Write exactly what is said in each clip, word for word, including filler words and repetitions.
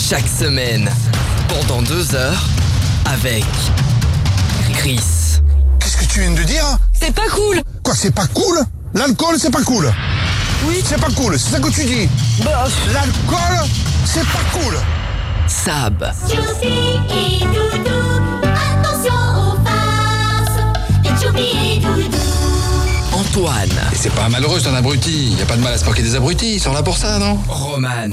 Chaque semaine, pendant deux heures, avec Chris. Qu'est-ce que tu viens de dire? C'est pas cool. Quoi, c'est pas cool? L'alcool, c'est pas cool. Oui. C'est pas cool, c'est ça que tu dis. Bah, L'alcool, c'est pas cool. Sab. Choupi et Doudou, attention aux farces. Et Choupi et Doudou. Antoine. Et c'est pas malheureux, c'est un abruti. Y a pas de mal à se moquer des abrutis, ils sont là pour ça, non? Roman.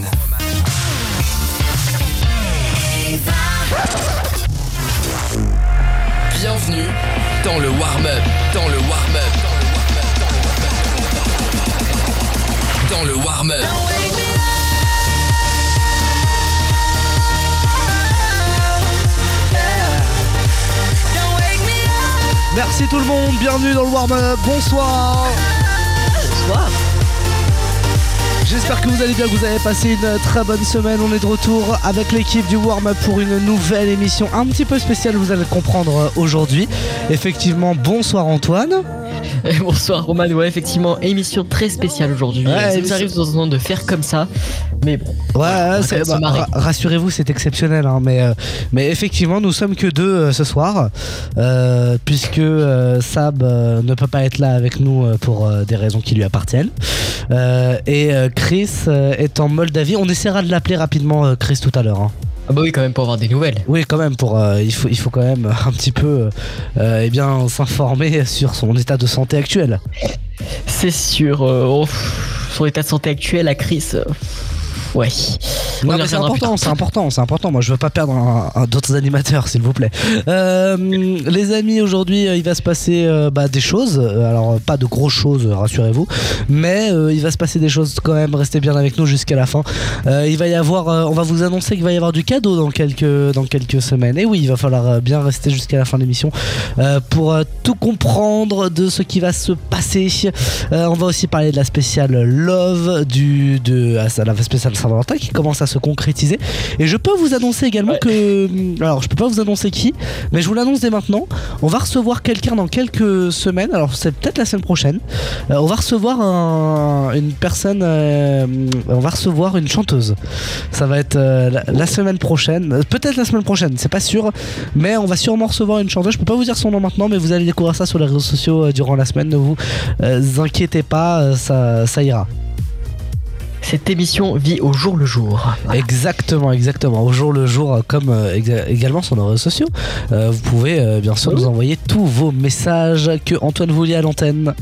Bienvenue dans le warm-up, dans le warm-up, dans le warm-up. Merci tout le monde, bienvenue dans le warm-up, bonsoir. Bonsoir. J'espère que vous allez bien, que vous avez passé une très bonne semaine. On est de retour avec l'équipe du warm-up pour une nouvelle émission un petit peu spéciale, vous allez le comprendre aujourd'hui. Effectivement, bonsoir Antoine. Et bonsoir Roman, ouais effectivement, émission très spéciale aujourd'hui. Ouais, ça émission... nous arrive de temps en temps de faire comme ça, mais bon. Ouais, c'est, bah, ra- rassurez-vous, c'est exceptionnel, hein, mais, euh, mais effectivement, nous sommes que deux euh, ce soir, euh, puisque euh, Sab euh, ne peut pas être là avec nous euh, pour euh, des raisons qui lui appartiennent. Euh, et euh, Chris euh, est en Moldavie. On essaiera de l'appeler rapidement, euh, Chris, tout à l'heure. Hein. Ah bah oui, quand même pour avoir des nouvelles. Oui, quand même, pour, euh, il, faut, il faut quand même un petit peu euh, eh bien, s'informer sur son état de santé actuel. C'est sûr, euh, oh, son état de santé actuel à Chris. Euh, ouais. Non, mais c'est important, c'est important, c'est important. Moi, je veux pas perdre un, un, d'autres animateurs, s'il vous plaît. Euh, les amis, aujourd'hui, il va se passer euh, bah, des choses. Alors, pas de grosses choses, rassurez-vous, mais euh, il va se passer des choses quand même. Restez bien avec nous jusqu'à la fin. Euh, il va y avoir, euh, on va vous annoncer qu'il va y avoir du cadeau dans quelques dans quelques semaines. Et oui, il va falloir bien rester jusqu'à la fin de l'émission euh, pour euh, tout comprendre de ce qui va se passer. Euh, on va aussi parler de la spéciale Love du de ah, la spéciale Saint-Valentin qui commence à se concrétiser, et je peux vous annoncer également ouais. que alors je peux pas vous annoncer qui, mais je vous l'annonce dès maintenant, on va recevoir quelqu'un dans quelques semaines, alors c'est peut-être la semaine prochaine, euh, on va recevoir un, une personne euh, on va recevoir une chanteuse, ça va être euh, la, la semaine prochaine, peut-être la semaine prochaine, c'est pas sûr, mais on va sûrement recevoir une chanteuse, je peux pas vous dire son nom maintenant, mais vous allez découvrir ça sur les réseaux sociaux euh, durant la semaine, ne vous euh, inquiétez pas, euh, ça, ça ira. Cette émission vit au jour le jour. Voilà. Exactement, exactement. Au jour le jour, comme euh, exa- également sur nos réseaux sociaux. Euh, vous pouvez euh, bien sûr oui. nous envoyer tous vos messages que Antoine vous lit à l'antenne.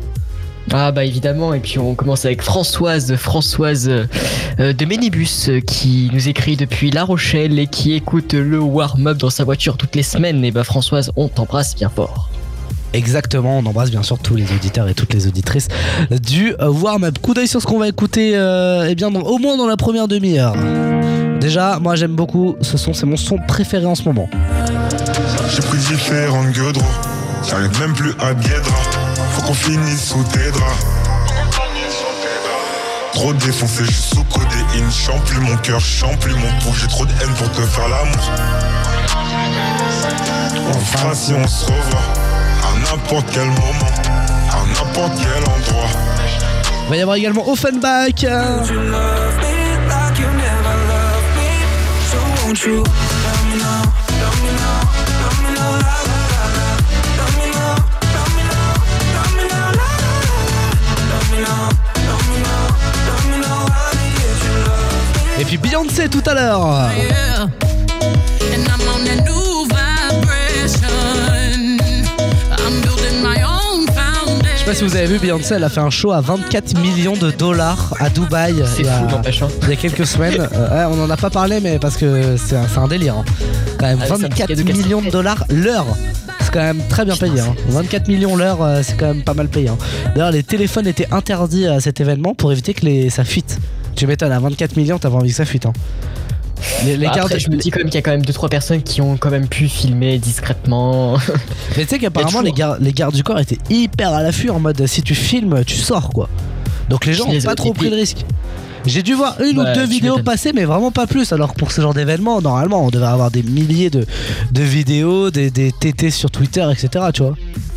Ah bah évidemment, et puis on commence avec Françoise, Françoise euh, de Ménibus euh, qui nous écrit depuis La Rochelle et qui écoute le warm-up dans sa voiture toutes les semaines. Et bah Françoise, on t'embrasse bien fort. Exactement, on embrasse bien sûr tous les auditeurs et toutes les auditrices du warm-up. Coup d'œil sur ce qu'on va écouter, euh, eh bien, dans, au moins dans la première demi-heure. Déjà, moi j'aime beaucoup ce son, c'est mon son préféré en ce moment. J'ai pris différentes gueules, j'arrive même plus à Bièdra. Faut qu'on finisse sous tes draps. Trop défoncé, je suis sous codéine. Chante plus mon cœur, chante plus mon pouls. J'ai trop de haine pour te faire l'amour. On fera si on se revoit. À n'importe quel moment, à n'importe quel endroit. Il va y avoir également Offenbach. Et puis Beyoncé tout à l'heure. Yeah. Je sais pas si vous avez vu, Beyoncé elle a fait un show à vingt-quatre millions de dollars à Dubaï il y, a, il y a quelques semaines. euh, ouais, on en a pas parlé, mais parce que c'est un, c'est un délire hein. Quand même, ah, vingt-quatre millions de dollars l'heure, c'est quand même très bien payé hein. vingt-quatre millions l'heure, euh, c'est quand même pas mal payé hein. D'ailleurs les téléphones étaient interdits à cet événement pour éviter que les, ça fuite. Tu m'étonnes, à vingt-quatre millions t'as pas envie que ça fuite hein. Les, les bah gardes... Après, je me dis quand même qu'il y a quand même deux trois personnes qui ont quand même pu filmer discrètement. Mais tu sais qu'apparemment les, gar- les gardes du corps étaient hyper à l'affût en mode si tu filmes tu sors quoi. Donc les gens ont pas trop pris le risque. J'ai dû voir une bah, ou deux vidéos passer, mais vraiment pas plus. Alors que pour ce genre d'événement, normalement on devrait avoir des milliers de, de vidéos, des, des T T sur Twitter, et cetera. Tu vois.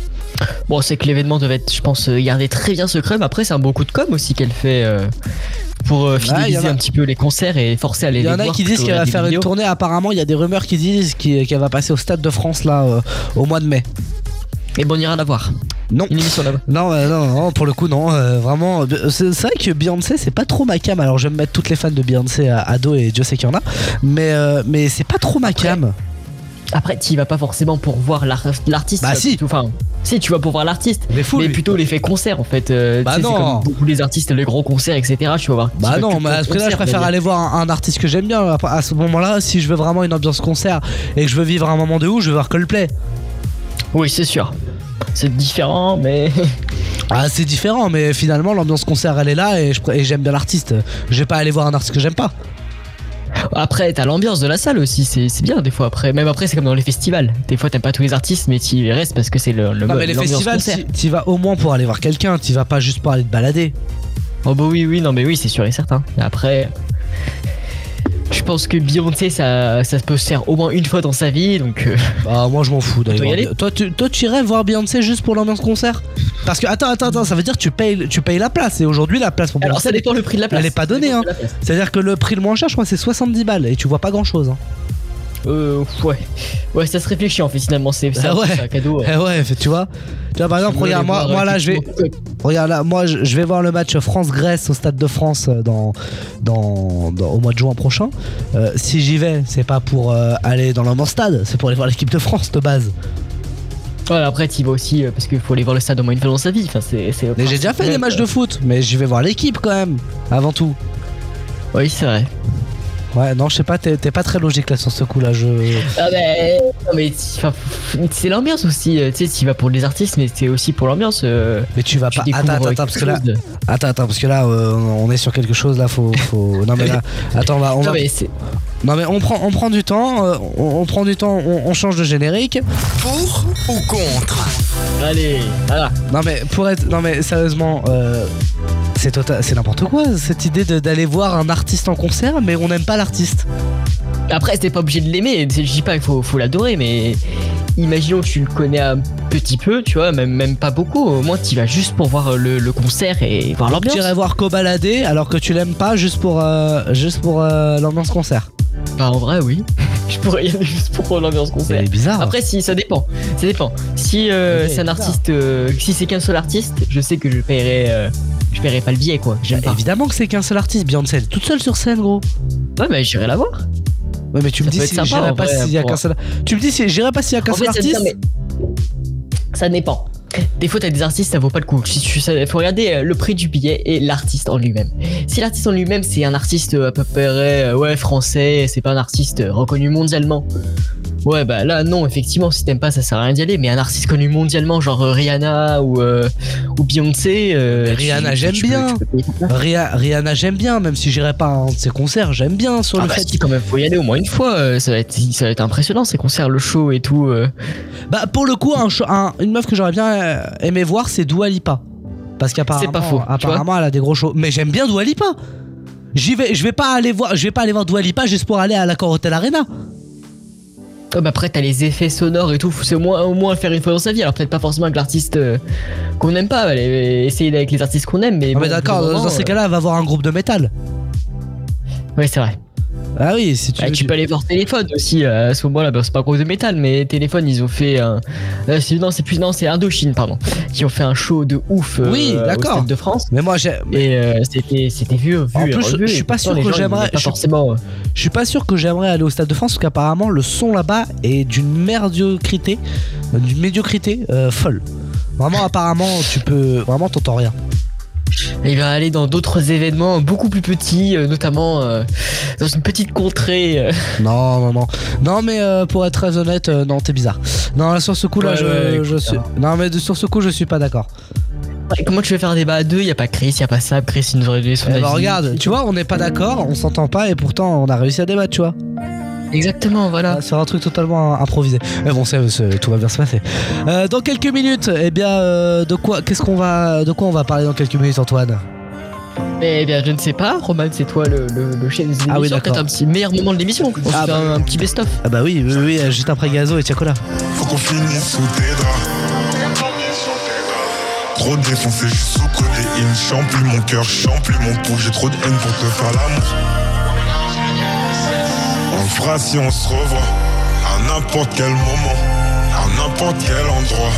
Bon, c'est que l'événement devait être, je pense, gardé très bien secret, mais après c'est un beau coup de com aussi qu'elle fait. Euh... pour euh, Ouais, y en fidéliser a- un petit peu les concerts et forcer à aller Il y les en a voir qui disent plutôt qu'elle va regarder des faire une vidéos. tournée. Apparemment, il y a des rumeurs qui disent qu'il- qu'elle va passer au Stade de France là euh, au mois de mai. Et bon, on ira la voir. Non. Une émission là-bas. Non, euh, non, non, pour le coup, non. euh, vraiment, euh, c'est c'est vrai que Beyoncé, c'est pas trop ma cam. Alors, je vais me mettre toutes les fans de Beyoncé à, à dos et Dieu sait qu'il y en a. Mais, euh, mais c'est pas trop ma cam. Après, tu y vas pas forcément pour voir l'ar- l'artiste. Bah, tu vas si. plutôt- Enfin, si, tu vas pour voir l'artiste. Mais fou, Mais lui. plutôt l'effet concert en fait. Euh, Bah tu sais, c'est non. comme beaucoup les artistes, les gros concerts, et cetera. Tu vas voir. tu Bah vas non, que mais pour à le ce prix-là, je concert, préfère on va aller voir un, un artiste que j'aime bien. Après, à ce moment-là, si je veux vraiment une ambiance concert et que je veux vivre un moment de ouf, je vais voir Coldplay. dire. Oui, c'est sûr. C'est différent, mais. Ah, c'est différent, mais finalement, l'ambiance concert, elle est là et je pr- et j'aime bien l'artiste. Je vais pas aller voir un artiste que j'aime pas. Après, t'as l'ambiance de la salle aussi, c'est c'est bien des fois. Après, même après, c'est comme dans les festivals. Des fois, t'aimes pas tous les artistes, mais tu y restes parce que c'est le, le Non, mais les l'ambiance festivals, concert. t'y- t'y vas au moins pour aller voir quelqu'un, t'y vas pas juste pour aller te balader. Oh bah oui, oui, non, mais oui, c'est sûr et certain. Et après, je pense que Beyoncé, ça, ça peut se faire au moins une fois dans sa vie, donc. euh, Bah, moi je m'en fous d'aller Toi, y voir. aller Be- Toi, tu, toi, tu irais voir Beyoncé juste pour l'ambiance concert? Parce que, attends, attends, attends, ça veut dire que tu payes, tu payes la place. Et aujourd'hui, la place pour Alors, Beyoncé, ça dépend le prix de la place. elle est pas Ça donnée, dépend hein. de la place. c'est-à-dire que le prix le moins cher, je crois, c'est soixante-dix balles. Et tu vois pas grand chose. Hein. Euh, ouais. Ouais, ça se réfléchit en fait, finalement. C'est c'est Ah un, ouais. c'est un cadeau. Eh ouais, fait, tu vois. Tu vois, par exemple, Tu veux regarde, aller moi, voir, moi là, je vais. effectivement, Regarde là, moi je je vais voir le match France-Grèce au Stade de France euh, dans, dans, dans- au mois de juin prochain. Euh, si j'y vais, c'est pas pour euh, aller dans l'ambiance stade, c'est pour aller voir l'équipe de France de base. Ouais, après, tu y vas aussi euh, parce qu'il faut aller voir le stade au moins une fois dans sa vie. Enfin, c'est. c'est- Mais j'ai déjà fait des matchs de foot, mais j'y vais voir l'équipe quand même, avant tout. Oui, c'est vrai. Ouais, non, je sais pas, t'es t'es pas très logique là sur ce coup là. Je... Ah, mais. Non, mais enfin, c'est l'ambiance aussi. euh, Tu sais, tu y vas pour les artistes, mais c'est aussi pour l'ambiance. euh, Mais tu vas tu pas. découvres, Attends, attends, euh, attends, parce quelque que là. chose de- Attends, attends, parce que là, euh, on est sur quelque chose là, faut. faut... Non, mais là. Attends, on va. On Non, va... mais c'est. Non, mais on prend, on prend du temps, euh, on, on prend du temps, on, on change de générique. Pour ou contre? Allez, voilà. Non mais pour être, non mais sérieusement, euh, c'est total, c'est n'importe quoi cette idée de- d'aller voir un artiste en concert, mais on n'aime pas l'artiste. Après, t'es pas obligé de l'aimer. Je dis pas qu'il faut, faut l'adorer, mais imaginons que tu le connais un petit peu, tu vois, même, même pas beaucoup. Au moins, tu vas juste pour voir le, le concert et voir l'ambiance. Tu irais voir Kobalade alors que tu l'aimes pas juste pour, euh, juste pour euh, l'ambiance concert. Bah, en vrai, oui. Je pourrais y aller juste pour l'ambiance concert. C'est bizarre. Après, si ça dépend, ça dépend. Si euh, Ok, c'est un bizarre. artiste, euh, si c'est qu'un seul artiste, je sais que je paierai, euh, je paierai pas le billet, quoi. J'aime pas. Évidemment que c'est qu'un seul artiste, Beyoncé, elle est toute seule sur scène, gros. Ouais, bah j'irai la voir. Ouais, mais tu me Ça dis peut si être sympa, j'irai en pas vrai, s'il y a pour- qu'un seul. Tu me dis si j'irai pas s'il y a qu'un En seul fait, ça, artiste. non, mais ça dépend. Des fois, t'as des artistes, ça vaut pas le coup. Si tu, ça, faut regarder euh, le prix du billet et l'artiste en lui-même. Si l'artiste en lui-même, c'est un artiste euh, à peu près euh, ouais, français, c'est pas un artiste euh, reconnu mondialement. Ouais, bah là, non, effectivement, si t'aimes pas, ça sert à rien d'y aller. Mais un artiste connu mondialement, genre euh, Rihanna ou, euh, ou Beyoncé. euh, Mais tu- Rihanna, tu- j'aime tu peux- bien. tu peux payer ta place. Ria- Rihanna, j'aime bien, même si j'irai pas à un de ses concerts, j'aime bien sur Ah le bah fait. si, quand même, faut y aller au moins une fois. euh, Ça va être, ça va être impressionnant ces concerts, le show et tout. euh. Bah pour le coup, un cho- un- une meuf que j'aurais bien euh, aimé voir, c'est Dua Lipa. Parce qu'apparemment, C'est pas faux, tu apparemment, elle a des gros shows. Mais j'aime bien Dua Lipa. J'y vais, je vais pas aller voir, je vais pas aller voir Dua Lipa juste pour aller à l'Accor Hotel Arena. Oh, bah après t'as les effets sonores et tout, c'est au moins, au moins le faire une fois dans sa vie. Alors peut-être pas forcément avec l'artiste euh, qu'on aime pas, aller essayer avec les artistes qu'on aime, mais. Non bon, mais d'accord, au bout d'un dans moment, ces cas-là, elle va voir un groupe de métal. euh, Ouais, c'est vrai. Ah oui, si tu. Ah, veux, tu peux aller voir Téléphone aussi euh, à ce moment-là. Bah, c'est pas gros de métal, mais Téléphone ils ont fait un. euh, c'est- non, c'est plus non, c'est Indochine pardon, qui ont fait un show de ouf. euh, Oui, au d'accord. Stade de France. Mais moi, j'ai. Et euh, c'était c'était vu, vu En et plus, revu, je suis et pas pourtant, sûr les que gens, ils j'aimerais- voulaient Pas je- forcément. euh, Je suis pas sûr que j'aimerais aller au Stade de France parce qu'apparemment le son là-bas est d'une médiocrité, euh, d'une médiocrité euh, folle. Vraiment, apparemment, tu peux. Vraiment, t'entends rien. Il va aller dans d'autres événements beaucoup plus petits, euh, notamment euh, dans une petite contrée. euh. Non, non, non. Non, mais euh, pour être très honnête, euh, non, t'es bizarre. Non, là, sur ce coup-là, Ouais, je, ouais, je écoute, suis. ça Non, mais de- sur ce coup, je suis pas d'accord. Ouais, comment tu veux faire un débat à deux? Y a pas Chris, y a pas Sab. Chris, il nous aurait donné son Eh avis. bah, regarde, tu vois, on n'est pas d'accord, on s'entend pas et pourtant on a réussi à débattre, tu vois. Exactement, voilà. C'est un truc totalement improvisé. Mais bon, c'est, c'est- tout va bien se passer. Euh, dans quelques minutes, eh bien, euh, de quoi, qu'est-ce qu'on va, de quoi on va parler dans quelques minutes, Antoine? Eh bien, je ne sais pas. Roman, c'est toi le, le, le chef des émissions. Ah oui, d'accord. Peut-être un petit meilleur moment de l'émission. On se Ah fait bah. un, un petit best-of. Ah bah oui, oui, oui, juste après Gazo et Tiakola. Faut qu'on finisse sous tes draps. Trop défoncé, je suis sous codéine. Chante plus mon cœur, chante plus mon pouls. J'ai trop de haine pour te faire l'amour. On le fera si on se revoit, à n'importe quel moment, à n'importe quel endroit.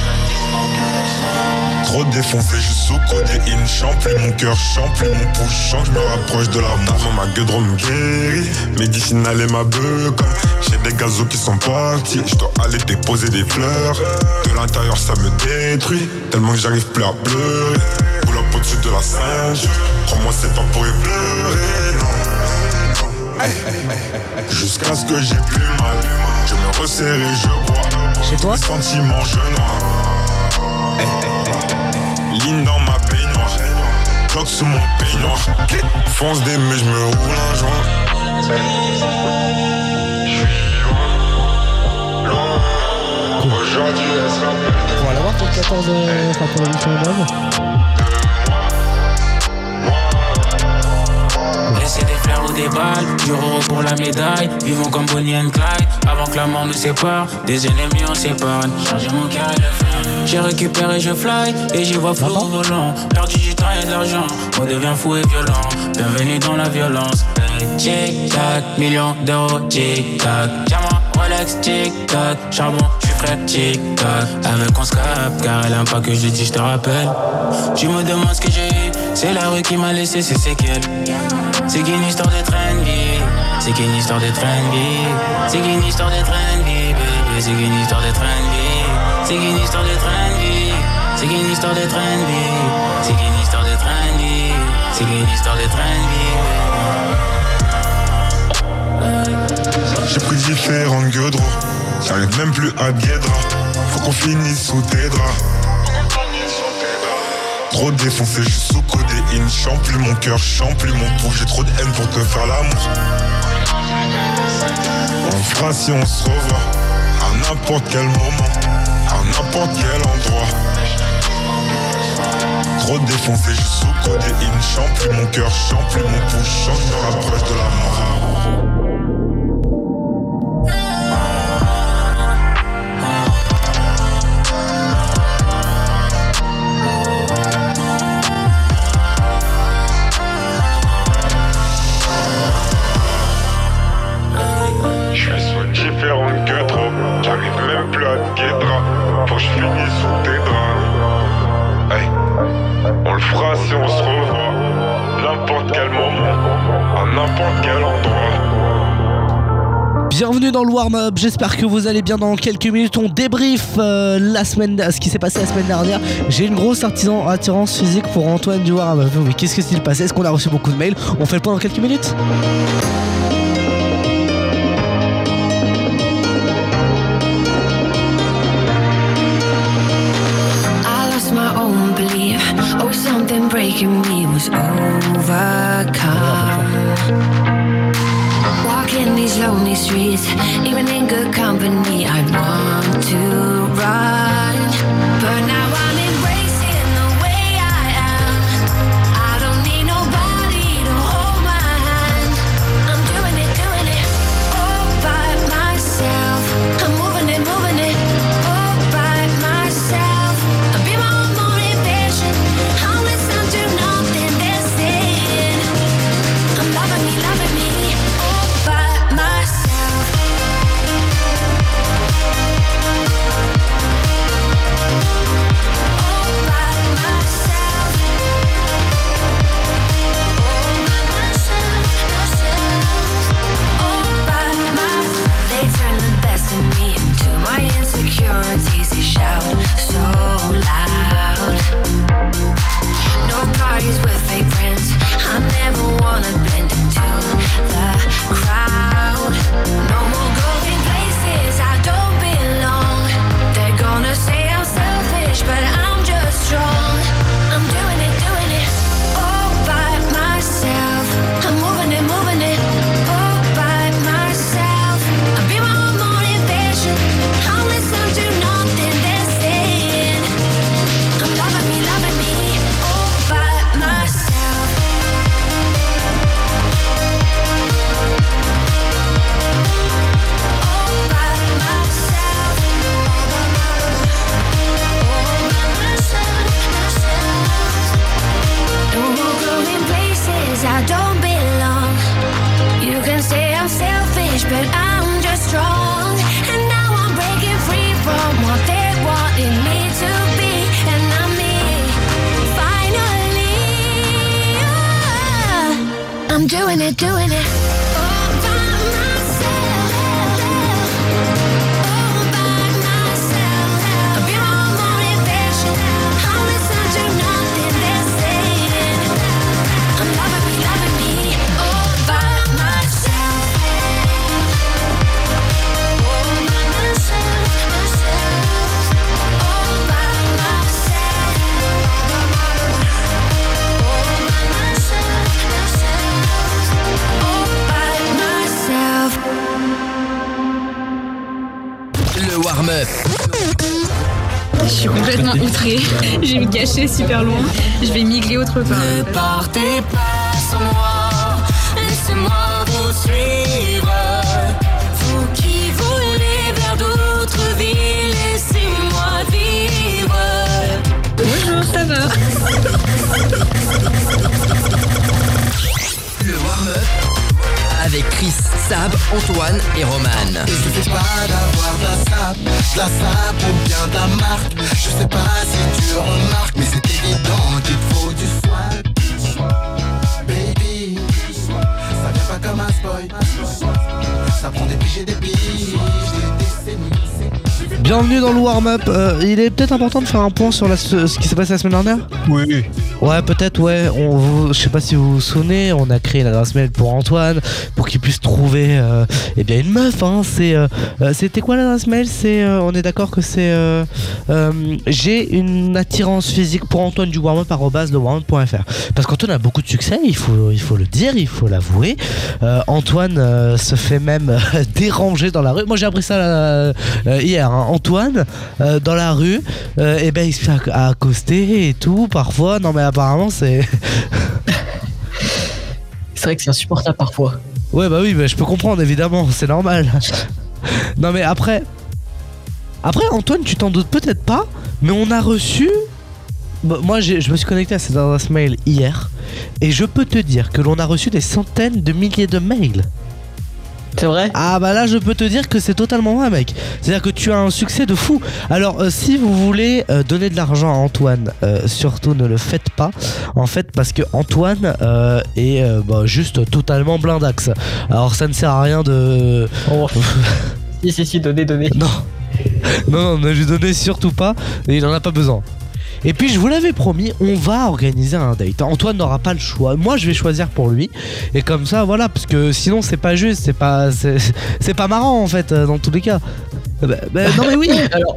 Trop défoncé, je suis sous codéine. Chante plus mon cœur, chante plus mon pouls. Chante, je me rapproche de la mort. Ma gueule me guérit, médicinale et ma beuh. J'ai des gazos qui sont partis. Je dois aller déposer des fleurs. De l'intérieur ça me détruit, tellement que j'arrive plus à pleurer. Boule up au-dessus de la ceinture. Crois-moi c'est pas pour y pleurer, non. Hey, hey, hey. Jusqu'à ce que j'ai plus mal, je me resserre et je bois. Chez toi? Mes sentiments je noie. Hey, hey, hey. Ligne dans ma baignoire, bloc sous mon peignoir. Fonce des mais je me roule un joint. Aujourd'hui elle sera On va l'avoir pour le quatorze, euh, enfin pour l'émission de Brave. Laisser des fleurs ou des balles, du euro pour la médaille. Vivons comme Bonnie and Clyde, avant que la mort nous sépare. Des ennemis on s'épargne, changer mon cœur et le faire. J'ai récupéré, je fly, et j'y vois flou au volant. Perdu du temps et de l'argent, on devient fou et violent. Bienvenue dans la violence. Tic-tac, millions d'euros, tic-tac. Diamant, Rolex, tic-tac. Charbon, j'suis frais, tic-tac. Avec on se capte, car elle aime pas que je lui dise je te rappelle. Tu me demandes ce que j'ai eu, c'est la rue qui m'a laissé ses séquelles. C'est qu'une histoire de train de vie, c'est qu'une histoire de train de vie, c'est qu'une histoire de train de vie, baby, c'est qu'une histoire de train de vie, c'est qu'une histoire de train de vie, c'est qu'une histoire de train de vie, c'est qu'une histoire de train de vie, c'est qu'une histoire de train de vie. J'ai pris différentes gueudres, j'arrive même plus à Guédra. Faut qu'on finisse sous tes draps. Trop défoncé, je suis sous codéine. Chante plus mon cœur, chante plus mon pouls. J'ai trop de haine pour te faire l'amour. On le fera si on se revoit, à n'importe quel moment, à n'importe quel endroit. Trop défoncé, je suis sous codéine. Chante plus mon cœur, chante plus mon pouls. Chante, je me rapproche de la mort. Différentes que trop, j'arrive même plus à te guédra. Faut que je finisse sous tes draps. Hey, on le fera si on se revoit, n'importe quel moment, à n'importe quel endroit. Bienvenue dans le warm-up, j'espère que vous allez bien. Dans quelques minutes on débrief euh, la semaine, ce qui s'est passé la semaine dernière. J'ai une grosse artisan, attirance physique pour Antoine du warm-up. Mais qu'est-ce que s'est passé? Est-ce qu'on a reçu beaucoup de mails? On fait le point dans quelques minutes. Oh, something breaking me was overcome. Walking these lonely streets, even in good company, I want to run. But now I'm embracing the way I am. I don't need nobody to hold my hand. I'm doing it, doing it all by myself. I'm moving it, moving it all by myself. I'll be my own motivation. I'll listen to nothing they're saying. I'm loving me, loving me all by myself. flesh, but I'm just strong. And now I'm breaking free from what they wanted me to be. And I'm me, finally. Yeah. I'm doing it, doing it. All by myself. All by myself. I'm your motivation. I'll listen to nothing they're saying. I'm loving me, loving me. All by myself. All by myself, myself. All by myself. All by myself, myself. All by myself. Le warm-up. Je suis complètement outrée. Je vais me cacher super loin. Je vais migrer autre part. Ne partez pas sans moi, laissez-moi vous suivre. Vous qui voulez vers d'autres villes, laissez-moi vivre. Bonjour, ça va? Le warm-up avec Chris, Sab, Antoine et Roman. Il suffit pas d'avoir de la sap, de la sap ou bien de la marque. Je sais pas si tu remarques, mais c'est évident qu'il faut du swag. Baby, ça vient pas comme un spoil. Ça prend des piges et des piges, des décennies. Bienvenue dans le warm-up. Euh, il est peut-être important de faire un point sur la, ce, ce qui s'est passé la semaine dernière. Oui. Ouais, peut-être, ouais. On, vous, je sais pas si vous vous souvenez, on a créé l'adresse mail pour Antoine pour qu'il puisse trouver euh, eh bien une meuf. Hein. C'est, euh, euh, c'était quoi l'adresse mail? C'est, euh, on est d'accord que c'est euh, euh, j'ai une attirance physique pour Antoine du warm-up arobase le warm-up point f r. Parce qu'Antoine a beaucoup de succès, il faut, il faut le dire, il faut l'avouer. Euh, Antoine euh, se fait même euh, déranger dans la rue. Moi j'ai appris ça euh, euh, hier. Hein. Antoine euh, dans la rue, euh, et ben il se fait accoster et tout parfois. Non mais apparemment c'est. C'est vrai que c'est insupportable parfois. Ouais bah oui, bah, je peux comprendre évidemment, c'est normal. Non mais après, après Antoine, tu t'en doutes peut-être pas, mais on a reçu. Bah, moi j'ai, je me suis connecté à cette adresse mail hier et je peux te dire que l'on a reçu des centaines de milliers de mails. C'est vrai? Ah bah là je peux te dire que c'est totalement vrai mec. C'est-à-dire que tu as un succès de fou. Alors euh, si vous voulez euh, donner de l'argent à Antoine, euh, surtout ne le faites pas. En fait parce que Antoine euh, est euh, bah, juste totalement blindax. Alors ça ne sert à rien de... Oh. Si si si, donnez, donnez. Non. Non non, ne lui donnez surtout pas. Et il en a pas besoin. Et puis je vous l'avais promis, on va organiser un date. Antoine n'aura pas le choix. Moi je vais choisir pour lui. Et comme ça voilà, parce que sinon c'est pas juste, c'est pas c'est, c'est pas marrant en fait dans tous les cas. Bah, bah, non mais oui. Alors,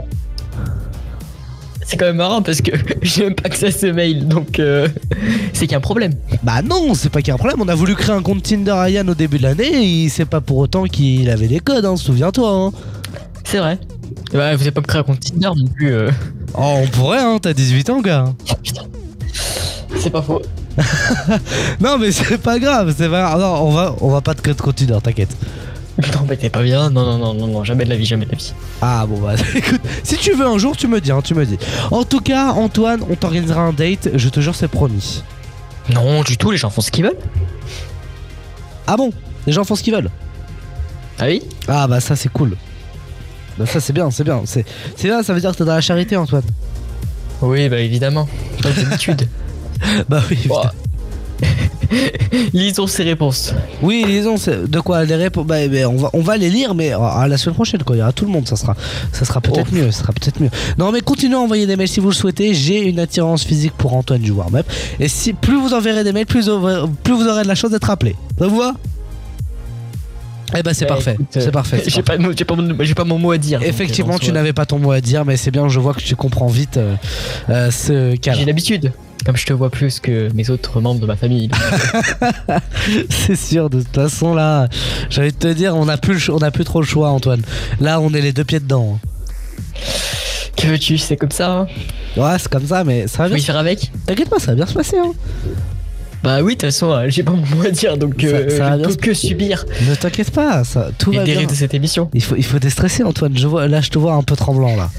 c'est quand même marrant parce que j'ai même pas accès à ce mail, donc euh, c'est qu'il y a un problème. Bah non, c'est pas qu'il y a un problème. On a voulu créer un compte Tinder à Yann au début de l'année. Et c'est pas pour autant qu'il avait les codes, hein, souviens-toi. Hein. C'est vrai. Bah, vous avez pas créé un compte Tinder non plus. Euh... Oh, on pourrait, hein, t'as dix-huit ans, gars. Oh, putain. C'est pas faux. Non, mais c'est pas grave, c'est pas grave. Non, on va, on va pas te créer de compte Tinder, t'inquiète. Non, mais t'es pas bien. Non, non, non, non, non, jamais de la vie, jamais de la vie. Ah, bon, bah, écoute, si tu veux un jour, tu me dis, hein, tu me dis. En tout cas, Antoine, on t'organisera un date, je te jure, c'est promis. Non, du tout, les gens font ce qu'ils veulent. Ah bon? Les gens font ce qu'ils veulent? Ah oui? Ah, bah, ça, c'est cool. Bah ça c'est bien, c'est bien, c'est, c'est bien, ça veut dire que t'es dans la charité Antoine. Oui bah évidemment, pas d'habitude. Bah oui oh. Lisons ces réponses. Oui lisons, de quoi les réponses, bah, bah on, va, on va les lire mais à la semaine prochaine quoi, il y aura tout le monde, ça sera, ça sera peut-être oh. mieux, ça sera peut-être mieux. Non mais continuez à envoyer des mails si vous le souhaitez, j'ai une attirance physique pour Antoine du warm-up. Et si plus vous enverrez des mails, plus, plus vous aurez de la chance d'être appelé. Ça vous va? Eh bah c'est, eh, parfait. Écoute, c'est parfait, c'est j'ai, parfait. Pas, j'ai, pas mon, j'ai pas mon mot à dire. Effectivement, donc, tu n'avais pas ton mot à dire, mais c'est bien, je vois que tu comprends vite euh, euh, ce cas. J'ai l'habitude, comme je te vois plus que mes autres membres de ma famille. C'est sûr, de toute façon là, j'allais te dire, on n'a plus, on a plus trop le choix, Antoine. Là, on est les deux pieds dedans. Que veux-tu, c'est comme ça. Hein. Ouais, c'est comme ça, mais ça va bien. Faut y faire avec. T'inquiète pas, ça va bien se passer. Hein. Bah oui, de toute façon, j'ai pas mon mot à dire, donc ça, euh, ça je peux que subir. Ne t'inquiète pas, ça, tout va bien. Les dérives de cette émission. Il faut, il faut déstresser, Antoine. Je vois, là, je te vois un peu tremblant, là.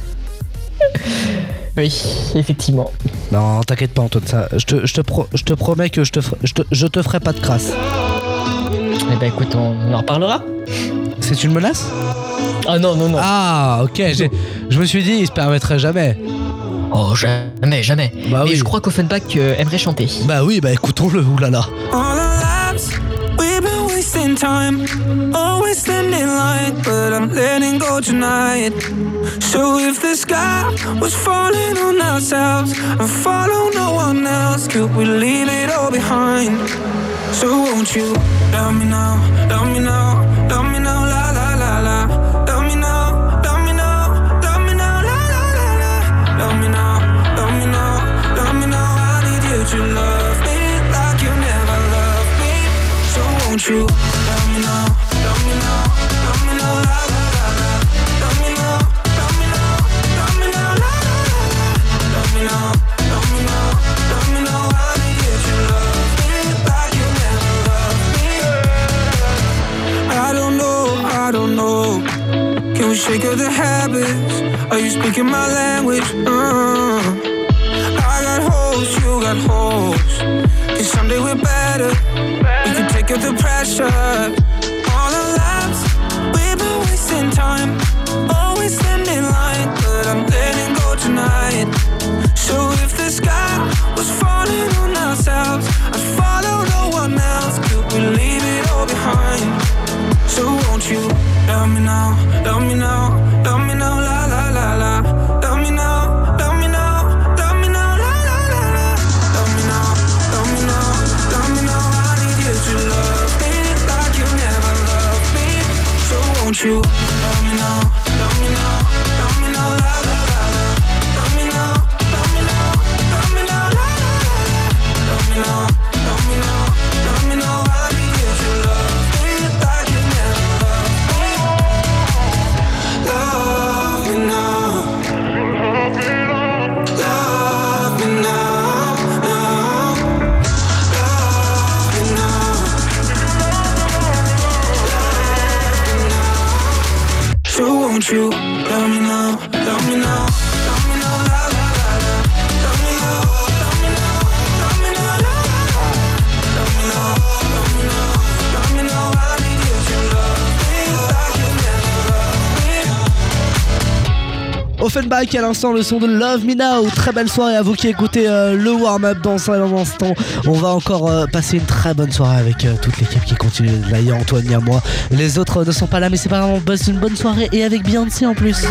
Oui, effectivement. Non, t'inquiète pas, Antoine. Ça, je te, je te, pro, je te promets que je te, je te, je te ferai pas de crasse. Eh bah écoute, on, on en reparlera. C'est une menace? Ah non, non, non. Ah, ok. j'ai- Je me suis dit, il se permettrait jamais. Oh, jamais, jamais. Bah Et oui. je crois qu'Offenbach euh, aimerait chanter. Bah oui, bah écoutons-le, oulala. All our lives, we've been wasting time, always standing line, but I'm letting go tonight. So if the sky was falling on ourselves and follow no one else, could we leave it all behind? So won't you love me now, love me now, love me now, la la la la. Love me now, love me now, love me now, la la la la. Love me now, love me now, love me now. I need you to love me like you never loved me. So won't you love me now, love me now, love me now, la la la la. Love me now, love me now, love me now, la la la la. Love me now, love me now, love me now. I need you to love me like you never loved me. I don't know, I don't know. Can we shake up the habits? Are you speaking my language? Uh, I got holes, you got holes. Cause someday we're better. We can take up the pressure. All our lives, we've been wasting time, always standing line, but I'm letting go tonight. So if the sky was falling on ourselves, I'd follow no one else. Could we leave it all behind? So won't you love me now, love me now, love me now, la la la la. Love me now, love me now, love me now, la la la la. Love me now, love me now, love me now. I need you to love me like you never loved me. So won't you love me now, love me now, love me now, la la la la. Love me now, love me now, love me now, la la la la. Love me now, love me now, love me now. I need you to love me like you never loved me. Love me now, love me now, now. Love me now, love me now. So won't you love me now, love me now, love me now, la la la la. Love me now, love me now, love me now, la la la. Love me now, love me now, love me now. I need you to love me like you never loved me. Offenbach à l'instant, le son de Love Me Now. Très belle soirée à vous qui écoutez euh, le warm-up dans un instant. On va encore euh, passer une très bonne soirée avec euh, toute l'équipe qui continue. Là, il y a Antoine, il y a moi. Les autres ne sont pas là, mais c'est pas grave, on passe une bonne soirée et avec Beyoncé en plus.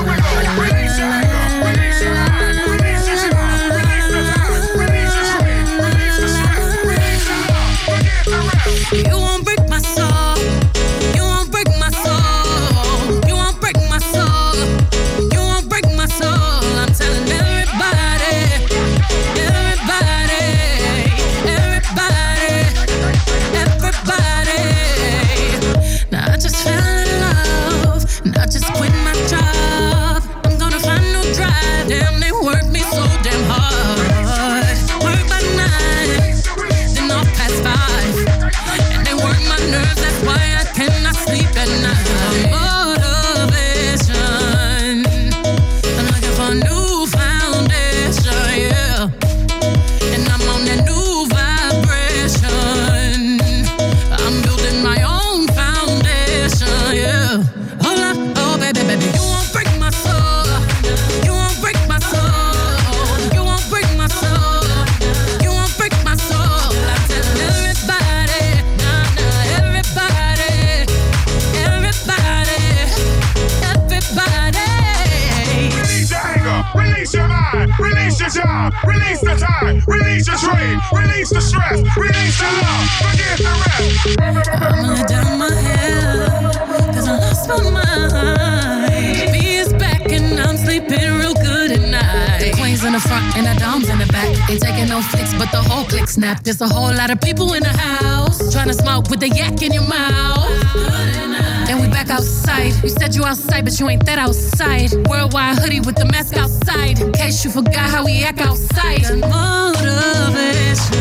You won't break my soul. You won't break my soul. You won't break my soul. You won't break my soul. I'm telling everybody, everybody, everybody, everybody. Now I just fell in love. Now I just quit my job. I'm gonna find no drive. Damn, they work me so damn hard. Work by nine, then off past five. And they work my nerves, that's why I cannot sleep at night. Motivation, I'm looking for a new foundation, yeah. And I'm on that new vibration. I'm building my own foundation, yeah. Hold up, oh baby, baby, you won't break my soul. You won't break my soul. You won't break my soul. You won't break my soul. I tell everybody, nah, nah, everybody, everybody, everybody. Release your anger, release your mind, release your job, release the time, release your dream, release the stress, release the love, forget the rest. I'm gonna down my head, cause I lost my mind. B is back and I'm sleeping real good at night. The queen's in the front and the dom's in the back. Ain't taking no flicks, but the whole click snap. There's a whole lot of people in the house trying to smoke with the yak in your mouth. And we back outside. You said you outside, but you ain't that outside. Worldwide hoodie with the mask outside. In case you forgot how we act outside. Motivation.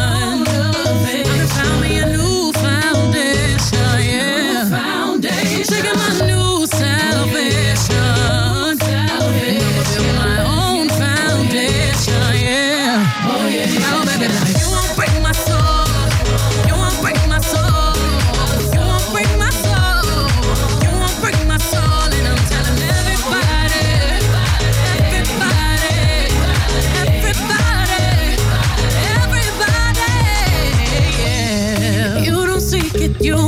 I found me a new foundation, yeah. Taking my new salvation. I'ma build my own foundation, yeah. Oh yeah. Oh baby, baby, you won't break my soul. You won't break my soul. You won't break my soul. You won't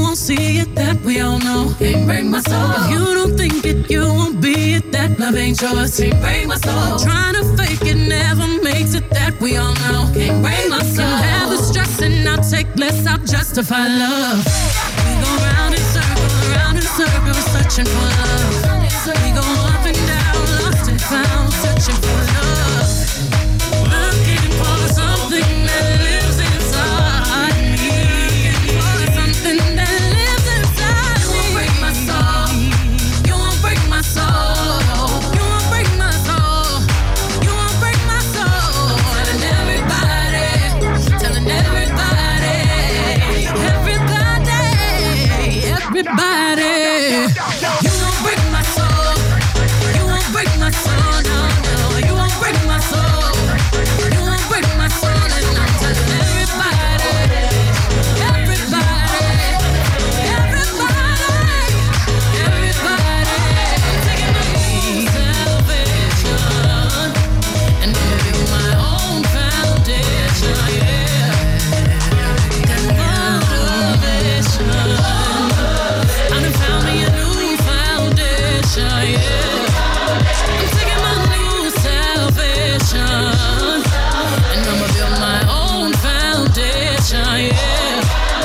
won't see it, that we all know. Can't break my soul. If you don't think it, you won't be it. That love ain't yours. Can't break my soul. Trying to fake it never makes it, that we all know. Can't break my soul. You have the stress and I'll take less. I'll justify love. We go round in circles, round in circles, searching for love. We go up and down, lost and found, searching for love. Looking for something that lives inside me. For something that lives inside me. You won't break my soul. You won't break my soul. You won't break my soul. You won't break my soul. Telling everybody, telling everybody, everybody, everybody. You won't break my soul. You won't break my soul. No, no, you won't break my soul. You won't break my soul. And I'm telling everybody, everybody, everybody, everybody. Taking my own salvation and building my own foundation. Yeah, foundation. I done found me a new foundation. Yeah, I'm taking my new salvation and I'ma build my own foundation. Yeah.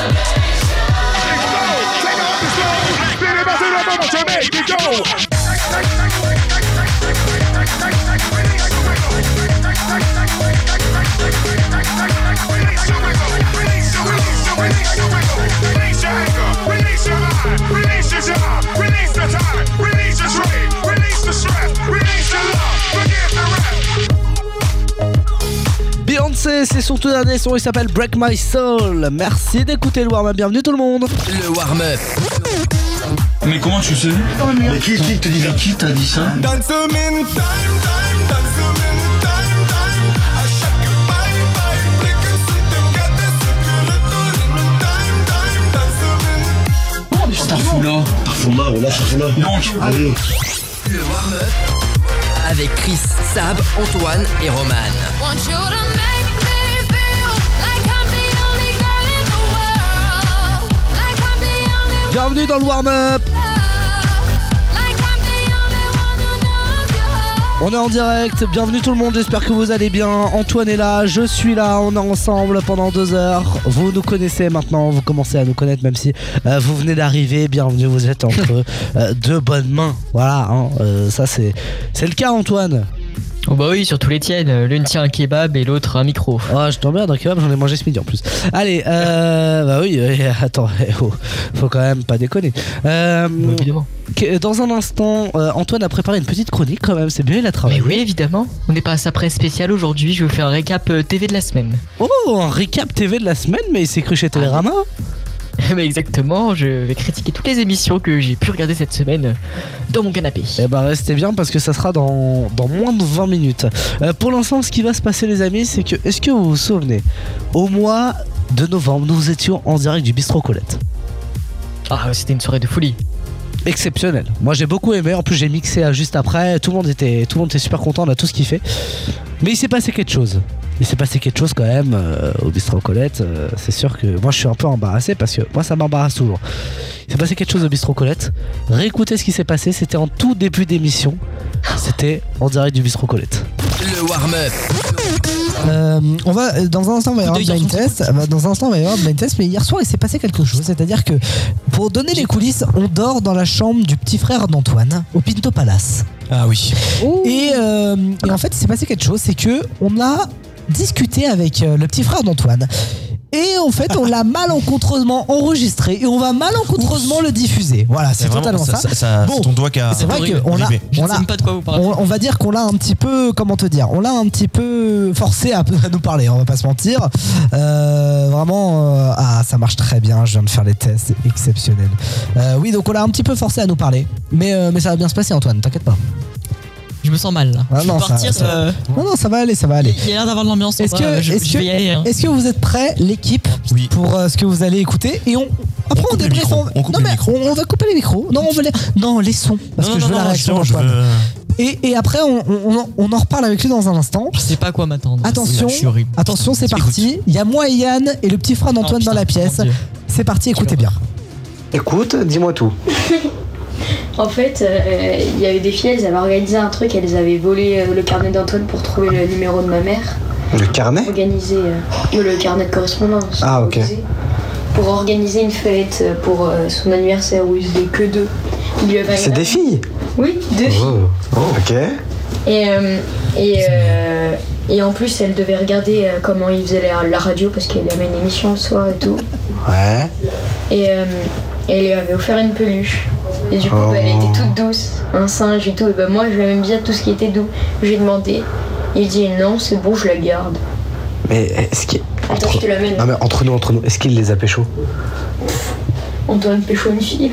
Beyoncé, c'est son tout dernier son, il s'appelle Break My Soul. Merci d'écouter le warm-up, bienvenue tout le monde. Le warm-up. Mais comment tu sais? Mais qui qui te dit ça? Qui t'a dit ça? Dance a minute, time, time, dance a minute, time, time. À chaque bye, bye, blick and sit and get this secret, time, time, dance a minute. Starfoula. Starfoula, voilà, Starfoula. Donc, allez. Le warm-up avec Chris, Sab, Antoine et Roman. Want you to make me feel like I'm the only girl in the world. Like I'm the only one. Bienvenue dans le warm-up. Like I'm the only one who knows you. On est en direct, bienvenue tout le monde, j'espère que vous allez bien. Antoine est là, je suis là, on est ensemble pendant deux heures. Vous nous connaissez maintenant, vous commencez à nous connaître même si euh, vous venez d'arriver. Bienvenue, vous êtes entre euh, deux bonnes mains. Voilà, hein, euh, ça c'est, c'est le cas Antoine. Oh bah oui, surtout les tiennes. L'une tient un kebab et l'autre un micro. Oh, je t'emmerde, un kebab, j'en ai mangé ce midi en plus. Allez, euh, bah oui, oui attends, faut, faut quand même pas déconner. Euh, évidemment. Dans un instant, euh, Antoine a préparé une petite chronique quand même, c'est bien, il a travaillé. Mais oui, évidemment. On n'est pas à sa presse spéciale aujourd'hui, je vais vous faire un récap T V de la semaine. Oh, un récap T V de la semaine, mais il s'est cru chez Télérama. Mais exactement, je vais critiquer toutes les émissions que j'ai pu regarder cette semaine dans mon canapé. Eh bah restez bien parce que ça sera dans, dans moins de vingt minutes. Euh, pour l'instant, ce qui va se passer les amis, c'est que, est-ce que vous vous souvenez, au mois de novembre, nous étions en direct du Bistrot Colette. Ah, c'était une soirée de folie. Exceptionnel. Moi j'ai beaucoup aimé, en plus j'ai mixé à juste après, tout le monde était, tout le monde était super content, on a tous kiffé. Mais il s'est passé quelque chose. Il s'est passé quelque chose quand même euh, au Bistrot Colette. Euh, c'est sûr que moi je suis un peu embarrassé parce que moi ça m'embarrasse toujours. Il s'est passé quelque chose au Bistrot Colette. Réécoutez ce qui s'est passé, c'était en tout début d'émission. C'était en direct du Bistrot Colette. Le warm-up. Euh, on va dans un instant on va y avoir blind test. Dans un instant on va y avoir blind test. Mais hier soir il s'est passé quelque chose. C'est-à-dire que pour donner les coulisses, on dort dans la chambre du petit frère d'Antoine au Pinto Palace. Ah oui. Et, euh, et en fait il s'est passé quelque chose, c'est que on a discuté avec euh, le petit frère d'Antoine. Et en fait, on l'a malencontreusement enregistré et on va malencontreusement le diffuser. Voilà, c'est, c'est totalement ça. ça, ça, ça bon, c'est ton doigt qui a. C'est vrai qu'on l'a. On, l'a pas de quoi vous parlez. on, on va dire qu'on l'a un petit peu, comment te dire, on l'a un petit peu forcé à, à nous parler. On va pas se mentir. Euh, vraiment, euh, ah, ça marche très bien. Je viens de faire les tests, c'est exceptionnel. Euh, oui, donc on l'a un petit peu forcé à nous parler, mais euh, mais ça va bien se passer, Antoine. T'inquiète pas. Je me sens mal là. Ah je non, peux partir. ça, ça... Euh... Non, non, ça va aller, ça va aller. Il y a l'air d'avoir de l'ambiance. Est-ce que, je, est-ce, je vais que, y aller, hein. est-ce que vous êtes prêts, l'équipe, oui. pour euh, ce que vous allez écouter? Et on. Après, on, on débriefe. On, on coupe non, les mais micros. on, on va couper les micros. Non, on veut les. Non, les sons. Parce non, que non, je veux non, la réaction d'Antoine. veux... Et, et après, on, on, on en reparle avec lui dans un instant. Je sais pas à quoi m'attendre. Attention, attention, c'est parti. Il y a moi et Yann et le petit frère d'Antoine oh, dans la pièce. C'est parti, écoutez bien. Écoute, dis-moi tout. En fait, euh, il y avait des filles, elles avaient organisé un truc, elles avaient volé euh, le carnet d'Antoine pour trouver le numéro de ma mère. Le carnet Organiser euh, le carnet de correspondance. Ah, ok. Pour organiser une fête pour euh, son anniversaire où ils étaient que deux. Il lui avait- C'est des filles Oui, deux filles. Oh, oh, ok. Et, euh, et, euh, et en plus, elle devait regarder euh, comment il faisait la, la radio parce qu'il avait une émission le soir et tout. Ouais. Et, euh, et elle lui avait offert une peluche. Et du coup, Oh. bah, elle était toute douce, un singe et tout. Et bah, moi, j'aime bien tout ce qui était doux. Je lui ai demandé. Il dit non, c'est bon, je la garde. Mais est-ce qu'il. Attends, je te l'amène. Non, mais entre nous, entre nous, est-ce qu'il les a pécho Antoine pécho une fille.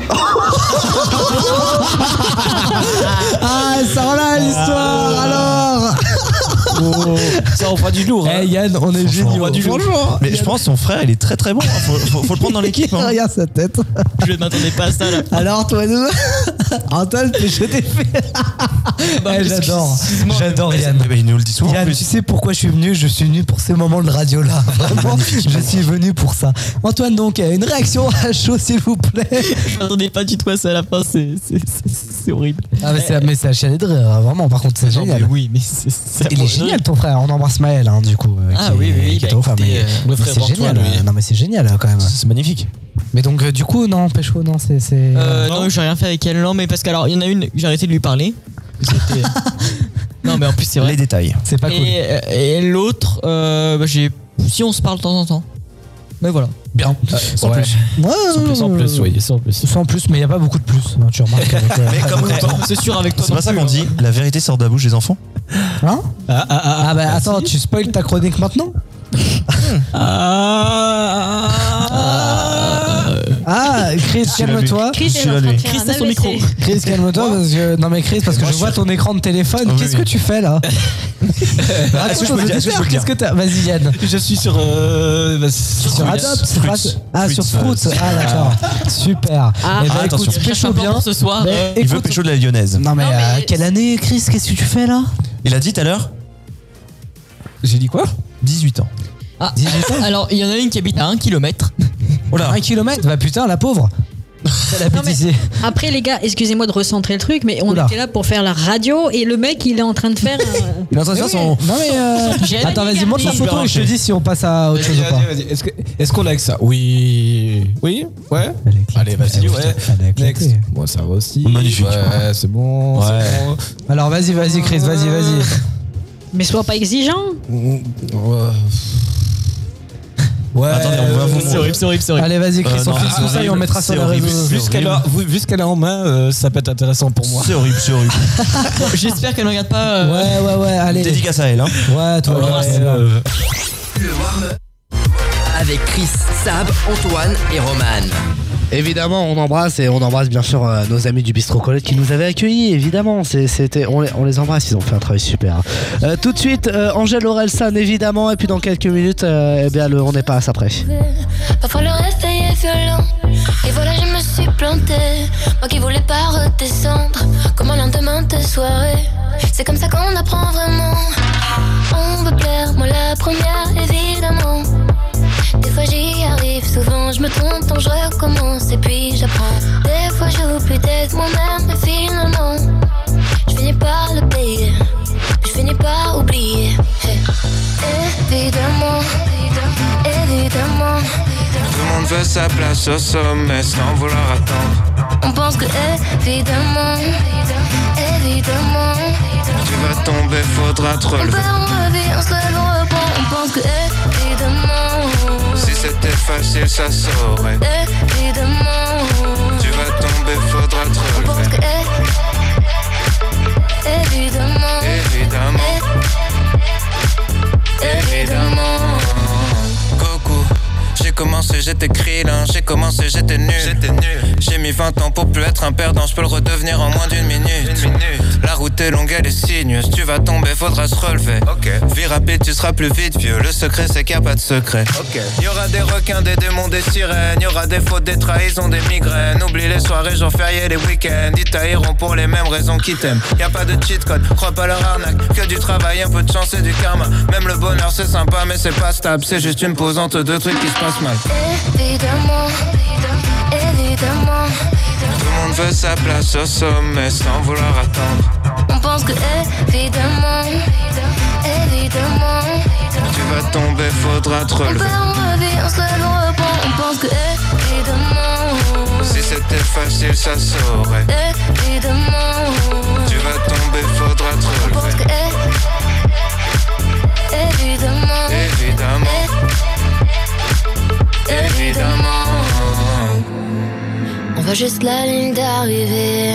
Ah, ça rend là l'histoire alors. Oh, ça on fera du lourd. Eh Yann, on est géniaux. On fera du lourd. Franchement. Mais je pense que son frère, il est très très bon. hein. Faut, faut, faut le prendre dans l'équipe. Hein. Regarde sa tête. Je ne m'attendais pas à ça là. Alors Antoine, Antoine, je t'ai fait. Eh, j'adore, j'adore Yann. Mais il nous le dit souvent. Yann, en plus. tu sais pourquoi je suis venu? Je suis venu pour ces moments de radio là. Vraiment, je suis venu pour ça. Antoine, donc une réaction à chaud s'il vous plaît. Je m'attendais pas du tout à ça à la fin, c'est, c'est, c'est, c'est horrible. Ah mais c'est, mais c'est à chialer de rire, vraiment. Par contre, c'est Non, génial. mais oui, mais c'est, c'est Il est génial ton frère. On embrasse Maël, hein, du coup. euh, Ah qui oui, est- oui, oui, qui est bah, ton frère, écoutez, mais- euh, mais le frère c'est d'Antoine, génial. oui. Non mais c'est génial quand même. C'est magnifique. Mais donc euh, du coup non, Pécho, non, c'est c'est. Euh, non, j'ai rien fait avec elle, non, mais parce qu'alors, il y en a une, j'ai arrêté de lui parler. C'était- non, mais en plus, c'est vrai. Les détails. C'est pas cool. Et, euh, et l'autre, euh, bah, j'ai. Si on se parle de temps en temps. Mais voilà. Bien. Sans Ouais. plus. Ouais, Sans plus, sans plus, oui, sans plus. Sans plus, mais il y a pas beaucoup de plus. hein, tu remarques. Avec, euh, Mais comme C'est sûr, avec toi. c'est non pas ça plus, qu'on hein. dit. La vérité sort de la bouche des enfants. Hein Ah, ah, ah, Ah bah attends, tu spoil ta chronique maintenant? Ah, Chris, calme-toi. Chris est en train de faire Chris, un t'as son A V C. micro. Chris, calme-toi parce que non mais Chris parce que Moi, je je vois suis- ton écran de téléphone. Oui, Qu'est-ce oui. que tu fais là? Est-ce que je peux le dire Est-ce que je peux le Qu'est-ce dire que t'as? Vas-y Yann. Je suis sur. Euh, bah, Sur Fruits. Adopt, c'est pas- Fruits. Ah sur Fruits, Fruits. euh, Ah d'accord. Super. Ah, Eh ben, ah, écoute, attention. Je cherche pécho un plan bien. pour ce soir. Mais euh, Il veut écoute- pécho de la lyonnaise. Non mais Non, à mais- quelle année Chris? Qu'est-ce que tu fais là? Il a dit tout à l'heure J'ai dit quoi? dix-huit ans. Ah, dix-huit ans. alors, il y en a une qui habite à un kilomètre. Oh là. Un kilomètre? Bah putain la pauvre. Elle habite mais- ici. Après les gars, excusez-moi de recentrer le truc, mais on Oula. était là pour faire la radio et le mec il est en train de faire. un- Il est en train de faire son. Non mais euh, J'ai attends rien vas-y montre la dit. photo et je te dis si on passe à autre chose ou pas. Vas-y, vas-y. Est-ce, que, est-ce qu'on a que ça? Oui. Oui. Ouais. Elle est éclatée. Allez, vas-y. Elle est Ouais. éclatée. Next. Moi, ça va aussi. Magnifique. Ouais, c'est bon. Ouais. C'est bon. Alors vas-y vas-y Chris, vas-y vas-y. Mais sois pas exigeant. Ouais. Ouais. Attendez, on va vous C'est horrible, c'est horrible, c'est horrible. Allez vas-y Chris, Euh, on non, fait c'est tout ça et on horrible, mettra sur c'est les horrible, réseaux. c'est Vu ce qu'elle a, vu- vu ce qu'elle a en main, euh, ça peut être intéressant pour moi. C'est horrible, c'est horrible. J'espère qu'elle ne regarde pas. euh, Ouais ouais ouais allez. Dédicace à elle, hein. Ouais toi. Ouais, ouais, c'est, ouais. euh, Le warm-up avec Chris, Sab, Antoine et Roman. Évidemment, on embrasse et on embrasse bien sûr euh, nos amis du Bistrot Colette qui nous avaient accueillis. Évidemment, c'est- c'était, on les, on les embrasse, ils ont fait un travail super. Euh, tout de suite, euh, Angèle Orelsan évidemment, et puis dans quelques minutes, euh, eh bien, le, on n'est pas après. Parfois le réveil est violent. Et voilà, je me suis plantée. Moi qui voulais pas redescendre. Comme un lendemain de soirée. C'est comme ça qu'on apprend vraiment. On veut plaire, moi la première, évidemment. Des fois j'y arrive, souvent je me trompe, donc je recommence et puis j'apprends. Des fois j'oublie d'être moi-même, mais finalement je finis par le payer, je finis par oublier. Hey. Évidemment, évidemment, Tout le monde veut sa place au sommet sans vouloir attendre. on pense que évidemment, évidemment, Tu vas tomber, faudra te on relever. perd, on revient, on se lève, on reprend, on pense que évidemment, Si c'était facile, ça saurait. évidemment, Tu vas tomber, faudra te on pense relever. que é- évidemment, Évidemment, évidemment. Coucou. J'ai commencé, j'étais krillin, j'ai commencé, j'étais nul. J'ai mis vingt ans pour plus être un perdant, je peux le redevenir en moins d'une minute. La route est longue, elle est sinueuse, tu vas tomber, faudra se relever. Vie rapide, tu seras plus vite vieux, le secret c'est qu'il n'y a pas de secret. Y aura des requins, des démons, des sirènes, y aura des fautes, des trahisons, des migraines. Oublie les soirées, jours fériés, les week-ends, ils tailleront pour les mêmes raisons qu'ils t'aiment. Y a pas de cheat code, crois pas leur arnaque, que du travail, un peu de chance et du karma. Même le bonheur c'est sympa mais c'est pas stable, c'est juste une pause entre deux trucs qui se passent mal. évidemment, évidemment. évidemment. Tout le monde veut sa place au sommet sans vouloir attendre. On pense que évidemment, évidemment. Tu vas tomber, faudra te On relever. perd, on revit, on se lève, on reprend. On pense que évidemment, Si c'était facile, ça saurait. évidemment. Tu vas tomber, faudra te On pense relever. que évidemment, Évidemment, évidemment. On voit juste la ligne d'arrivée.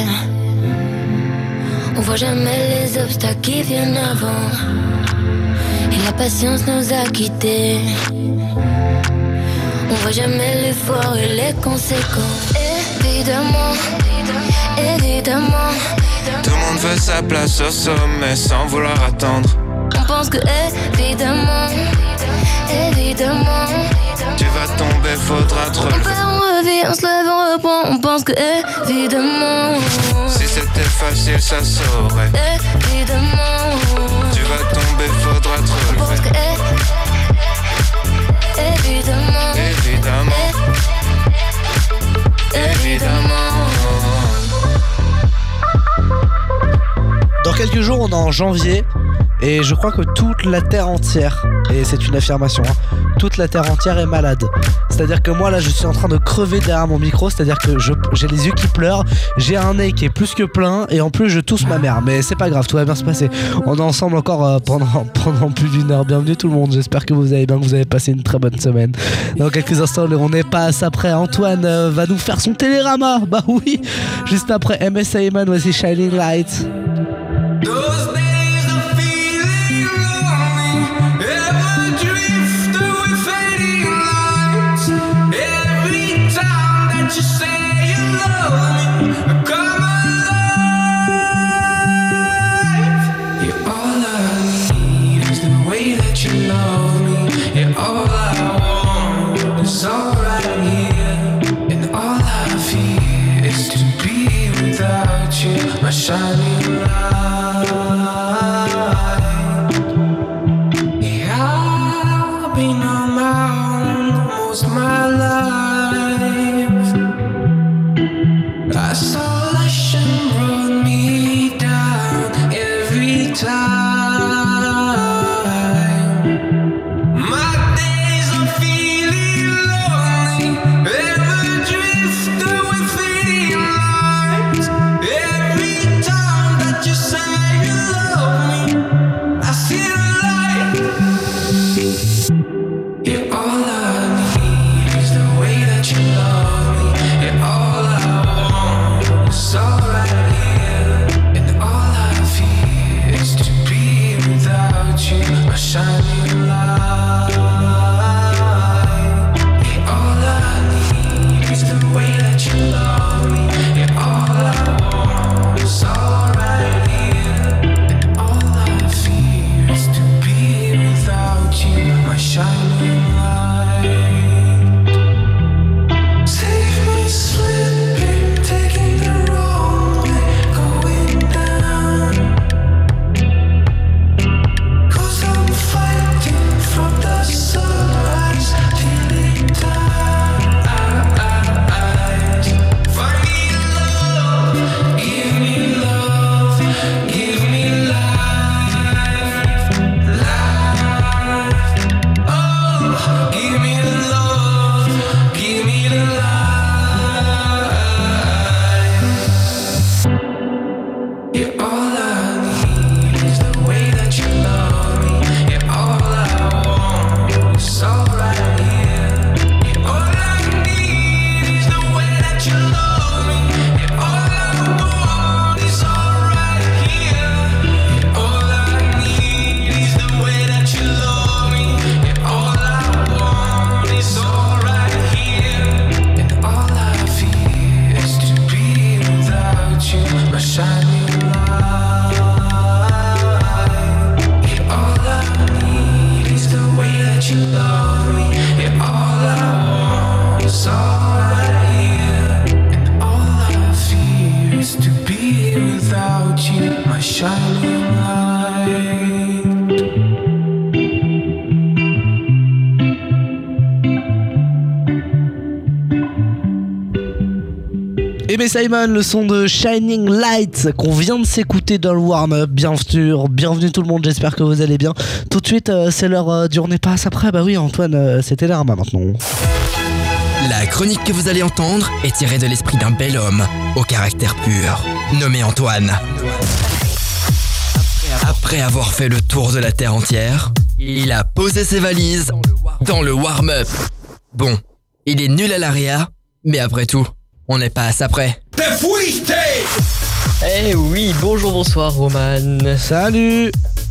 On voit jamais les obstacles qui viennent avant. Et la patience nous a quittés. On voit jamais l'effort et les conséquences. Évidemment, évidemment. Tout le monde veut sa place au sommet sans vouloir attendre. On pense que évidemment, évidemment. Tu vas tomber, faudra te On relever. perd, on revit, on se lève, on reprend. On pense que évidemment, Si c'était facile, ça saurait. évidemment. Tu vas tomber, faudra te On pense que relever. évidemment, Évidemment, évidemment. Dans quelques jours, on est en janvier et je crois que toute la terre entière, et c'est une affirmation, hein, toute la terre entière est malade. C'est-à-dire que moi là, je suis en train de crever derrière mon micro, c'est-à-dire que je- j'ai les yeux qui pleurent, j'ai un nez qui est plus que plein et en plus je tousse ma mère. Mais c'est pas grave, tout va bien se passer. On est ensemble encore euh, pendant, pendant plus d'une heure. Bienvenue tout le monde, j'espère que vous allez bien, que vous avez passé une très bonne semaine. Dans quelques instants, on n'est pas après. Antoine euh, va nous faire son télérama. Bah oui, juste après M S Ayman, voici Shining Light. Those days of feeling lonely, ever drift away fading lights. Every time that you say you love me, I come alive. Yeah, all I need is the way that you love me. Yeah, all I want is all right here, and all I feel is to be without you, my shining light. Yeah, I've been on my own most of my life. Isolation brought me down every time. My days are feeling lonely, ever drift away fading lights. Every time that you say you love me, I see the light. Yeah, all I need is the way that you love me. Yeah, all I want is all right here, and all I feel is to be without you, my shining light. Yeah, all I need is the way that you love me. Yeah, all I want is all right here, and all I feel is to be without you, my shining light. Save me slipping, taking the wrong way, going down. 'Cause I'm fighting from the sunrise till it dies. Find me love, give me love, give me life, life. Oh, give me the love, give me the life. Yeah, all I need is the way that you love me. Yeah, all I want is all right here. Yeah, all I need is the way that you love me. Yeah, all I want is all right here. Yeah, all I need is the way that you love me. Yeah, all I want is all right here, and all I feel is to be without you, my shining light. Yeah, all I need is the way that you love me. Yeah, all I want is all right here, and all I feel is to be without you, my shining light. Aimé Simon, le son de Shining Lights qu'on vient de s'écouter dans le warm-up. Bienvenue, bienvenue tout le monde, j'espère que vous allez bien. Tout de suite, euh, c'est l'heure euh, du On n'est pas après. Bah oui, Antoine, euh, c'était l'heure maintenant. La chronique que vous allez entendre est tirée de l'esprit d'un bel homme au caractère pur, nommé Antoine. Après avoir fait le tour de la terre entière, il a posé ses valises dans le warm-up. Bon, il est nul à l'aria, mais après tout, on n'est pas à ça près. Eh oui, bonjour, bonsoir Roman. Salut.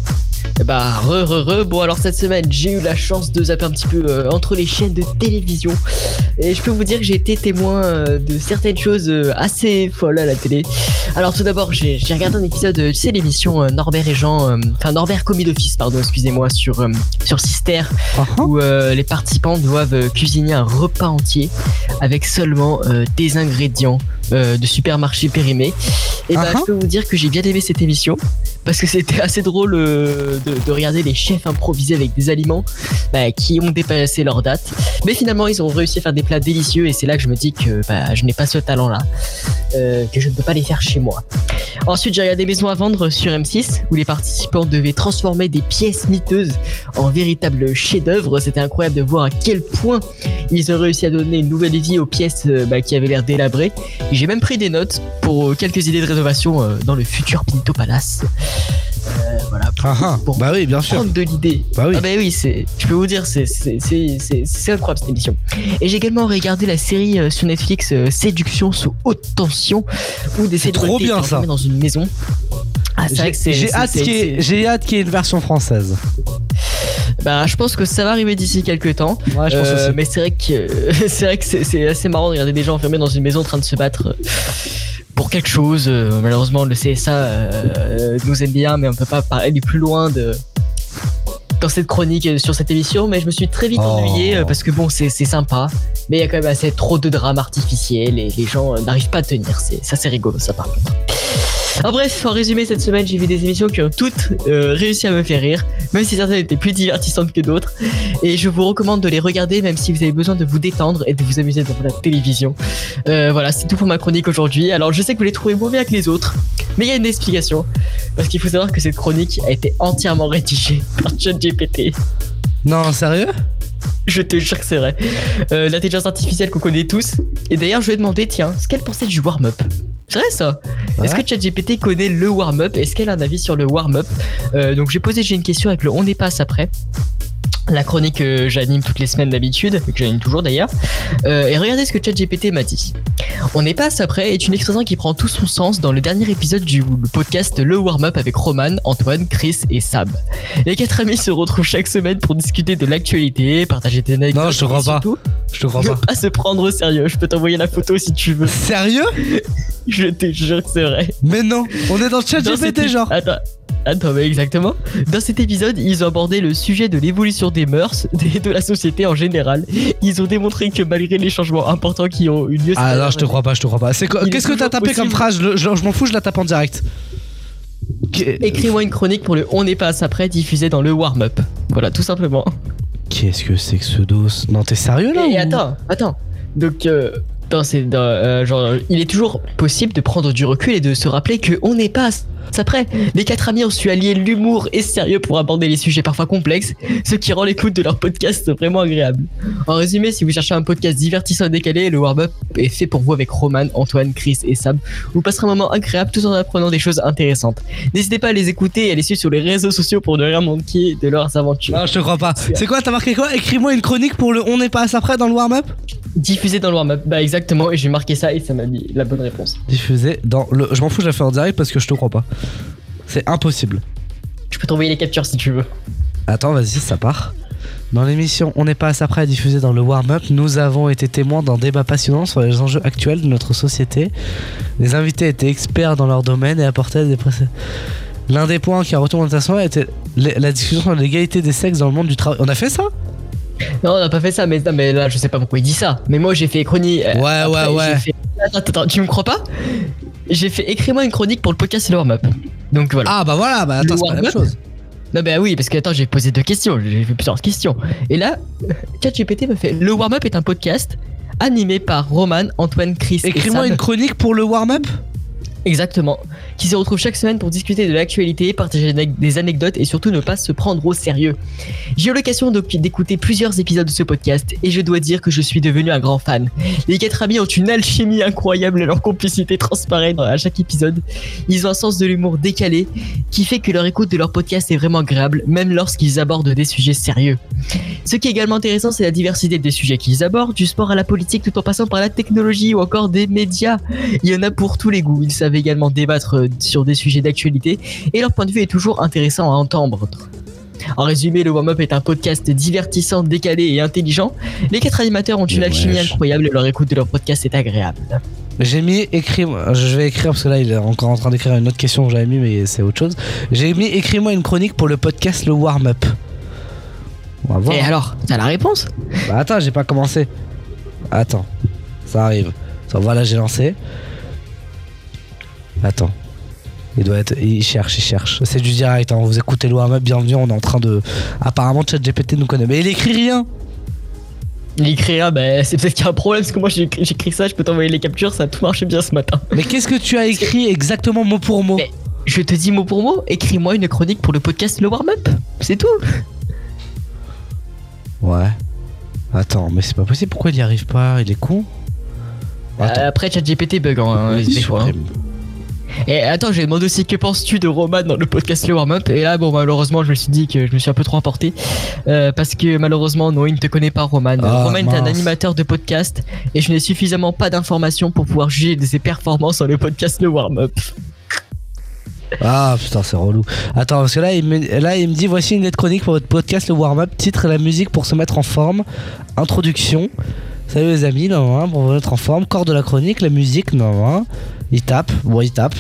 Bah re re re, bon alors cette semaine j'ai eu la chance de zapper un petit peu euh, entre les chaînes de télévision. Et je peux vous dire que j'ai été témoin euh, de certaines choses euh, assez folles à la télé. Alors tout d'abord j'ai, j'ai regardé un épisode, euh, tu sais l'émission euh, Norbert et Jean, euh, enfin Norbert Commis d'Office pardon, excusez-moi, sur, euh, sur Sister, uh-huh. où euh, les participants doivent euh, cuisiner un repas entier avec seulement euh, des ingrédients euh, de supermarché périmés. Et bah uh-huh. je peux vous dire que j'ai bien aimé cette émission parce que c'était assez drôle euh, de, de regarder les chefs improviser avec des aliments bah, qui ont dépassé leur date. Mais finalement ils ont réussi à faire des plats délicieux et c'est là que je me dis que bah, je n'ai pas ce talent là, euh, que je ne peux pas les faire chez moi. Ensuite j'ai regardé Maison à vendre sur M six où les participants devaient transformer des pièces miteuses en véritables chefs-d'œuvre. C'était incroyable de voir à quel point ils ont réussi à donner une nouvelle vie aux pièces euh, bah, qui avaient l'air délabrées. Et j'ai même pris des notes pour euh, quelques idées de rénovation euh, dans le futur Pinto Palace. Euh, voilà, pour, ah, pour bah oui, bien sûr. prendre de l'idée. Bah oui. Ah bah oui, c'est, je peux vous dire, c'est, c'est, c'est, c'est, c'est incroyable cette émission. Et j'ai également regardé la série euh, sur Netflix euh, Séduction sous haute tension, où des célébrités bien ça. dans une maison. Ah, c'est j'ai, vrai que c'est, j'ai, c'est, hâte c'est, qu'il y ait, c'est... j'ai hâte qu'il y ait une version française. Bah, je pense que ça va arriver d'ici quelques temps. Ouais, je pense euh, aussi. mais c'est vrai que euh, c'est vrai que c'est, c'est assez marrant de regarder des gens enfermés dans une maison en train de se battre. Euh, pour quelque chose. Euh, malheureusement, le C S A euh, nous aime bien, mais on peut pas aller plus loin de dans cette chronique sur cette émission. Mais je me suis très vite ennuyé oh. euh, parce que bon, c'est, c'est sympa, mais il y a quand même assez trop de drame artificiel et les gens euh, n'arrivent pas à tenir. C'est, ça, c'est rigolo, ça par contre. En bref, en résumé, cette semaine, j'ai vu des émissions qui ont toutes euh, réussi à me faire rire, même si certaines étaient plus divertissantes que d'autres. Et je vous recommande de les regarder, même si vous avez besoin de vous détendre et de vous amuser devant la télévision. Euh, voilà, c'est tout pour ma chronique aujourd'hui. Alors, je sais que vous les trouvez moins bien que les autres, mais il y a une explication. Parce qu'il faut savoir que cette chronique a été entièrement rédigée par ChatGPT. Non, sérieux ? Je te jure que c'est vrai. Euh, l'intelligence artificielle qu'on connaît tous. Et d'ailleurs, je lui ai demandé, tiens, ce qu'elle pensait du warm-up. C'est vrai ça. Ouais. Est-ce que ChatGPT connaît le warm-up ? Est-ce qu'elle a un avis sur le warm-up ? euh, Donc j'ai posé j'ai une question avec le On n'est pas après. La chronique que j'anime toutes les semaines d'habitude, que j'anime toujours d'ailleurs. Euh, et regardez ce que ChatGPT m'a dit. On n'est pas après est une expression qui prend tout son sens dans le dernier épisode du podcast Le Warm-Up avec Roman, Antoine, Chris et Sab. Les quatre amis se retrouvent chaque semaine pour discuter de l'actualité, partager des anecdotes. Non, je te crois pas. Je te crois pas. Ne pas se prendre au sérieux. Je peux t'envoyer la photo si tu veux. Sérieux ? Je te jure que c'est vrai. Mais non, on est dans le ChatGPT genre. Attends. Attends, mais exactement. Dans cet épisode, ils ont abordé le sujet de l'évolution des mœurs et de la société en général. Ils ont démontré que malgré les changements importants qui ont eu lieu... Ah non, je te crois pas, je te crois pas. C'est quoi, qu'est-ce que t'as tapé possible. Comme phrase ? je, je, je m'en fous, je la tape en direct. Écris-moi une chronique pour le On n'est pas assez près diffusé dans le warm-up. Voilà, tout simplement. Qu'est-ce que c'est que ce dos ? Non, t'es sérieux là ? Et ou... attends, attends. Donc... Euh... Dans ces, dans, euh, genre, il est toujours possible de prendre du recul et de se rappeler qu'on n'est pas après. Les quatre amis ont su allier l'humour et le sérieux pour aborder les sujets parfois complexes, ce qui rend l'écoute de leur podcast vraiment agréable. En résumé, si vous cherchez un podcast divertissant et décalé, le warm-up est fait pour vous avec Roman, Antoine, Chris et Sab. Vous passerez un moment agréable tout en apprenant des choses intéressantes. N'hésitez pas à les écouter et à les suivre sur les réseaux sociaux pour ne rien manquer de leurs aventures. Non, je te crois pas. C'est quoi, t'as marqué quoi ? Écris-moi une chronique pour le On n'est pas assez près dans le warm-up ? Diffusé dans le warm-up, bah exactement, et j'ai marqué ça et ça m'a mis la bonne réponse. Diffusé dans le... Je m'en fous, je la fais en direct parce que je te crois pas. C'est impossible. Je peux t'envoyer les captures si tu veux. Attends, vas-y, ça part. Dans l'émission On n'est pas assez près diffusée dans le warm-up, nous avons été témoins d'un débat passionnant sur les enjeux actuels de notre société. Les invités étaient experts dans leur domaine et apportaient des précédents. L'un des points qui a retourné l'attention était la discussion sur l'égalité des sexes dans le monde du travail. On a fait ça ? Non, on n'a pas fait ça, mais, non, mais là, je sais pas pourquoi il dit ça. Mais moi, j'ai fait chronique. Euh, ouais, après, ouais, ouais. Fait... Attends, attends, tu me crois pas ? J'ai fait écris-moi une chronique pour le podcast et le warm-up. Donc voilà. Ah, bah voilà, bah attends, c'est pas la même chose. Non, bah oui, parce que attends, j'ai posé deux questions, j'ai fait plusieurs questions. Et là, ChatGPT me fait le warm-up est un podcast animé par Roman, Antoine, Chris et Écris-moi Sab. une chronique pour le warm-up. Exactement. Qui se retrouve chaque semaine pour discuter de l'actualité, partager des anecdotes et surtout ne pas se prendre au sérieux. J'ai eu l'occasion d'écouter plusieurs épisodes de ce podcast et je dois dire que je suis devenu un grand fan. Les quatre amis ont une alchimie incroyable et leur complicité transparaît à chaque épisode. Ils ont un sens de l'humour décalé qui fait que leur écoute de leur podcast est vraiment agréable, même lorsqu'ils abordent des sujets sérieux. Ce qui est également intéressant, c'est la diversité des sujets qu'ils abordent, du sport à la politique tout en passant par la technologie ou encore des médias. Il y en a pour tous les goûts. Ils savent également débattre sur des sujets d'actualité et leur point de vue est toujours intéressant à entendre. En résumé, le warm-up est un podcast divertissant, décalé et intelligent. Les quatre animateurs ont une Mais alchimie wesh. incroyable et leur écoute de leur podcast est agréable. J'ai mis écrit, je vais écrire parce que là il est encore en train d'écrire une autre question que j'avais mis mais c'est autre chose. J'ai mis écris-moi une chronique pour le podcast le warm-up. On va voir. Et alors, t'as la réponse? Bah attends, j'ai pas commencé. Attends, ça arrive. Ça, voilà, j'ai lancé. Attends. Il doit être. Il cherche, il cherche. C'est du direct, hein. Vous écoutez le warm-up, bienvenue. On est en train de. Apparemment, ChatGPT nous connaît. Mais il écrit rien. Il écrit rien, bah c'est peut-être qu'il y a un problème parce que moi j'ai écrit ça, je peux t'envoyer les captures, ça a tout marché bien ce matin. Mais qu'est-ce que tu as écrit exactement mot pour mot? Mais je te dis mot pour mot, écris-moi une chronique pour le podcast Le Warm-up. C'est tout. Ouais. Attends, mais c'est pas possible. Pourquoi il y arrive pas? Il est con. Attends. Euh, après ChatGPT bug hein, des fois. Hein. Et attends, j'ai demandé aussi que penses-tu de Roman dans le podcast Le Warm-up. Et là, bon, malheureusement, je me suis dit que je me suis un peu trop emporté. Euh, parce que malheureusement, non, il ne te connaît pas, Roman. Ah, Roman est un mince. animateur de podcast. Et je n'ai suffisamment pas d'informations pour pouvoir juger de ses performances dans le podcast Le Warm-up. Ah putain, c'est relou. Attends, parce que là il, me, là, il me dit voici une lettre chronique pour votre podcast, le warm-up. Titre la musique pour se mettre en forme. Introduction. Salut les amis, non, hein, pour vous mettre en forme. Corps de la chronique, la musique, non, hein. Il tape, bon, il tape.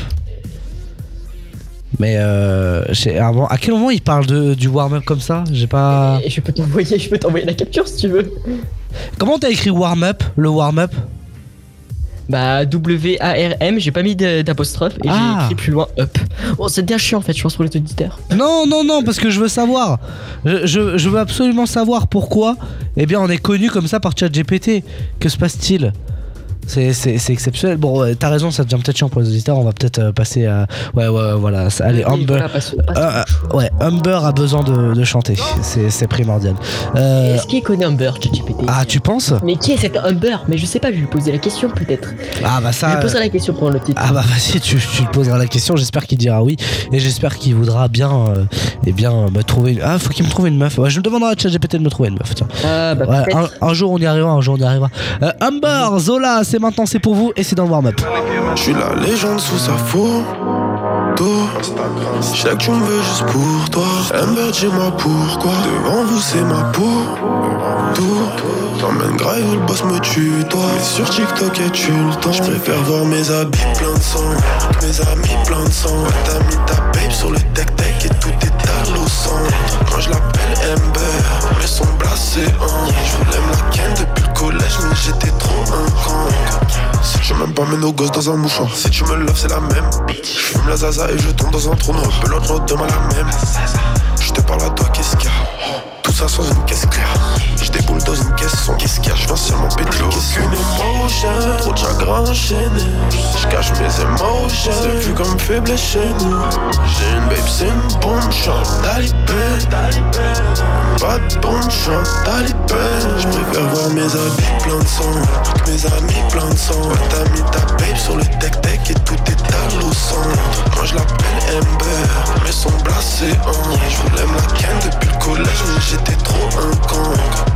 Mais euh, à, à quel moment il parle de, du warm-up comme ça? J'ai pas. Et je peux t'envoyer, je peux t'envoyer la capture si tu veux. Comment t'as écrit warm-up, le warm-up? Bah W A R M, j'ai pas mis d'apostrophe et Ah. j'ai écrit plus loin up. Bon, c'est bien chiant en fait, je pense pour les auditeurs. Non, non, non, parce que je veux savoir. Je, je, je veux absolument savoir pourquoi. Eh bien, on est connu comme ça par ChatGPT. Que se passe-t-il? C'est, c'est, c'est exceptionnel. Bon, ouais, t'as raison, ça devient peut-être chiant pour les auditeurs. On va peut-être euh, passer à. Ouais, ouais, voilà. ça- Allez, Oui, Humber. voilà, passe- passe- Euh, ouais, Humber a besoin de, de chanter. C'est, c'est primordial. Euh, Est-ce qu'il connaît Humber, ChatGPT? ah, tu penses? Mais qui est cet Humber? Mais je sais pas, je vais lui poser la question peut-être. Ah, bah Je ça. lui poserai la question pour le titre. Ah bah vas-y, tu, tu lui poseras la question, j'espère qu'il dira oui. Et j'espère qu'il voudra bien euh, eh bien me trouver une... Ah, faut qu'il me trouve une meuf. Ouais, je me demanderai à ChatGPT de me trouver une meuf, tiens. Ah, bah, Ouais, peut-être. un, un jour on y arrivera, un jour on y arrivera. Euh, Humber, Zola, c'est maintenant, c'est pour vous et c'est dans le warm-up. Je suis la légende sous sa photo. Je sais que tu me veux juste pour toi. Amber, dis-moi pourquoi. Devant vous, c'est ma peau. Tout. T'emmènes grave, le boss me tue, toi. Mais sur TikTok, et tu le temps. Je préfère voir mes habits pleins de sang. Mes amis pleins de sang. Ouais, t'as mis ta babe sur le tech-tech et tout est au centre. Quand je l'appelle Amber, mes sons blasés, hein. Je voulais me la ken depuis le collège, mais j'étais trop un con. Si tu m'aimes pas, mets nos gosses dans un mouchoir. Si tu me loves, c'est la même. Je fume la zaza et je tombe dans un trou noir. L'autre demain la même. Je te parle à toi, qu'est-ce qu'il y a? Tout ça sans une caisse claire. Je déboule dans une caisse sans qu'est-ce qu'il y a? Je viens seulement péter les caisses. Aucune émotion, trop de chagrin enchaîné. Je cache mes émotions, c'est vu comme faible chez nous. J'ai une babe, c'est une bonne chance. Talibé, pas de bonne chance. Talibé, je préfère voir mes habits pleins de sang. Toutes mes amis pleins de sang. Ouais, t'as mis ta babe sur le tech-tech et tout est au centre. Quand je l'appelle Amber, mes sons blasés, hein. Je voulais me la ken depuis le collège, mais j'étais trop un con.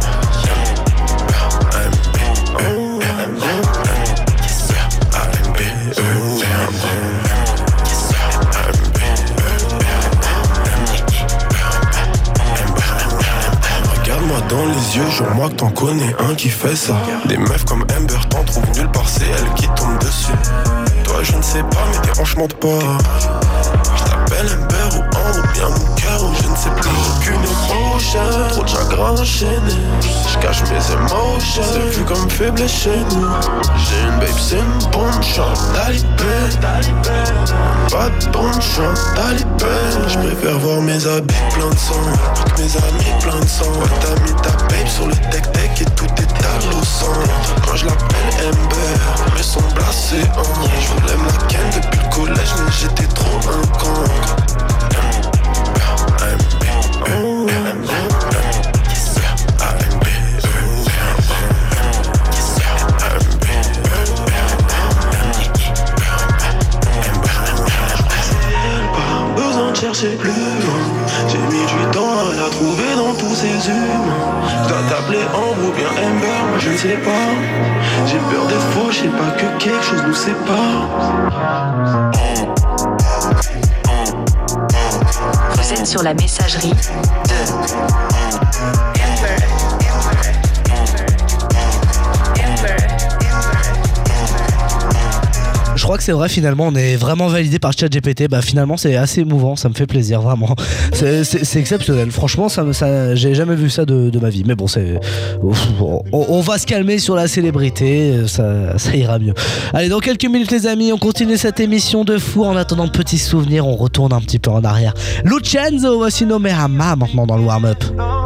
Regarde-moi dans les yeux, je moi que t'en connais un qui fait ça. Des meufs comme Amber t'en trouvent nulle part, c'est elle qui tombe dessus. Toi je ne sais pas mais tes hanches mentent pas. Je t'appelle Amber ou ou bien mon cœur ou je ne sais plus. Aucune émotion, trop de chagrin enchaîné. Je cache mes émotions, c'est vu comme faible chez nous. J'ai une babe, c'est une bonne chance, talibé. Pas de bonne chance, talibé. Je préfère voir mes habits plein de sang, toutes mes amis plein de sang. Ouais, t'as mis ta babe sur le tech-tech et tout est à l'eau sang. Quand je l'appelle Ember, mes sons blasés en je voulais ma ken depuis le collège mais j'étais trop un con. Chercher plus loin, j'ai mis du temps à la trouver dans tous ces humains. Je dois t'appeler Ambre ou bien Amber, moi je ne sais pas. J'ai peur des faux, je sais pas que quelque chose nous sépare. Vous êtes sur la messagerie de Amber. Je crois que c'est vrai, finalement on est vraiment validé par ChatGPT. Bah finalement c'est assez émouvant, ça me fait plaisir vraiment. C'est, c'est, c'est exceptionnel, franchement ça, ça, j'ai jamais vu ça de, de ma vie. Mais bon c'est, on, on va se calmer sur la célébrité, ça, ça ira mieux. Allez, dans quelques minutes les amis, on continue cette émission de fou. En attendant, petit souvenir, on retourne un petit peu en arrière. Lucenzo, voici No Me Ama maintenant dans le warm-up.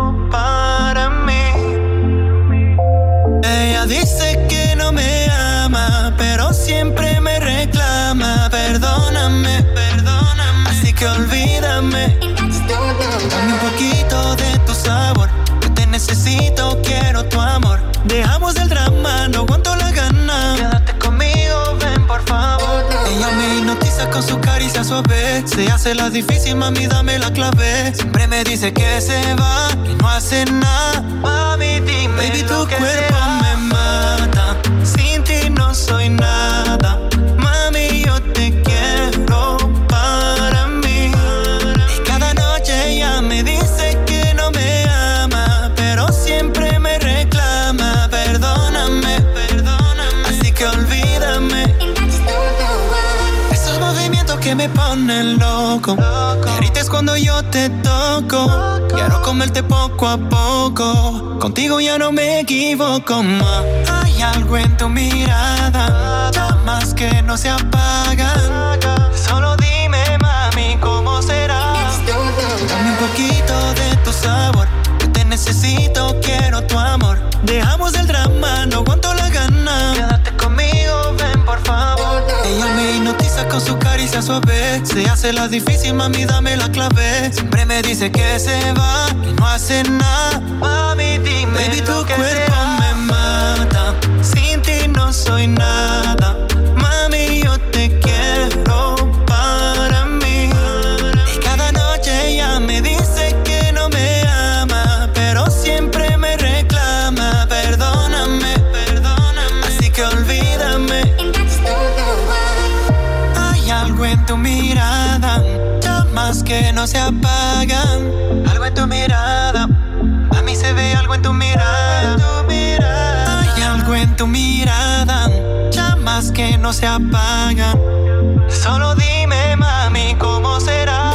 Ella dice que no me ama, pero siempre me reclama. Perdóname, perdóname, así que olvídame. Dame un poquito de tu sabor, yo te necesito, quiero tu amor. Dejamos el drama, no aguanto la gana. Quédate conmigo, ven por favor. Ella me hipnotiza con su caricia suave. Se hace la difícil, mami, dame la clave. Siempre me dice que se va, que no hace nada. Mami, dime, baby, tu cuerpo me mata. Sin ti no soy nada. Mami, yo te quiero para mí. Y cada noche ella me dice que no me ama, pero siempre me reclama. Perdóname, perdóname, así que olvídame. Esos movimientos que me ponen loco. Me grites cuando yo te toco. Quiero comerte poco a poco. Contigo ya no me equivoco más. Hay algo en tu mirada, llamas que no se apagan. Solo dime, mami, ¿cómo será? Dame un poquito de tu sabor, yo te necesito, quiero tu amor. Dejamos el drama, no aguanto la gana. Quédate conmigo, ven por favor. Ella me hipnotiza con su caricia suave. Se hace la difícil, mami, dame la clave. Siempre me dice que se va, que no hace nada. Mami, dime, baby, tu cuerpo me mata. Sin ti no soy nada. Mami, yo te quiero para mí. Y cada noche ella me dice que no me ama, pero siempre me reclama. Perdóname, perdóname, así que olvídame. Hay algo en tu mirada, llamas que no se apagan. Algo en tu mirada, a mí se ve algo en tu mirada. Hay algo en tu mirada, llamas que no se apagan. Solo dime, mami, ¿cómo será?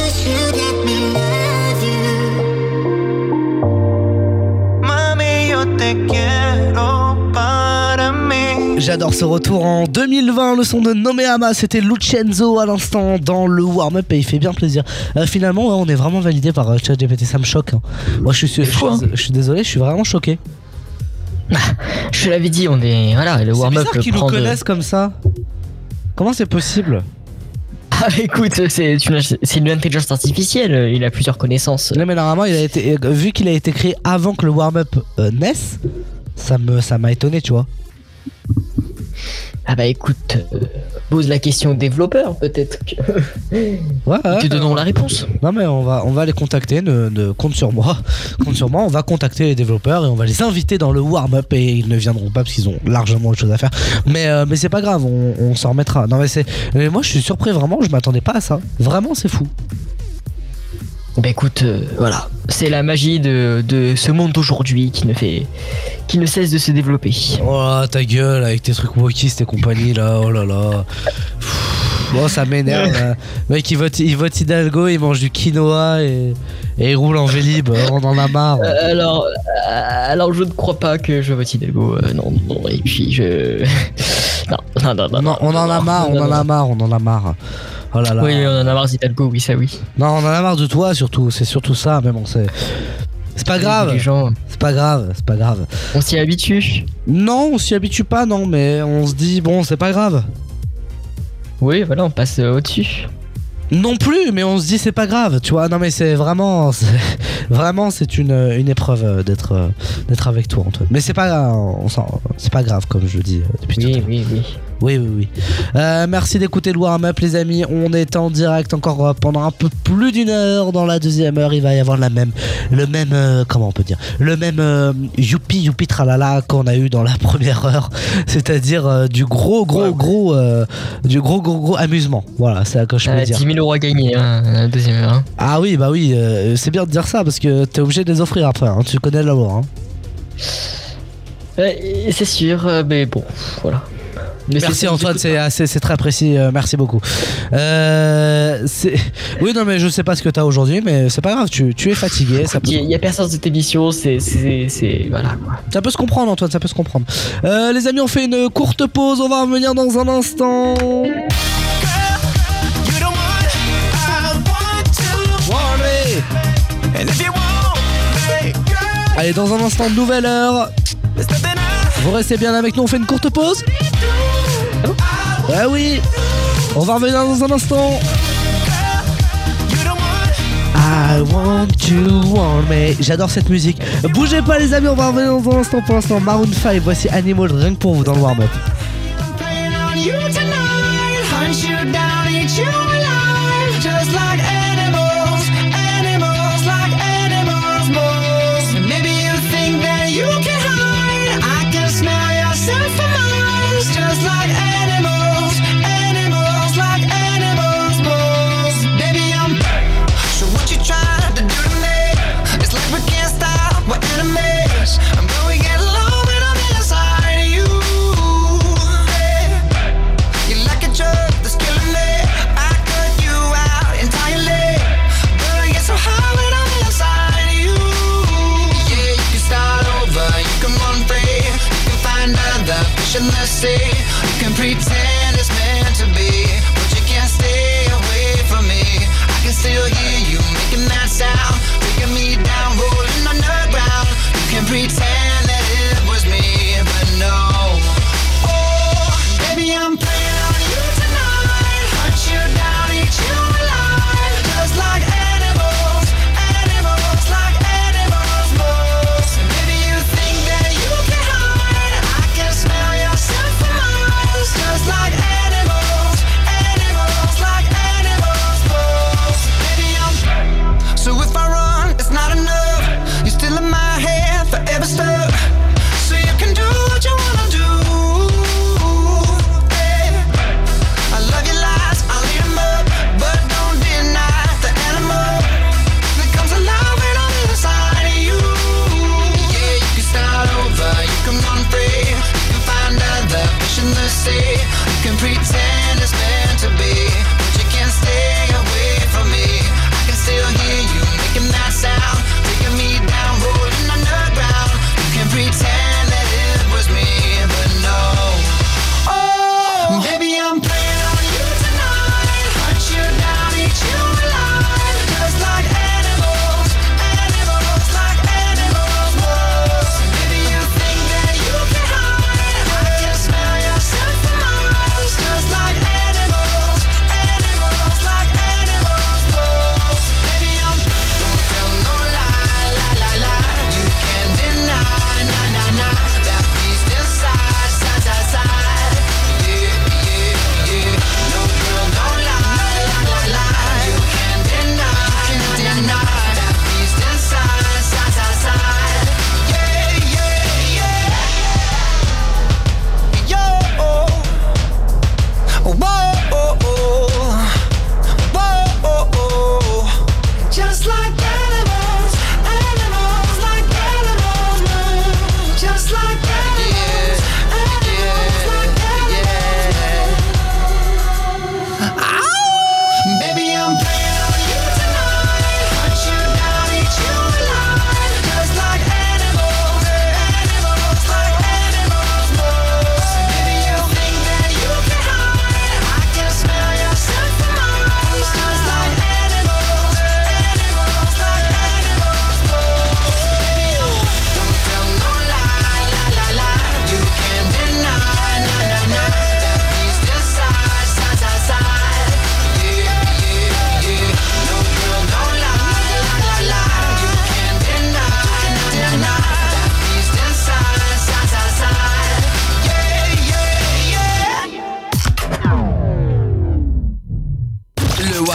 Mami, yo te quiero para mí. J'adore ce retour en deux mille vingt, le son de No Me Ama, c'était Lucenzo à l'instant dans le warm-up et il fait bien plaisir. Euh, finalement, ouais, on est vraiment validé par euh, ChatGPT, ça me choque. Hein. Moi, je suis, je, suis, je suis désolé, je suis vraiment choqué. Je te l'avais dit, on est voilà, le warm-up. C'est bizarre qu'ils nous connaissent de... comme ça. Comment c'est possible? Ah écoute, c'est une, c'est une intelligence artificielle, il a plusieurs connaissances. Non mais normalement, il a été, vu qu'il a été créé avant que le warm-up euh, naisse, ça me, ça m'a étonné, tu vois. Ah bah écoute, euh, pose la question aux développeurs, peut-être que... ouais, ouais, te donnons la réponse. Non mais on va, on va les contacter, ne, ne compte sur moi. Compte sur moi, on va contacter les développeurs et on va les inviter dans le warm-up et ils ne viendront pas parce qu'ils ont largement autre chose à faire. Mais, euh, mais c'est pas grave, on, on s'en remettra. Non mais c'est... Mais moi je suis surpris vraiment, je m'attendais pas à ça. Vraiment c'est fou. Bah écoute, euh, voilà, c'est la magie de, de ce monde d'aujourd'hui qui ne fait, qui ne cesse de se développer. Oh ta gueule avec tes trucs wokistes et compagnie là, oh là là. Pff. Bon, ça m'énerve. euh. Le mec, il vote, il vote Hidalgo, il mange du quinoa et, et il roule en Vélib. On en a marre. Euh, alors, euh, alors, je ne crois pas que je vote Hidalgo. Euh, non, non, et puis je. non, non, non, non, Non, on en a marre, on en a marre, on en a marre. Oh là là. Oui, on en a marre d'Hidalgo, oui, ça oui. Non, on en a marre de toi surtout, c'est surtout ça, mais bon, c'est. C'est pas grave. Les gens. C'est pas grave, c'est pas grave. On s'y habitue. Non, on s'y habitue pas, non, mais on se dit, bon, c'est pas grave. Oui, voilà, on passe euh, au-dessus. Non plus, mais on se dit c'est pas grave, tu vois. Non mais c'est vraiment, c'est, vraiment c'est une, une épreuve euh, d'être euh, d'être avec toi, Antoine. Mais c'est pas, on s'en- c'est pas grave comme je le dis euh, depuis tout à Oui, l'heure. oui, oui. Oui, oui, oui. Euh, merci d'écouter le warm-up, les amis. On est en direct encore euh, pendant un peu plus d'une heure. Dans la deuxième heure, il va y avoir la même, le même, euh, comment on peut dire, le même euh, youpi youpi tralala qu'on a eu dans la première heure, c'est-à-dire euh, du gros, gros, gros, euh, du gros, gros, gros amusement. Voilà, c'est ça que je peux Euh, dire. dix mille euros à gagner, hein, la deuxième heure. Hein. Ah oui, bah oui, euh, c'est bien de dire ça parce que t'es obligé de les offrir après. Hein, tu connais la loi. Hein. Ouais, c'est sûr, euh, mais bon, voilà. Mais Merci c'est- Antoine, c'est assez- c'est très précis. euh, merci beaucoup. Euh, c'est- oui, non, mais je sais pas ce que t'as aujourd'hui, mais c'est pas grave. Tu, tu es fatigué. Ça peut, Il y a personne dans cette émission, c'est. c'est- c'est- Voilà quoi. ça peut se comprendre, Antoine. Ça peut se comprendre. Euh, les amis, on fait une courte pause. On va revenir dans un instant. Allez, dans un instant, nouvelle heure. Vous restez bien avec nous, on fait une courte pause. Ah oui, on va revenir dans un instant. I want you want me. J'adore cette musique. Bougez pas les amis, on va revenir dans un instant. Pour l'instant, Maroon cinq, voici Animal, rien que pour vous dans le warm-up. You tonight, hunt you down, eat you alive, just like animals, animals like animals, moles. Maybe you think that you can hide, I can smell yourself for miles, just like animals, animals like animals, moles. Baby, I'm so what you trying to do to me? It's like we can't stop, we're enemies, but we get along when I'm inside of you. You're like a drug that's killing me. I cut you out entirely, but I get so high when I'm inside of you. Yeah, you can start over, you can run free, you can find other fish in the sea. You can pretend it's meant to be, but you can't stay away from me. I can still hear you making that sound, taking me down, rolling underground. You can pretend that it was me, but no. Oh, baby, I'm playing on you tonight. Hunt you down, eat you alive, just like animals, animals like animals, moles. Maybe you think that you can hide, I can smell yourself for miles, just like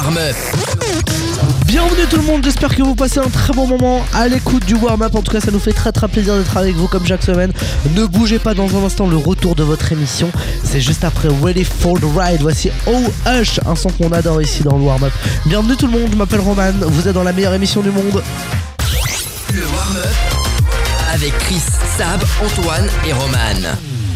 warm-up. Bienvenue tout le monde, j'espère que vous passez un très bon moment à l'écoute du warm-up. En tout cas, ça nous fait très très plaisir d'être avec vous comme chaque semaine. Ne bougez pas, dans un instant le retour de votre émission. C'est juste après Ready for the Ride. Voici Oh Hush, un son qu'on adore ici dans le warm-up. Bienvenue tout le monde, je m'appelle Roman, vous êtes dans la meilleure émission du monde. Le warm-up avec Chris, Sab, Antoine et Roman.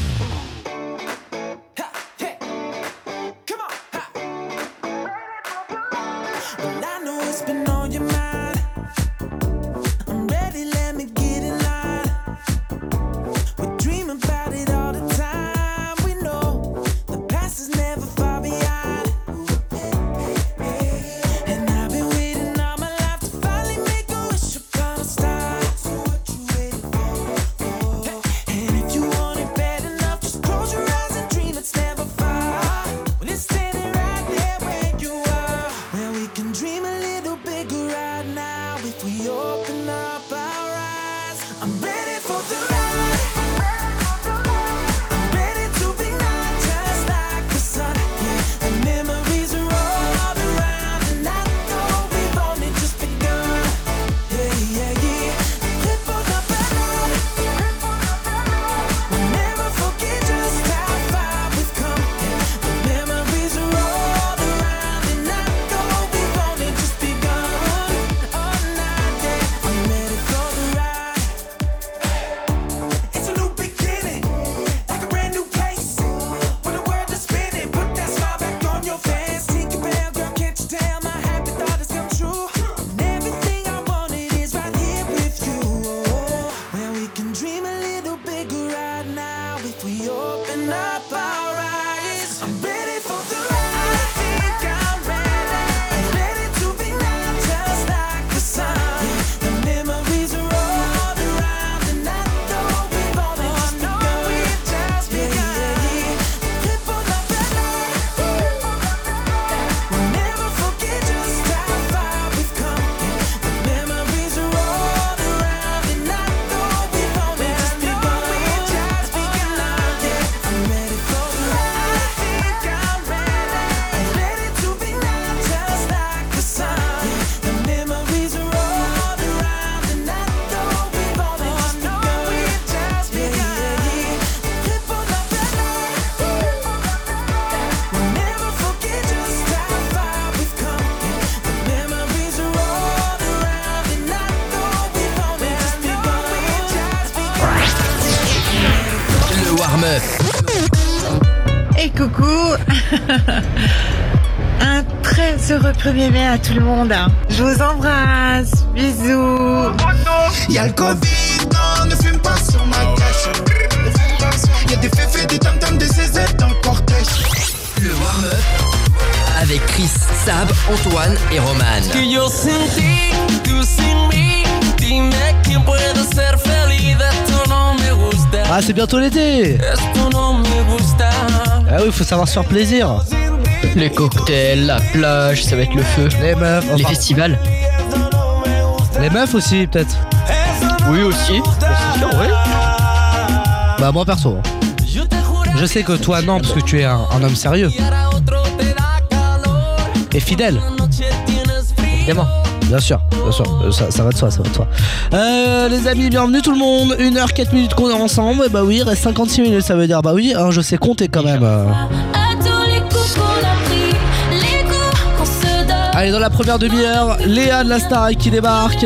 Et coucou. Un très heureux premier mai à tout le monde. Je vous embrasse. Bisous. Y'a le Covid, non, ne fume pas sur ma cache. Y'a des féfés, des tam-tams, des zézettes dans le cortège. Le warm-up avec Chris, Sab, Antoine et Roman. Que yo sentí, tú sin mí. Dime quién puede ser feliz. Esto no me gusta. Ah, c'est bientôt l'été. Esto no me gusta. Ah oui, faut savoir se faire plaisir. Les cocktails, la plage, ça va être le feu. Les meufs, les enfin, festivals. Les meufs aussi, peut-être. Oui, aussi. C'est sûr, oui. Bah, moi perso. Je sais que toi, non, parce que tu es un, un homme sérieux. Et fidèle. Évidemment. Bien sûr, bien sûr, ça, ça va de soi, ça va de soi. Euh, les amis, bienvenue tout le monde. une heure quatre minutes qu'on est ensemble. Et bah oui, il reste cinquante-six minutes, ça veut dire, bah oui, hein, je sais compter quand même. Allez, dans la première demi-heure, Léa de la Starac qui débarque.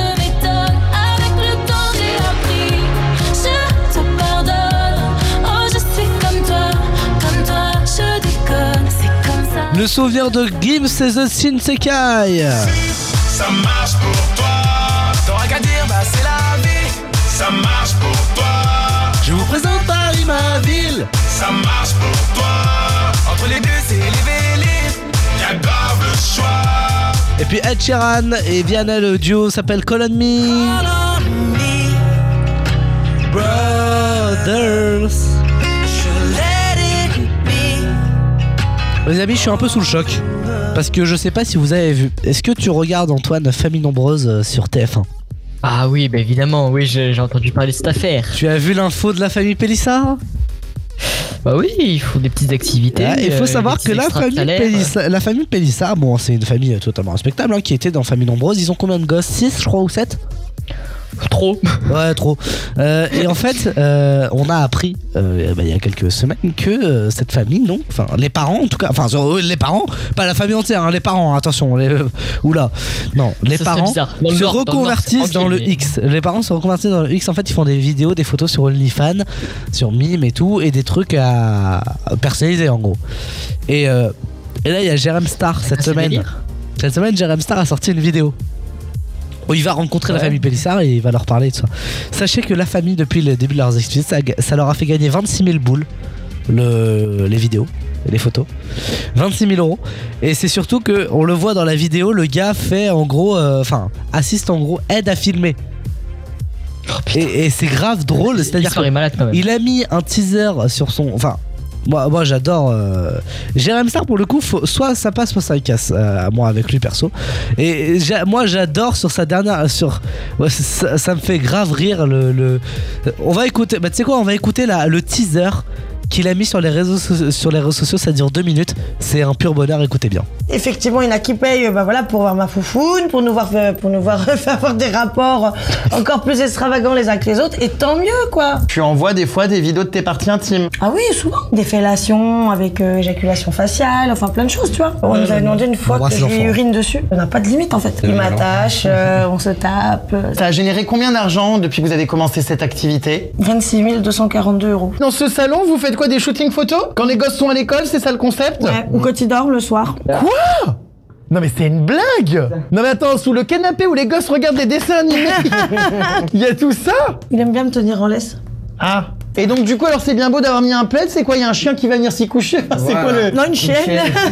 Le souvenir de Gims et The Shinsekai. Ça marche pour toi. T'auras qu'à dire, bah c'est la vie. Ça marche pour toi. Je vous présente Paris, ma ville. Ça marche pour toi. Entre les deux, c'est les vélés. Y'a grave le choix. Et puis Ed Sheeran et Vianney, le duo s'appelle Call on Me. Brothers. Les amis, je suis un peu sous le choc. Parce que je sais pas si vous avez vu. Est-ce que tu regardes, Antoine, Famille Nombreuse sur T F un? Ah oui, bah évidemment, oui, j'ai, j'ai entendu parler de cette affaire. Tu as vu l'info de la famille Pélissard? Bah oui, ils font des petites activités. Ah, il faut euh, savoir des que petits la extras de famille, salaire. Pélissa, la famille Pélissard, bon, c'est une famille totalement respectable, hein, qui était dans famille nombreuse. Ils ont combien de gosses? six, je crois, ou sept? Trop. Ouais, trop. Euh, et en fait, euh, on a appris euh, bah, il y a quelques semaines que euh, cette famille, non, enfin les parents en tout cas, enfin euh, les parents, pas la famille entière, hein, les parents, attention, les, euh, oula, non, les Ça serait parents bizarre. Dans le se Nord, dans le Nord, reconvertissent c'est dans le tranquille, X. Les parents se reconvertissent dans le X. En fait, ils font des vidéos, des photos sur OnlyFans, sur Mime et tout, et des trucs à, à personnaliser en gros. Et, euh, et là, il y a Jérém Star cette c'est semaine. délire. Cette semaine, Jérém Star a sorti une vidéo où il va rencontrer Ouais. la famille Pélissard et il va leur parler de ça. Sachez que la famille, depuis le début de leurs activités, ça, ça leur a fait gagner vingt-six mille boules, le, les vidéos et les photos. vingt-six mille euros. Et c'est surtout que, on le voit dans la vidéo, le gars fait en gros, enfin, euh, assiste en gros, aide à filmer. Oh, et et c'est grave drôle, c'est-à-dire L'histoire est malade quand même. qu'il a mis un teaser sur son. Enfin, moi, moi j'adore. Euh, Jérém Star pour le coup, faut, soit ça passe, soit ça casse. Euh, moi avec lui perso. Et j'a- moi j'adore sur sa dernière. Sur, ouais, ça, ça me fait grave rire. Le, le- on va écouter. Bah, tu sais quoi, on va écouter la, le teaser qu'il a mis sur les réseaux, so- sur les réseaux sociaux. Ça dure deux minutes. C'est un pur bonheur, écoutez bien. Effectivement, il y en a qui payent bah voilà, pour voir ma foufoune, pour nous voir, pour nous voir faire avoir des rapports encore plus extravagants les uns que les autres, et tant mieux quoi. Tu envoies des fois des vidéos de tes parties intimes. Ah oui, souvent. Des fellations avec euh, éjaculation faciale, enfin plein de choses, tu vois. On nous avait demandé une fois embrasse que je lui l'enfant. urine dessus. On n'a pas de limite en fait. Il m'attache, euh, on se tape. euh, Ça a généré combien d'argent depuis que vous avez commencé cette activité? vingt-six mille deux cent quarante-deux euros. Dans ce salon, vous faites quoi, des shootings photos? Quand les gosses sont à l'école, c'est ça le concept? Ouais, ou quand il dort le soir. Quoi? Non mais c'est une blague! Non mais attends, sous le canapé où les gosses regardent des dessins animés, il y a tout ça? Il aime bien me tenir en laisse. Ah. Et donc du coup, alors c'est bien beau d'avoir mis un plaid, c'est quoi? Il y a un chien qui va venir s'y coucher? Enfin, c'est quoi le... Non, une chienne.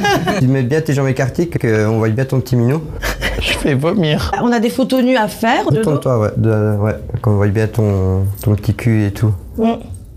Tu mets bien tes jambes écartées, qu'on voit bien ton petit minot. Je fais vomir. On a des photos nues à faire. De dos. Tourne-toi, ouais, de, ouais, qu'on voit bien ton, ton petit cul et tout. Mm.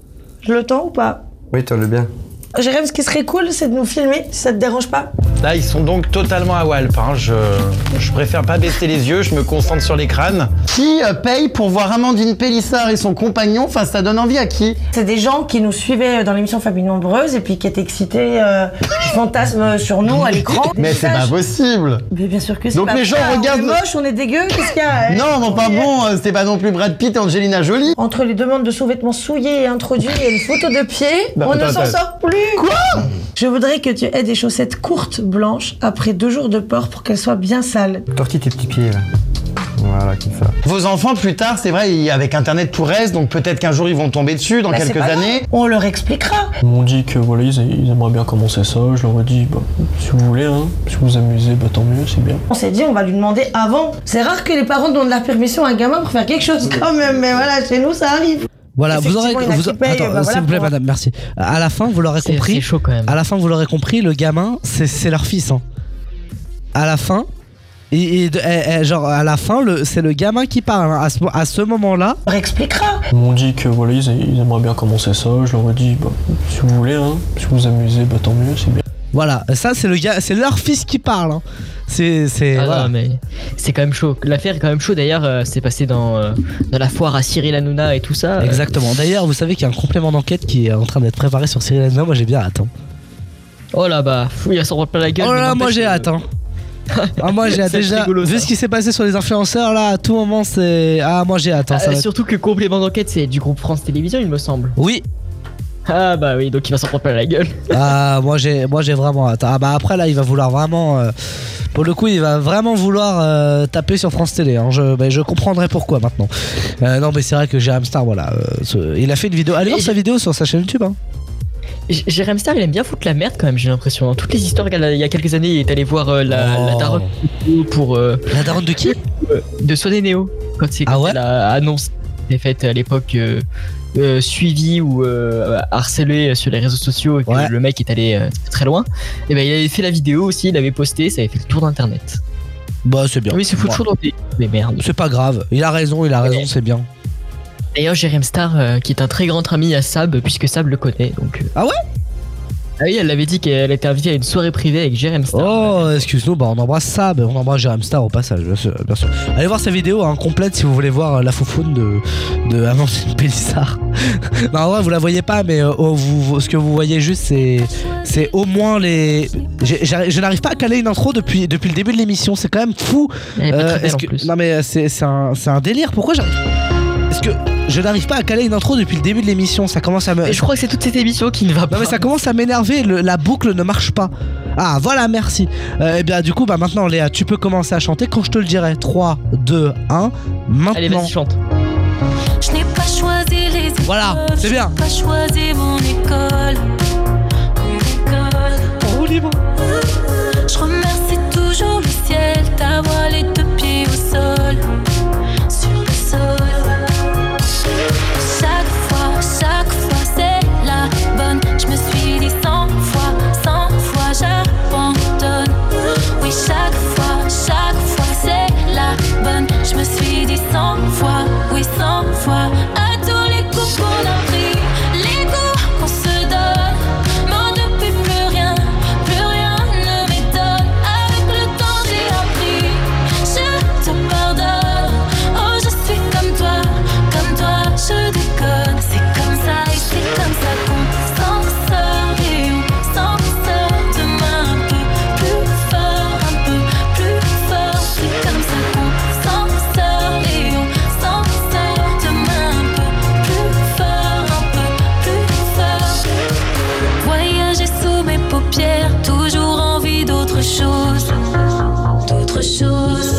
Je le tends ou pas? Oui, tourne-le bien. Jérém, ce qui serait cool, c'est de nous filmer, si ça te dérange pas. Là, ils sont donc totalement à Walp. Hein. Je, je préfère pas baisser les yeux, je me concentre sur les crânes. Qui euh, paye pour voir Amandine Pélissard et son compagnon? Enfin, ça donne envie à qui? C'est des gens qui nous suivaient dans l'émission Famille Nombreuse et puis qui étaient excités, euh, qui fantasment sur nous à l'écran. Mais c'est pas possible. Mais bien sûr que c'est Donc pas les gens ça. regardent- On est moche, on est dégueu, qu'est-ce qu'il y a? Non, mais enfin bon, euh, c'est pas non plus Brad Pitt et Angelina Jolie. Entre les demandes de sous-vêtements souillés et introduits et les photos de pieds, Non, on attends, ne s'en attends. sort plus. Quoi? Je voudrais que tu aies des chaussettes courtes blanches après deux jours de port pour qu'elles soient bien sales. Tortille tes petits pieds, là. Voilà, comme ça. Vos enfants, plus tard, c'est vrai, il- avec Internet, tout reste, donc peut-être qu'un jour ils vont tomber dessus, dans Bah, c'est quelques pas grave. années. On leur expliquera. Ils m'ont dit que voilà, ils, ils aimeraient bien commencer ça. Je leur ai dit, bah, si vous voulez, hein, si vous vous amusez, bah, tant mieux, c'est bien. On s'est dit, on va lui demander avant. C'est rare que les parents donnent la permission à un gamin pour faire quelque chose quand même, mais voilà, chez nous, ça arrive. Voilà, vous aurez. Effectivement, il y en a Vous, qui payent, attends, bah voilà, s'il vous plaît, pour- madame, merci. À la fin, vous l'aurez C'est- compris. c'est chaud quand même. À la fin, vous l'aurez compris, le gamin, c'est c'est leur fils. Hein. À la fin. Et, et de- et- et genre, à la fin, le- c'est le gamin qui parle. Hein. À ce, à ce moment-là. On leur expliquera. Ils m'ont dit que voilà, ils, ils aimeraient bien commencer ça. Je leur ai dit, bah, si vous voulez, hein, si vous vous amusez, bah, tant mieux, c'est bien. Voilà, ça, c'est le gars, c'est leur fils qui parle. Hein. C'est. c'est Ah voilà. non, mais c'est quand même chaud. L'affaire est quand même chaud. D'ailleurs, euh, c'est passé dans, euh, dans la foire à Cyril Hanouna et tout ça. euh. Exactement. D'ailleurs, vous savez qu'il y a un complément d'enquête qui est en train d'être préparé sur Cyril Hanouna. Moi, j'ai bien hâte. Hein. Oh là bah, fou, il va s'en prendre plein la gueule. Oh mais là là, moi n'empêche j'ai que- hâte. Hein. Ah, moi j'ai hâte Ça, c'est déjà. rigolo, Vu ça. ce qui s'est passé sur les influenceurs là, à tout moment c'est. Ah, moi j'ai hâte. Hein, Ah, ça va être- surtout que complément d'enquête, c'est du groupe France Télévisions, il me semble. Oui. Ah bah oui, donc il va s'en prendre plein la gueule. Ah, moi j'ai moi j'ai vraiment hâte. Ah bah après là il va vouloir vraiment euh, pour le coup il va vraiment vouloir euh, taper sur France Télé. Hein. Je bah, je comprendrai pourquoi maintenant. Euh, non mais c'est vrai que Jérém Star voilà, euh, ce- il a fait une vidéo. Allez voir sa vidéo sur sa chaîne YouTube. Hein. J- Jérém Star, il aime bien foutre la merde quand même, j'ai l'impression. Dans toutes les histoires, regarde, il y a quelques années, il est allé voir euh, la, Oh. la daronne pour. euh, La daronne de qui? De Swan et Neo. Quand c'est Ah quand ouais elle a annoncé était faite à l'époque euh, euh, suivie ou euh, harcelée sur les réseaux sociaux et que Ouais. le mec est allé euh, très loin. Et ben il avait fait la vidéo aussi, il avait posté, ça avait fait le tour d'internet. Bah c'est bien. Oui, il se fout Moi, toujours dans des, des merdes. c'est pas grave. Il a raison, il a raison, c'est bien. D'ailleurs, Jérém Star, euh, qui est un très grand ami à Sab, puisque Sab le connaît. Donc, euh, Ah ouais? Ah oui, elle avait dit qu'elle était invitée à une soirée privée avec Jérém Star. Oh, excuse-nous, bah on embrasse ça, bah on embrasse Jérém Star au passage, bien sûr, bien sûr. Allez voir sa vidéo hein, complète si vous voulez voir la foufoune de, de Amandine Pélissard. Non, en vrai, vous la voyez pas, mais euh, oh, vous, ce que vous voyez juste, c'est, c'est au moins les. J'ai, je n'arrive pas à caler une intro depuis, depuis le début de l'émission, c'est quand même fou. Elle est pas très belle, que... en plus. Non, mais c'est, c'est, un, c'est un délire, pourquoi j'arrive. Est-ce que je n'arrive pas à caler une intro depuis le début de l'émission? Ça commence à me. Et je crois que c'est toute cette émission qui ne va pas. Non mais ça commence à m'énerver, le, la boucle ne marche pas. Ah voilà, merci. Euh, et bien du coup, bah maintenant Léa, tu peux commencer à chanter quand je te le dirai. trois, deux, un, maintenant. Allez, vas-y, chante. Je n'ai pas choisi les écoles. Voilà, c'est bien. Je n'ai pas choisi mon école. Mon école. Oh, libre. Je remercie toujours le ciel d'avoir les deux pieds au sol. Sur le sol. Chaque fois, chaque fois c'est la bonne. Je me suis dit cent fois, cent fois j'abandonne. Oui, chaque fois, chaque fois c'est la bonne. Je me suis dit cent fois, oui, cent fois. À tous les coups qu'on a pris, les coups qu'on se donne. Mais depuis plus rien, plus rien ne m'étonne. Avec le temps j'ai appris, je te pardonne. Oh, je suis comme toi, comme toi, je déconne. C'est comme ça et c'est comme ça qu'on s'en sort. Et on s'en sort demain un peu plus fort, un peu plus fort. C'est comme ça qu'on s'en sort. Et on s'en sort demain un peu plus fort, un peu plus fort. Voyager sous mes paupières, toujours envie d'autre chose, d'autre chose.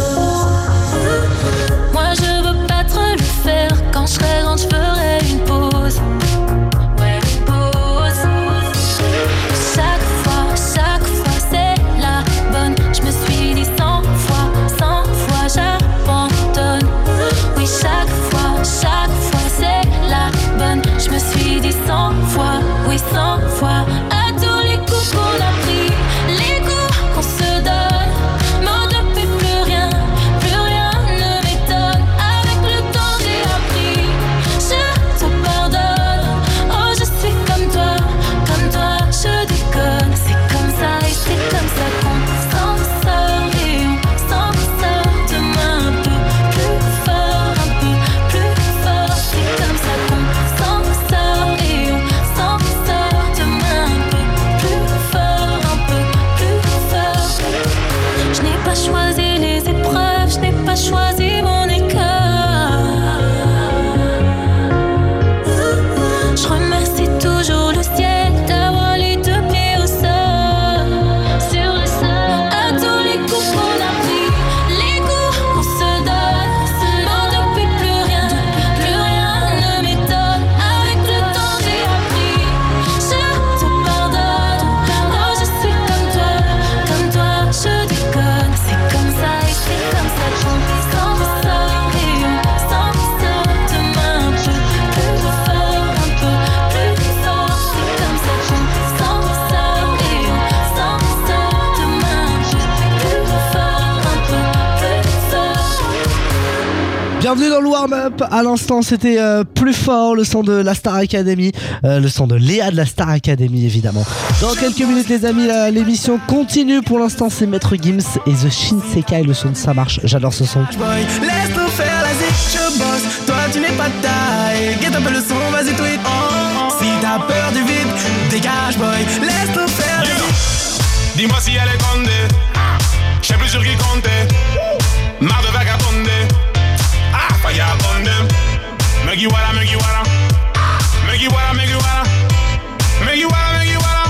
Moi je veux pas trop le faire. Quand je serai grande, je ferai une pause. Ouais, une pause. Chaque fois, chaque fois c'est la bonne. Je me suis dit cent fois, cent fois j'abandonne. Oui, chaque fois, chaque fois c'est la bonne. Je me suis dit cent fois, oui, cent fois. À tous les coups qu'on a pris, les coups qu'on se donne. Mais depuis plus rien, plus rien ne m'étonne. Avec le temps j'ai appris, je te pardonne. Oh, je suis comme toi, comme toi, je déconne. C'est comme ça et c'est comme ça qu'on s'en sort. Et on s'en sort demain un peu plus fort, un peu plus fort. C'est comme ça qu'on s'en sort. Et on s'en sort demain un peu plus fort, un peu plus fort. Je n'ai pas choisi les épreuves, je n'ai pas choisi mon école. Je remercie toujours le ciel d'avoir les deux pieds au sol. Sur le sol. À tous les coups qu'on a pris, les coups qu'on se donne. Mais depuis plus rien, plus rien ne m'étonne. Avec le temps j'ai appris, je te pardonne. Oh, je suis comme toi, comme toi, je déconne. C'est comme ça et c'est comme ça qu'on s'en sort. Et on s'en sort demain un peu plus fort, un peu plus fort. C'est comme ça qu'on s'en sort. Et on s'en sort demain un peu plus fort, un peu plus fort. Bienvenue dans le warm-up. À l'instant, c'était euh, plus fort, le son de la Star Academy, euh, le son de Léa de la Star Academy, évidemment. Dans quelques minutes, les amis, la- l'émission continue. Pour l'instant, c'est Maître Gims et The Shinsekai, le son de Ça Marche. J'adore ce son. Boy, laisse-nous faire la zik, je bosse. Toi, tu n'es pas de taille. Guette un peu le son, vas-y, tweet. Si t'as peur du vide, dégage, boy. Laisse-nous faire la zik. Dis-moi si elle est condée. Je sais plus sur qui compter. Marre de vagabonder. Ah, vagabonder. Meggy Walla, Meggy Walla. Meggy Walla, Meggy Walla. Meggy Walla, Meggy Walla.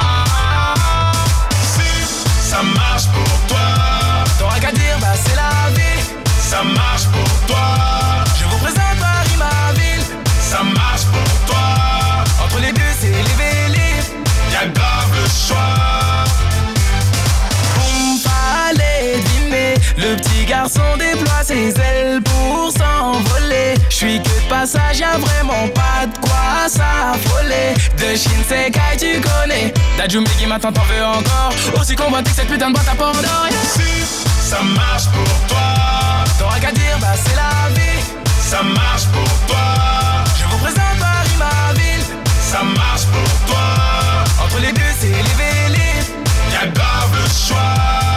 Ah, si ça marche pour toi, T'auras qu'à dire, bah c'est la vie. ça marche pour toi. Je vous présente Paris, ma ville. Ça marche pour toi. Entre les deux, c'est les vélis. Y'a grave le choix. Boum, fallait deviner. Le petit garçon déploie ses ailes pour s'envoler. J'suis que de passage, y'a vraiment pas de quoi s'affoler. De Shinsekai, tu connais. T'as Jumi qui m'attend, t'en veux encore. Aussi convoité que cette putain de boîte à Pandore. Si ça marche pour toi, t'auras qu'à dire, bah c'est la vie. ça marche pour toi. Je vous présente Paris, ma ville. Ça marche pour toi. Entre les deux, c'est l'élevé, Y'a grave le choix.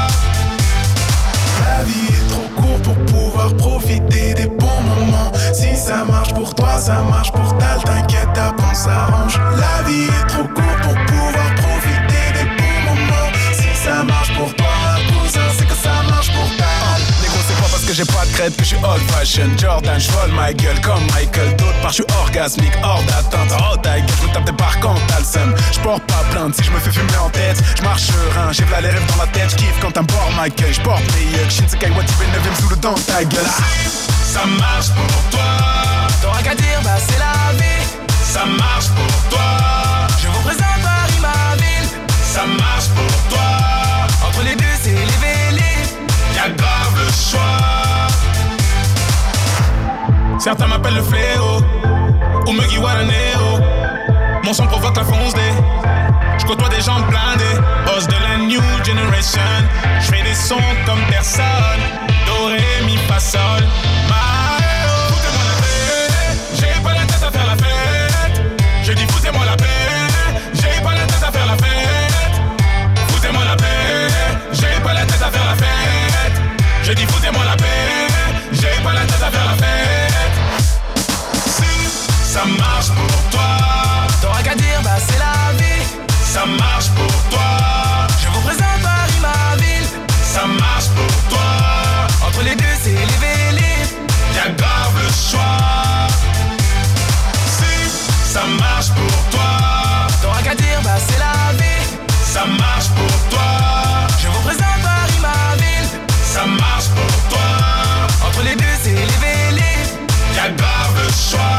La vie est trop courte pour pouvoir profiter des bons moments. Si ça marche pour toi, ça marche pour tal. T'inquiète, après on s'arrange. La vie est trop courte pour pouvoir profiter des bons moments. Si ça marche pour toi, cousin, c'est que ça marche pour tal. Négo, c'est pas parce que j'ai pas de crête que je suis old fashion. Jordan, je vole ma gueule comme Michael. D'autre part, je suis orgasmique, hors d'atteinte. Oh ta gueule, je me tape des barres quand t'as le seum. Je porte pas plainte si je me fais fumer en tête. Je marche serein, j'ai v'là les rêves dans la tête. Je kiffe quand un bord m'accueille. Je porte mes yeux, Shinsekai Watibé neuvième sous le dent ta gueule. Ah. Ça marche pour toi. T'auras qu'à dire, bah c'est la vie. Ça marche pour toi. Je représente Paris, ma ville. Ça marche pour toi. Entre les deux, c'est l'élevé, Y'a grave le choix. Certains m'appellent le fléau ou Muggy Waraneo. Mon son provoque la fonce des. J'côtoie des gens blindés. Boss de la new generation. J'fais des sons comme personne. Do, ré, mi, fa, sol. Ma, foutez-moi la paix. J'ai pas la tête à faire la fête. Je dis foutez-moi la paix. J'ai pas la tête à faire la fête. Foutez-moi la paix. J'ai pas la tête à faire la fête. Je dis foutez-moi la paix. J'ai pas la tête à faire la fête. Si ça marche pour toi, t'auras qu'à dire, bah c'est la vie. Ça marche pour toi. Je représente Paris, ma ville. Ça marche pour toi. Entre les deux, c'est l'élevé, Y'a grave le choix. Si ça marche pour toi, t'auras qu'à dire, bah c'est la vie. Ça marche pour toi. Je représente Paris, ma ville. Ça marche pour toi. Entre les deux, c'est l'élevé, Y'a grave le choix.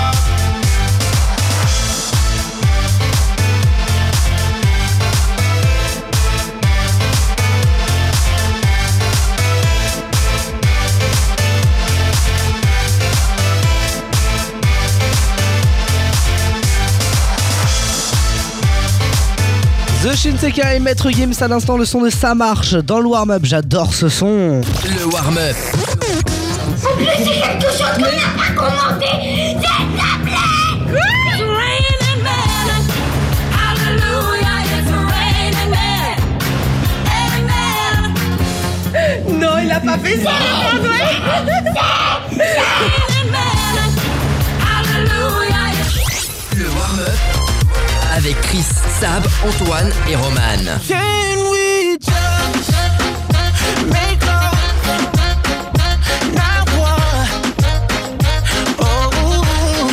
The Shinsekai et Maître Gims à l'instant, le son de Ça marche dans le warm-up, j'adore ce son. Le warm-up. En plus, c'est quelque chose qu'on n'a pas commenté. S'il te plaît. It's raining men. Hallelujah, it's raining men. Amen. Non, il a pas fait ça. Le warm-up avec Chris, Sab, Antoine et Roman. Can we just make love? Not one. Oh,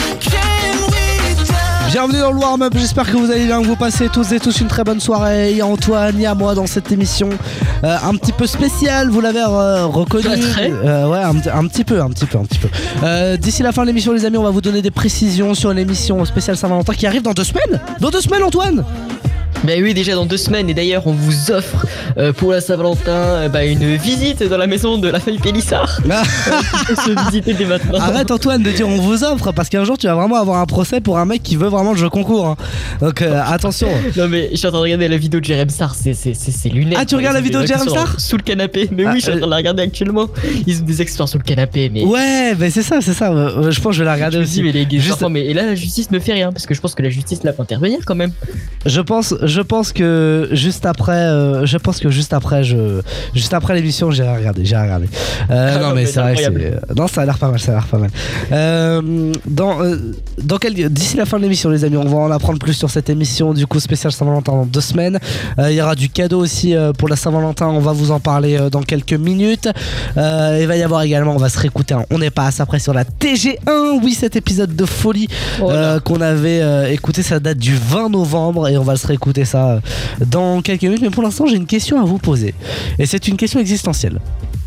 can we just... Bienvenue dans le warm-up, j'espère que vous allez bien, que vous passez tous et tous une très bonne soirée. Il y a Antoine, il y a moi dans cette émission euh, un petit peu spéciale, vous l'avez euh, reconnu. Euh, ouais, un, un petit peu, un petit peu, un petit peu. Euh, D'ici la fin de l'émission, les amis, on va vous donner des précisions sur l'émission spéciale Saint-Valentin qui arrive dans deux semaines. Dans deux semaines, Antoine. Ben oui, déjà dans deux semaines, et d'ailleurs on vous offre euh, pour la Saint-Valentin euh, bah, une visite dans la maison de la famille Pélissard. Ah. euh, se visiter dès maintenant. Arrête Antoine de dire on vous offre, parce qu'un jour tu vas vraiment avoir un procès pour un mec qui veut vraiment le jeu concours hein. Donc euh, attention. Non mais je suis en train de regarder la vidéo de Jerem Star, c'est, c'est, c'est, c'est lunaire. Ah tu regardes la vidéo de Jerem Star sous le canapé, mais oui, ah, je suis en train de la regarder actuellement. Ils ont des accessoires sous le canapé, mais... Ouais, mais c'est ça, c'est ça, euh, je pense que je vais la regarder je aussi. Dis, mais les Juste... enfants, mais et là la justice ne fait rien, parce que je pense que la justice là peut intervenir quand même. Je pense, je pense que juste après, euh, je pense que juste après, je, juste après l'émission, j'ai regardé, j'ai regardé. Euh, Ah non non, mais mais c'est c'est vrai, que incroyable. c'est, non ça a l'air pas mal, ça a l'air pas mal. Euh, dans, euh, dans quel, d'ici la fin de l'émission, les amis, on va en apprendre plus sur cette émission du coup spéciale Saint-Valentin dans deux semaines. Euh, il y aura du cadeau aussi euh, pour la Saint-Valentin, on va vous en parler euh, dans quelques minutes. Euh, il va y avoir également, on va se réécouter. Un, on n'est pas assez après sur la T G un, oui cet épisode de folie Oh là. euh, qu'on avait euh, écouté, ça date du vingt novembre et on va se réécouter ça euh, dans quelques minutes. Mais pour l'instant, j'ai une question à vous poser. Et c'est une question existentielle.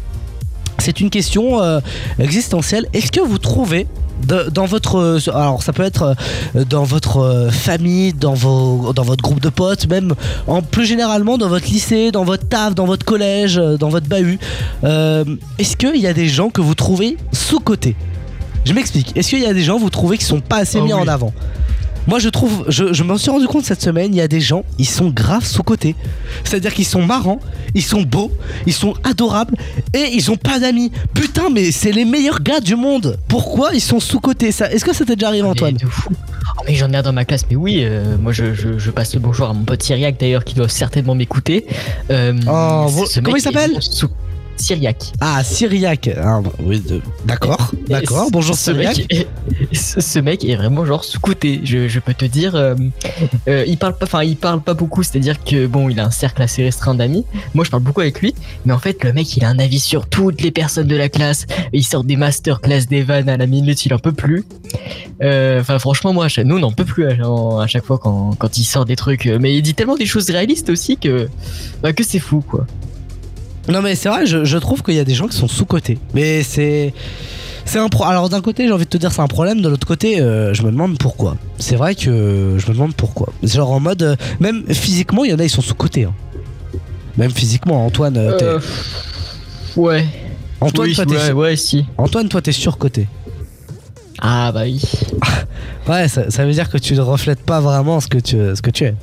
C'est une question euh, existentielle. Est-ce que vous trouvez de, dans votre... euh, alors ça peut être euh, dans votre euh, famille, dans, vos, dans votre groupe de potes, même en plus généralement dans votre lycée, dans votre taf, dans votre collège, euh, dans votre bahut. Euh, est-ce qu'il y a des gens que vous trouvez sous-cotés ? Je m'explique. Est-ce qu'il y a des gens que vous trouvez qui sont pas assez Oh mis oui. en avant ? Moi je trouve, je, je m'en suis rendu compte cette semaine, il y a des gens, ils sont grave sous-cotés. C'est-à-dire qu'ils sont marrants, ils sont beaux, ils sont adorables et ils ont pas d'amis. Putain mais c'est les meilleurs gars du monde. Pourquoi ils sont sous-cotés ça, est-ce que ça t'est déjà arrivé Antoine ? Mais de fou. Oh, mais j'en ai un dans ma classe, mais oui, euh, moi je, je, je passe le bonjour à mon pote Cyriac d'ailleurs qui doit certainement m'écouter. Euh, Oh, ce- vous- ce comment mec il s'appelle est sous- Cyriac. Ah, Cyriac. Ah, oui, de- d'accord, Et d'accord. ce- Bonjour ce Cyriac. mec, est- ce, ce mec est vraiment genre sous-coté. Je, je peux te dire, euh, euh, il parle pas, enfin il parle pas beaucoup. C'est-à-dire que bon, il a un cercle assez restreint d'amis. Moi, je parle beaucoup avec lui, mais en fait, le mec, il a un avis sur toutes les personnes de la classe. Il sort des masterclass, des vannes à la minute, il en peut plus. Euh, Enfin, franchement, moi, nous, on n'en peut plus à, à chaque fois quand, quand il sort des trucs. Mais il dit tellement des choses réalistes aussi que, bah, que c'est fou, quoi. Non mais c'est vrai, je, je trouve qu'il y a des gens qui sont sous-cotés. Mais c'est... C'est un pro... Alors d'un côté j'ai envie de te dire c'est un problème, de l'autre côté euh, je me demande pourquoi. C'est vrai que je me demande pourquoi. Genre en mode... euh, même physiquement il y en a ils sont sous-cotés. Hein. Même physiquement Antoine... euh, t'es- Euh, ouais. Antoine, Oui, toi t'es... ouais, sur- ouais, si. Antoine toi t'es surcoté. Ah bah oui. Ouais ça, ça veut dire que tu ne reflètes pas vraiment ce que tu, ce que tu es.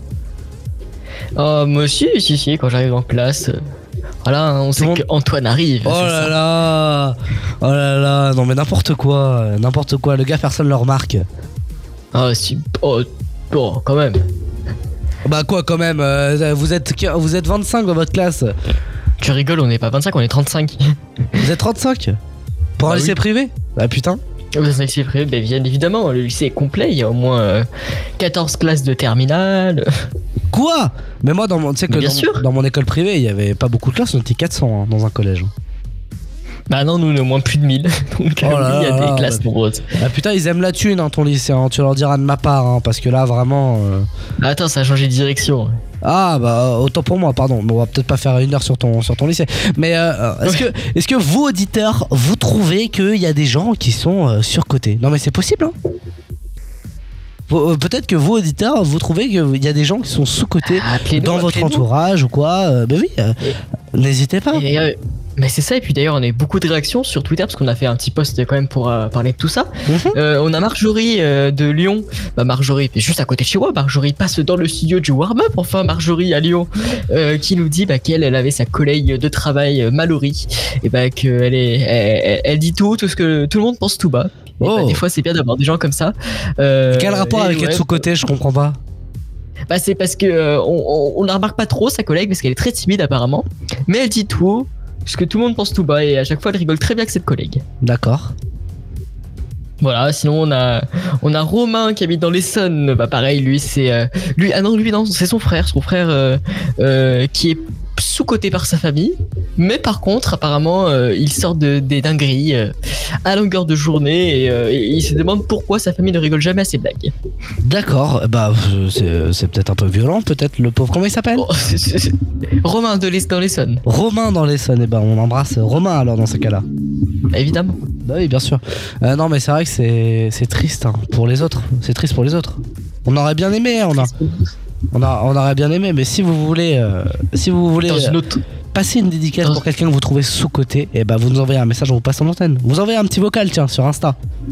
Oh, moi aussi, si, si, quand j'arrive en classe. euh, Voilà, hein, on sait qu'Antoine arrive. Oh c'est là ça. là. Oh là là. Non mais n'importe quoi. euh, N'importe quoi. Le gars personne le remarque. Ah si. Oh, oh, quand même. Bah quoi quand même euh, vous, êtes, vous êtes vingt-cinq dans votre classe. Tu rigoles, on n'est pas vingt-cinq, on est trente-cinq. Vous êtes trente-cinq pour un Bah lycée oui. privé. Bah putain. Dans un lycée privé, bah, bien évidemment, le lycée est complet, il y a au moins euh, quatorze classes de terminale. Quoi? Mais moi dans mon, tu sais que Mais bien dans, sûr. dans mon école privée il y avait pas beaucoup de classes, on était quatre cents hein, dans un collège. Bah non, nous on est au moins plus de mille. Donc euh, Oh là oui, il y a là des là, classes bah, nombreuses. Ah putain ils aiment la thune hein, ton lycée hein, tu leur diras de ma part hein, parce que là vraiment... euh, Attends, ça a changé de direction. Ah bah autant pour moi pardon, mais on va peut-être pas faire une heure sur ton, sur ton lycée. Mais euh, est-ce que, est-ce que vous auditeurs vous trouvez qu'il y a des gens qui sont euh, surcotés? Non mais c'est possible hein. Vous- euh, Peut-être que vous auditeurs vous trouvez qu'il y a des gens qui sont sous-cotés Appelez-nous, dans votre appelez-nous. entourage ou quoi euh, Ben oui, euh, n'hésitez pas. Et d'ailleurs, mais c'est ça, et puis d'ailleurs, on a eu beaucoup de réactions sur Twitter parce qu'on a fait un petit post quand même pour euh, parler de tout ça. Euh, on a Marjorie euh, de Lyon. Bah, Marjorie, est juste à côté de chez moi. Marjorie passe dans le studio du warm-up. Enfin, Marjorie à Lyon, euh, qui nous dit bah, qu'elle elle avait sa collègue de travail, euh, Mallory, et bah, qu'elle est, elle, elle- elle dit tout, tout ce que tout le monde pense tout bas. Et bah, des fois, c'est bien d'avoir des gens comme ça. Euh, Quel rapport et avec être ouais, sous-coté? Je comprends pas. bah c'est parce que euh, on, on, on la remarque pas trop sa collègue parce qu'elle est très timide apparemment, mais elle dit tout haut, ce que tout le monde pense tout bas et à chaque fois elle rigole très bien avec cette collègue. D'accord. Voilà, sinon on a on a Romain qui habite dans l'Essonne, bah pareil lui c'est euh, lui ah non lui non c'est son frère, son frère euh, euh, qui est sous-coté par sa famille, mais par contre apparemment euh, il sort de, des dingueries euh, à longueur de journée et, euh, et il se demande pourquoi sa famille ne rigole jamais à ses blagues. D'accord, bah euh, c'est, c'est peut-être un peu violent, peut-être le pauvre. Comment il s'appelle? Oh, c'est- c'est- c'est- Romain de l'Es- dans l'Essonne. Romain dans l'Essonne, et bah on embrasse Romain alors dans ce cas-là. Bah, évidemment. Bah oui, bien sûr. Euh, non, mais c'est vrai que c'est, c'est triste hein, pour les autres. C'est triste pour les autres. On aurait bien aimé, hein, on a, on a, on aurait bien aimé. Mais si vous voulez, euh, si vous voulez Dans une euh, autre- passer une dédicace pour quelqu'un que vous trouvez sous côté, et bah vous nous envoyez un message, on vous passe en antenne. Vous envoyez un petit vocal, tiens, sur Insta.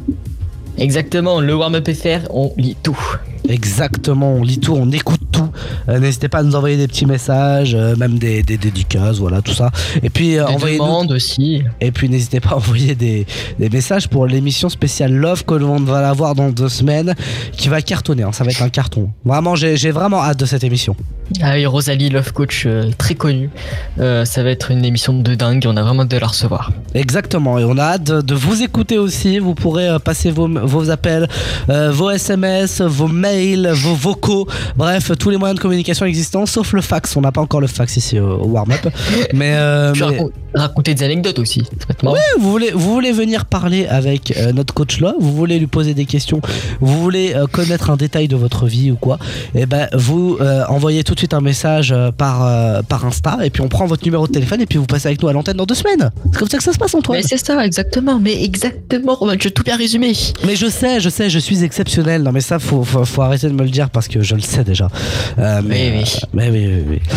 Exactement, le warm-up F R, on lit tout. Exactement, on lit tout, on écoute tout. Euh, n'hésitez pas à nous envoyer des petits messages, euh, même des, des dédicaces, voilà, tout ça. Et puis euh, Des envoyez demandes aussi. Et puis n'hésitez pas à envoyer des, des messages pour l'émission spéciale Love que l'on va avoir dans deux semaines, qui va cartonner. Hein, ça va être un carton. Vraiment, j'ai, j'ai vraiment hâte de cette émission. Ah oui, Rosalie, Love Coach, euh, très connue. Euh, ça va être une émission de dingue, on a vraiment hâte de la recevoir. Exactement, et on a hâte de, de vous écouter aussi. Vous pourrez euh, passer vos, vos appels, euh, vos S M S, vos mails, vos vocaux, bref, tous les moyens de communication existants, sauf le fax. On n'a pas encore le fax ici au, au warm-up. Mais, euh, Puis mais- racon- raconter des anecdotes aussi. ça peut être marrant. Ouais, vous voulez, vous voulez venir parler avec euh, notre coach là, vous voulez lui poser des questions, vous voulez euh, connaître un détail de votre vie ou quoi, et ben vous euh, envoyez tout de suite un message euh, par, euh, par Insta et puis on prend votre numéro de téléphone et puis vous passez avec nous à l'antenne dans deux semaines. C'est comme ça que ça se passe, Antoine. Mais c'est ça, exactement, mais exactement, Romain, tu as tout bien résumé. Mais je sais, je sais, je suis exceptionnel. Non mais ça, faut, faut, faut arrêter de me le dire parce que je le sais déjà. Euh, mais, Oui, oui. euh, mais oui, oui, oui.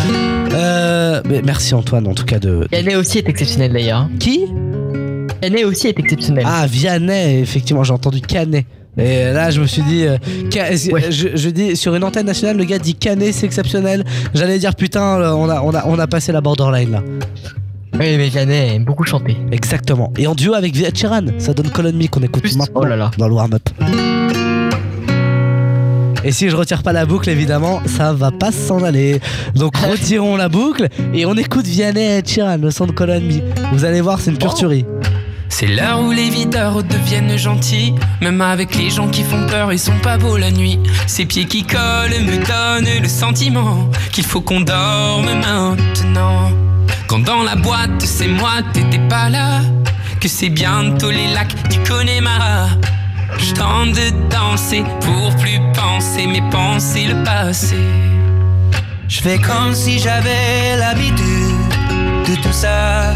Euh, mais merci Antoine en tout cas de... de- Vianney aussi est exceptionnel d'ailleurs. Qui? Vianney aussi est exceptionnel. Ah, Vianney, effectivement, j'ai entendu Canet. Et là, je me suis dit, euh, Ca- je, je dis sur une antenne nationale, le gars dit Canet, c'est exceptionnel. J'allais dire putain, euh, on a, on a, on a passé la borderline là. Oui, mais Vianney aime beaucoup chanter. Exactement. Et en duo avec Ed Sheeran, ça donne Colonne Me qu'on écoute maintenant oh là là. dans le warm-up. Et si je retire pas la boucle, évidemment, ça va pas s'en aller. Donc retirons la boucle et on écoute Vianney et Ed Sheeran, le son de Call on Me. Vous allez voir, c'est une pure tuerie. C'est l'heure où les videurs deviennent gentils. Même avec les gens qui font peur, ils sont pas beaux la nuit. Ces pieds qui collent me donnent le sentiment qu'il faut qu'on dorme maintenant. Quand dans la boîte, c'est moi, t'étais pas là. Que c'est bientôt les lacs du Connemara. Je tente de danser pour plus penser mes pensées, le passé. Je fais comme si j'avais l'habitude de tout ça.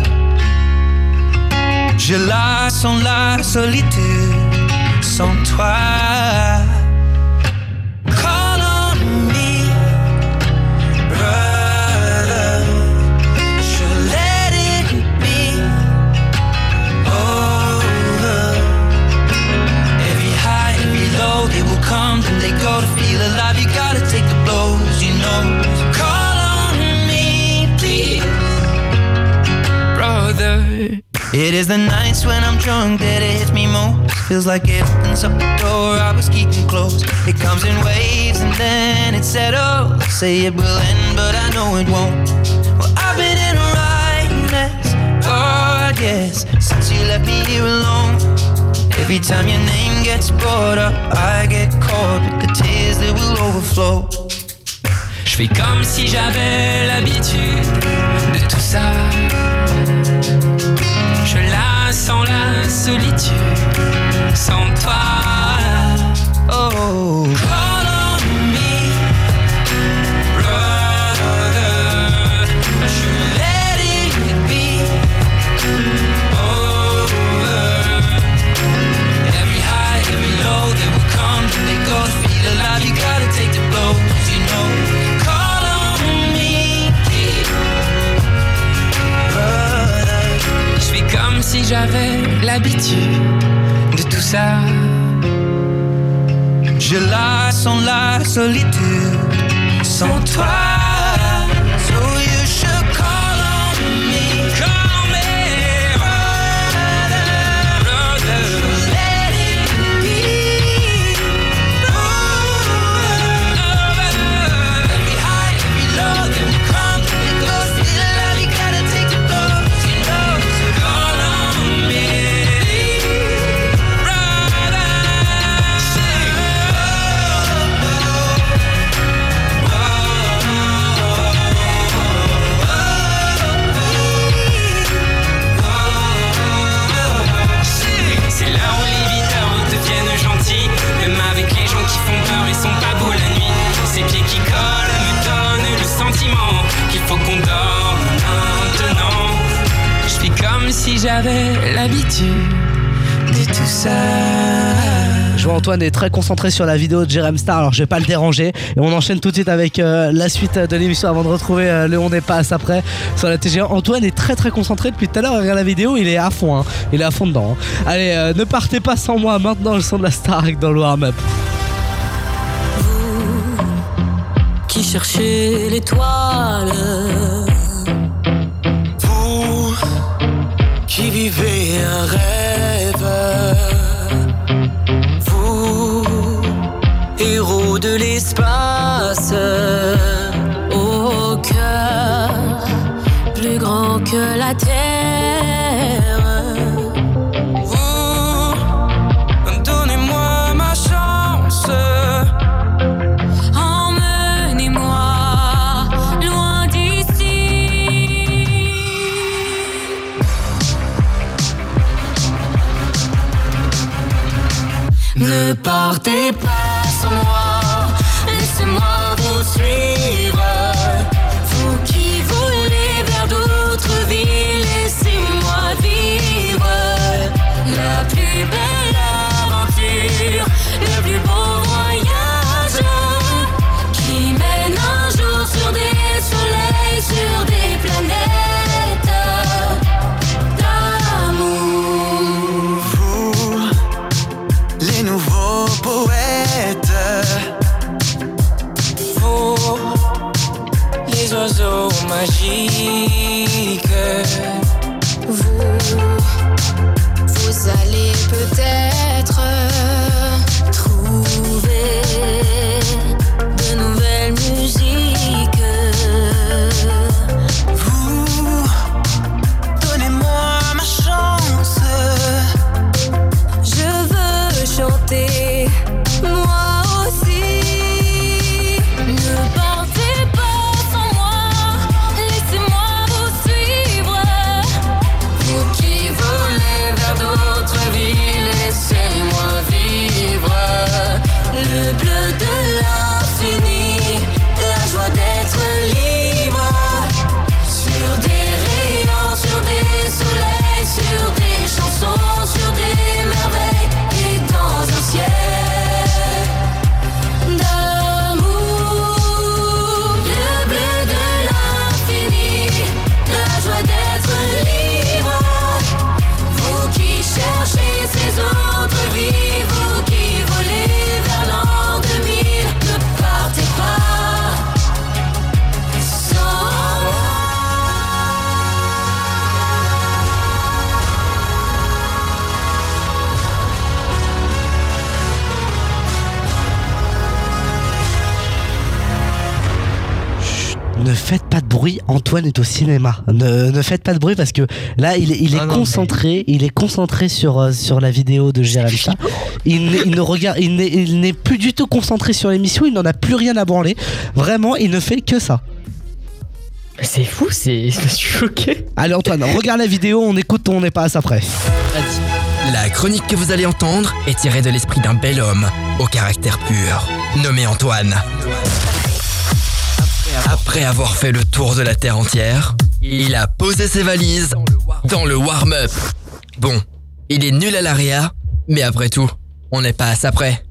Je la sens la solitude sans toi. Call on me, brother. Je let it be over. Every high, every low, they will come and they go. To feel alive, you gotta take the blows, you know. Call on me, please, brother. It is the nights when I'm drunk that it hits me most. Feels like it opens up the door I was keeping closed. It comes in waves and then it settles. Say it will end, but I know it won't. Well, I've been in a right mess, oh, I guess, since you left me here alone. Every time your name gets brought up, I get caught with the tears that will overflow. Je fais comme si j'avais l'habitude de tout ça. Je la sens la solitude sans toi. Oh, call on me, brother. Je let it be over. Every high, every low, they will come and they go. To feel alive, you gotta take the blows, you know. Call on me, brother. Je fais comme si j'avais l'habitude de tout ça. Je la sens la solitude sans toi. So you should call on me, call on me, brother, brother. Let it be over. Every high, every low, they will come, they go. Feel alive, you gotta take the blows, you know. So call on me, brother. C'est là où les videurs deviennent gentils. Même avec les gens qui font peur, ils sont pas beaux la nuit. Ces pieds qui collent me donnent le sentiment qu'il faut qu'on dorme maintenant. Je fais comme si j'avais l'habitude de tout ça. Je vois Antoine est très concentré sur la vidéo de Jérém Star, alors je vais pas le déranger. Et on enchaîne tout de suite avec euh, la suite de l'émission avant de retrouver euh, le On n'est pas après sur la T G A. Antoine est très très concentré depuis tout à l'heure, il regarde la vidéo, il est à fond, hein. Il est à fond dedans. Hein. Allez, euh, ne partez pas sans moi, maintenant le son de la Star dans le warm-up. Qui cherchez l'étoile, Vous qui vivez un rêve, vous, héros de l'espace, au cœur plus grand que la terre. vous, donnez-moi ma chance. Emmenez-moi loin d'ici. Ne partez pas sans moi, laissez-moi vous suivre. Vous qui volez vers d'autres villes, laissez-moi vivre la plus belle aventure, le plus beau voyage qui mène un jour sur des soleils, sur des planètes d'amour. Vous, les nouveaux poètes, vous, les oiseaux magiques, Vous, vous allez peut-être trouver trouver de nouvelles musiques. Vous, donnez-moi ma chance. Je veux chanter, moi aussi. Ne partez pas sans moi, laissez-moi vous suivre. Vous qui volez vers d'autres villes, laissez-moi vivre. Le bleu de l'infini, la joie d'être libre. Sur des rayons, sur des soleils, sur des chansons, sur des merveilles et dans un ciel d'amour. Le bleu de l'infini, la joie d'être libre. Vous qui cherchez ces autres vies, vous qui volez vers l'an deux mille, ne partez pas sans moi. Ne faites pas de bruit, Antoine est au cinéma. Ne, ne faites pas de bruit parce que là, il est, il est Ah non, concentré, il est concentré sur, euh, sur la vidéo de Jérémy. Il, n'est- il ne regarde, il n'est, il n'est plus du tout concentré sur l'émission, il n'en a plus rien à branler. Vraiment, il ne fait que ça. C'est fou, c'est. Je suis choqué. Allez, Antoine, regarde la vidéo, on écoute, on n'est pas à ça près. La chronique que vous allez entendre est tirée de l'esprit d'un bel homme au caractère pur, nommé Antoine. Après avoir fait le tour de la Terre entière, il a posé ses valises dans le warm-up. Bon, il est nul à l'aria, mais après tout, on n'est pas à ça près.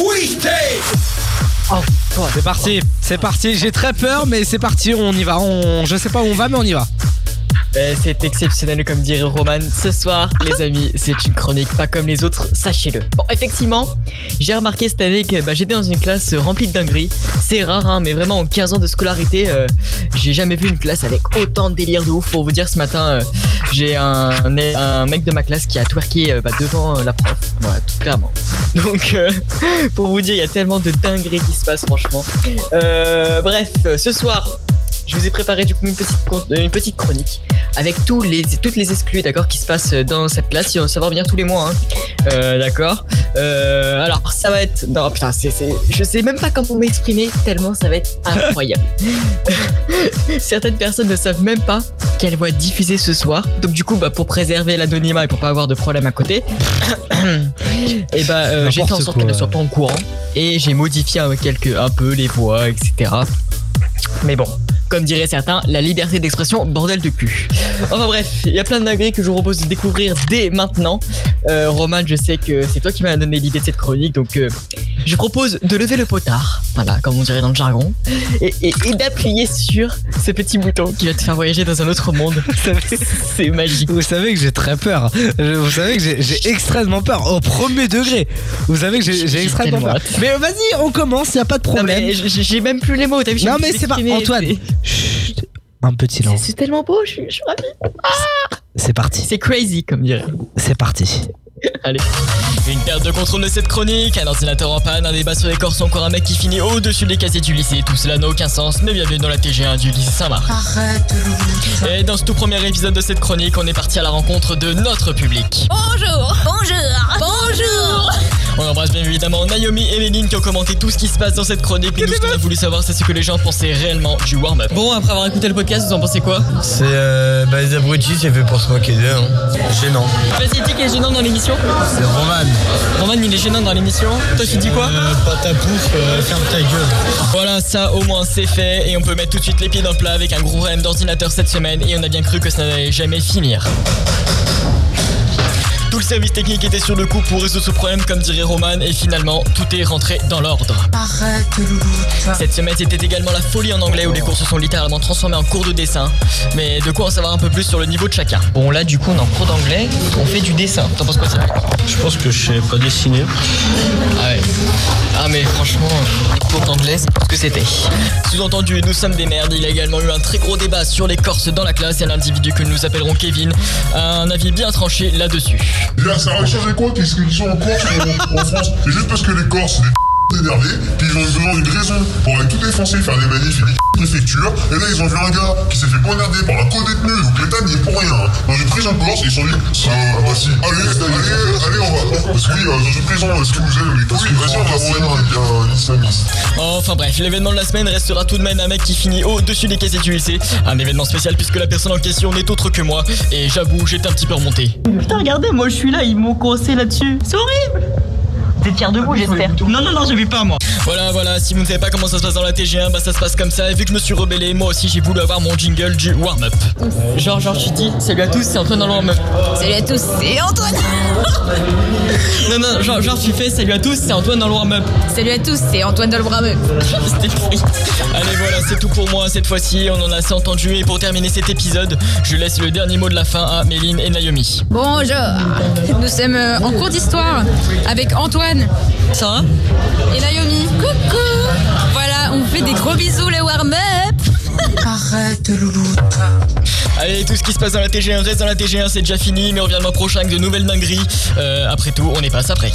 Oh, c'est parti, c'est parti. J'ai très peur, mais c'est parti, on y va. On, je sais pas où on va, mais on y va. Euh, c'est exceptionnel comme dirait Roman. Ce soir, les amis, c'est une chronique pas comme les autres, sachez-le. Bon, effectivement, j'ai remarqué cette année que bah, j'étais dans une classe remplie de dingueries. C'est rare, hein, mais vraiment en quinze ans de scolarité, euh, j'ai jamais vu une classe avec autant de délire de ouf. Pour vous dire, ce matin, euh, j'ai un, un mec de ma classe qui a twerké euh, bah, devant euh, la prof. Voilà, tout clairement. Donc, euh, pour vous dire, il y a tellement de dingueries qui se passent, franchement. Euh, bref, ce soir, je vous ai préparé du coup une petite, une petite chronique avec tous les, toutes les exclus, d'accord, qui se passent dans cette classe. Ça va revenir tous les mois, hein. Euh, d'accord. Euh, alors, ça va être... Non, putain, c'est, c'est, je sais même pas comment m'exprimer tellement ça va être incroyable. Certaines personnes ne savent même pas qu'elles vont être diffusées ce soir. Donc du coup, bah, pour préserver l'anonymat et pour pas avoir de problème à côté, et bah, euh, j'ai fait en sorte qu'elles ne soient pas en courant et j'ai modifié un, quelques, un peu les voix, et cetera. Mais bon, comme diraient certains, la liberté d'expression, bordel de cul. Enfin bref, il y a plein de dingueries que je vous propose de découvrir dès maintenant. Euh, Roman, je sais que c'est toi qui m'as donné l'idée de cette chronique, donc euh, je propose de lever le potard, voilà, comme on dirait dans le jargon, et, et, et d'appuyer sur ce petit bouton qui va te faire voyager dans un autre monde. C'est magique. Vous savez que j'ai très peur. Vous savez que j'ai, j'ai extrêmement peur au premier degré. Vous savez que j'ai, j'ai extrêmement peur. Mais vas-y, on commence, il y a pas de problème. Non, mais j'ai, j'ai même plus les mots, t'as vu? Non mais c'est pas Antoine. Chut, un petit silence. C'est, c'est tellement beau, je suis, je suis ravie. Ah, c'est parti. C'est crazy comme dirait. C'est parti. Allez. Une perte de contrôle de cette chronique, un ordinateur en panne, un débat sur les corses, encore un mec qui finit au-dessus des casiers du lycée. Tout cela n'a aucun sens, mais bienvenue dans la T G un du lycée Saint-Marc. Arrête de Et dans ce tout premier épisode de cette chronique, on est parti à la rencontre de notre public. Bonjour, bonjour, bonjour. On embrasse bien évidemment Naomi et Méline qui ont commenté tout ce qui se passe dans cette chronique. Et nous, ce qu'on a voulu savoir, c'est ce que les gens pensaient réellement du warm-up. Bon, après avoir écouté le podcast, vous en pensez quoi? C'est euh, bah, les abrutis, c'est fait pour se moquer d'eux, hein. Gênant. Vas-y, dis qui est gênant dans l'émission? C'est Roman. Roman, il est gênant dans l'émission. Toi, tu dis quoi? euh, Pas ta pouf, euh, ferme ta gueule. Voilà, ça au moins c'est fait. Et on peut mettre tout de suite les pieds dans le plat avec un gros problème d'ordinateur cette semaine. Et on a bien cru que ça n'allait jamais finir. Tout le service technique était sur le coup pour résoudre ce problème, comme dirait Roman, et finalement, tout est rentré dans l'ordre. Arrête de louloute. Cette semaine, c'était également la folie en anglais où les cours se sont littéralement transformés en cours de dessin. Mais de quoi en savoir un peu plus sur le niveau de chacun. Bon, là, du coup, on est en cours d'anglais, on fait du dessin. T'en penses quoi, ça? Je pense que je sais pas dessiner. Ah ouais. Ah mais franchement, les cours d'anglais, c'est ce que c'était. Sous-entendu, nous sommes des merdes. Il y a également eu un très gros débat sur les Corses dans la classe et un individu que nous appellerons Kevin a un avis bien tranché là-dessus. Et là, ça a changé quoi qu'est-ce qu'ils sont en Corse en, en France? C'est juste parce que les Corses, c'est des énervés, puis ils ont besoin d'une raison pour aller tout défoncer, faire des manifs et des préfectures. Et là, ils ont vu un gars qui s'est fait poignarder par un co-détenu, donc l'État n'y est pour rien. Hein. Dans une prison corse, ils se sont dit, euh, bah si, allez, allez, allez, on va. Parce que oui, euh, dans une prison, est-ce que vous êtes les Corses? Vas-y, on va voir un islamiste. Enfin bref, l'événement de la semaine restera tout de même un mec qui finit au-dessus des casiers du lycée. Un événement spécial puisque la personne en question n'est autre que moi. Et j'avoue, j'étais un petit peu remonté. Putain, regardez, moi je suis là, ils m'ont coincé là-dessus. C'est horrible. T'es fier de vous, j'espère. Non, non, non, je vis pas, moi. Voilà, voilà, si vous ne savez pas comment ça se passe dans la T G un, bah ça se passe comme ça. Et vu que je me suis rebellé, moi aussi j'ai voulu avoir mon jingle du warm-up. Euh, genre, genre, tu dis, salut à tous, c'est Antoine dans le warm-up. Salut à tous, c'est Antoine. Non, non, genre, genre, tu fais, salut à tous, c'est Antoine dans le warm-up. Salut à tous, c'est Antoine dans le warm-up. C'était pourri. Allez, voilà, c'est tout pour moi cette fois-ci. On en a assez entendu. Et pour terminer cet épisode, je laisse le dernier mot de la fin à Méline et Naomi. Bonjour, nous sommes en cours d'histoire avec Antoine. Ça va? Et Naomi. Coucou. Voilà, on vous fait des gros bisous le warm-up. Arrête loulou. Allez, tout ce qui se passe dans la T G un reste dans la T G un, c'est déjà fini. Mais on revient le mois prochain avec de nouvelles dingueries. Euh, après tout, on y passe après.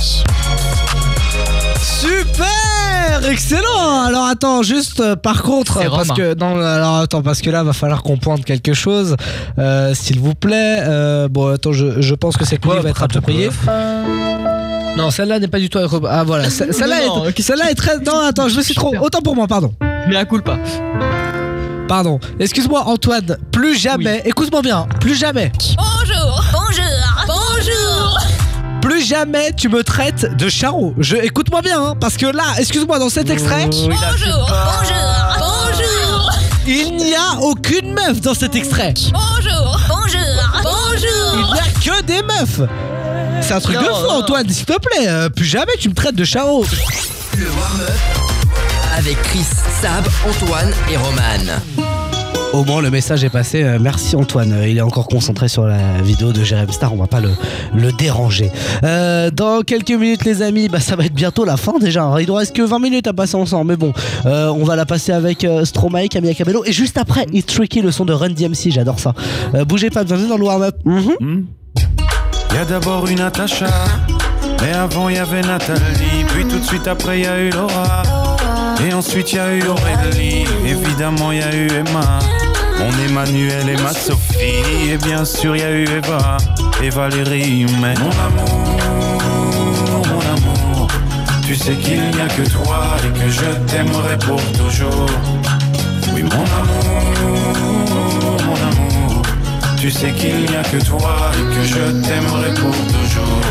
Super, excellent. Alors attends, juste euh, par contre, C'est parce Rome. que non, alors attends, parce que là va falloir qu'on pointe quelque chose, euh, s'il vous plaît. Euh, bon, attends, je, je pense que cette musique va être appropriée. Non, celle-là n'est pas du tout. Ah voilà, ce- celle-là Non, est, celle-là est très. Non, attends, je le suis trop. Autant pour moi, pardon. Mais la coule pas. Pardon. Excuse-moi, Antoine. Plus jamais. Écoute-moi bien. Plus jamais. Bonjour. Bonjour. Bonjour. Plus jamais tu me traites de charreau. Je, écoute-moi bien, hein, parce que là, excuse-moi, dans cet extrait. Bonjour. Bonjour. Bonjour. Il n'y a aucune meuf dans cet extrait. Bonjour. Bonjour. Bonjour. Il n'y a que des meufs. C'est un truc Non, de fou, non. Antoine, s'il te plaît. euh, plus jamais tu me traites de charreau. Le warm-up avec Chris, Sab, Antoine et Roman. Au moins le message est passé. Euh, merci Antoine. Euh, Il est encore concentré sur la vidéo de Jérém Star. On va pas le, le déranger. Euh, dans quelques minutes les amis, bah, ça va être bientôt la fin déjà. Il nous reste que vingt minutes à passer ensemble. Mais bon, euh, on va la passer avec euh, Stromae, Camilla Cabello. Et juste après, It's Tricky, le son de Run D M C. J'adore ça. Euh, bougez pas, bienvenue dans le warm-up. Mhm. Y a d'abord une Natacha, mais avant y avait Nathalie, puis tout de suite après y a eu Laura, et ensuite y a eu Aurélie, évidemment y a eu Emma, mon Emmanuel et ma Sophie, et bien sûr y a eu Eva et Valérie, mais mon amour, mon amour, tu sais qu'il n'y a que toi et que je t'aimerai pour toujours. Oui mon amour, mon amour, tu sais qu'il n'y a que toi et que je t'aimerai pour toujours.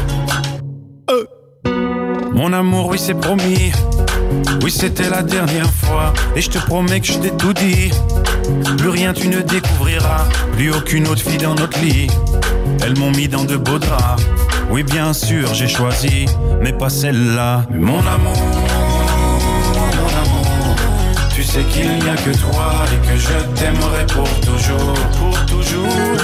Euh. Mon amour, oui c'est promis. Oui c'était la dernière fois. Et je te promets que je t'ai tout dit. Plus rien tu ne découvriras. Plus aucune autre fille dans notre lit. Elles m'ont mis dans de beaux draps. Oui bien sûr j'ai choisi, mais pas celle-là. Mon amour, mon amour, tu sais qu'il n'y a que toi et que je t'aimerai pour toujours, pour toujours.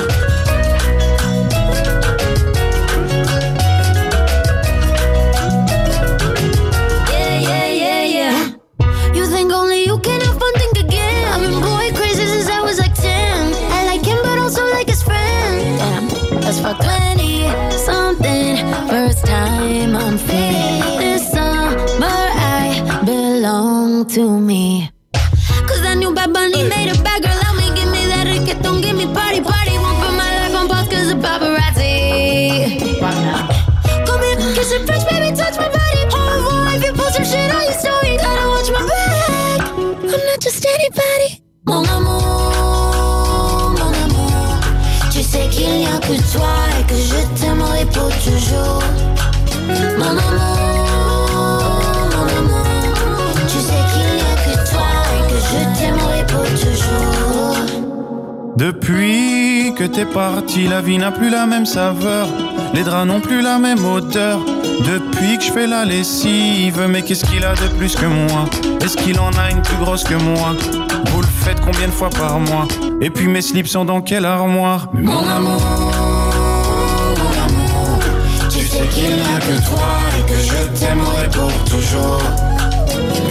Yeah, yeah, yeah, yeah. You think only you can have fun, think again. I've been boy crazy since I was like ten. I like him, but also like his friend. Damn, that's for twenty something. First time I'm free. This summer I belong to me. Cause that new Bad Bunny made a bad girl out me. Give me that reggaeton, give me party, party. Won't put my life on pause cause of paparazzi. Come here, kiss it fresh, baby, touch my body. Au revoir, if you post some shit on your story, gotta watch my back. I'm not just anybody. Mon amour, mon amour, tu sais qu'il n'y a que toi et que je t'aimerai pour toujours. Mon amour, mon amour, tu sais qu'il n'y a que toi et que je t'aimerai pour toujours. Depuis que t'es parti, la vie n'a plus la même saveur. Les draps n'ont plus la même odeur. Depuis que je fais la lessive, mais qu'est-ce qu'il a de plus que moi? Est-ce qu'il en a une plus grosse que moi? Vous le faites combien de fois par mois? Et puis mes slips sont dans quelle armoire? Mon amour, mon amour, tu sais qu'il n'y a que toi et que je t'aimerai pour toujours.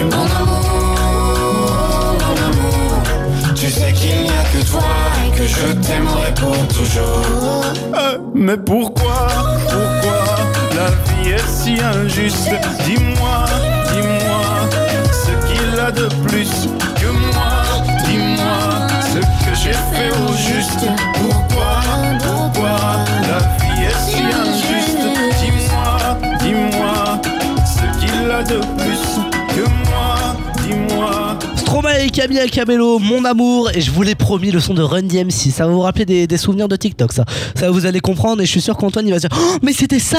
mon amour, mon amour. Tu sais qu'il n'y a que toi et que je t'aimerai pour toujours. Euh, mais pourquoi, pourquoi la vie est si injuste? Dis-moi, dis-moi ce qu'il a de plus que moi. Dis-moi ce que j'ai fait au juste. Pourquoi, pourquoi la vie est si injuste? Dis-moi, dis-moi ce qu'il a de plus que moi. Dis-moi. Stromae et Camilla Cabello, mon amour, et je vous l'ai promis, le son de Run D M C. Ça va vous rappeler des, des souvenirs de TikTok, ça. Ça vous allez comprendre, et je suis sûr qu'Antoine il va se dire oh, mais c'était ça!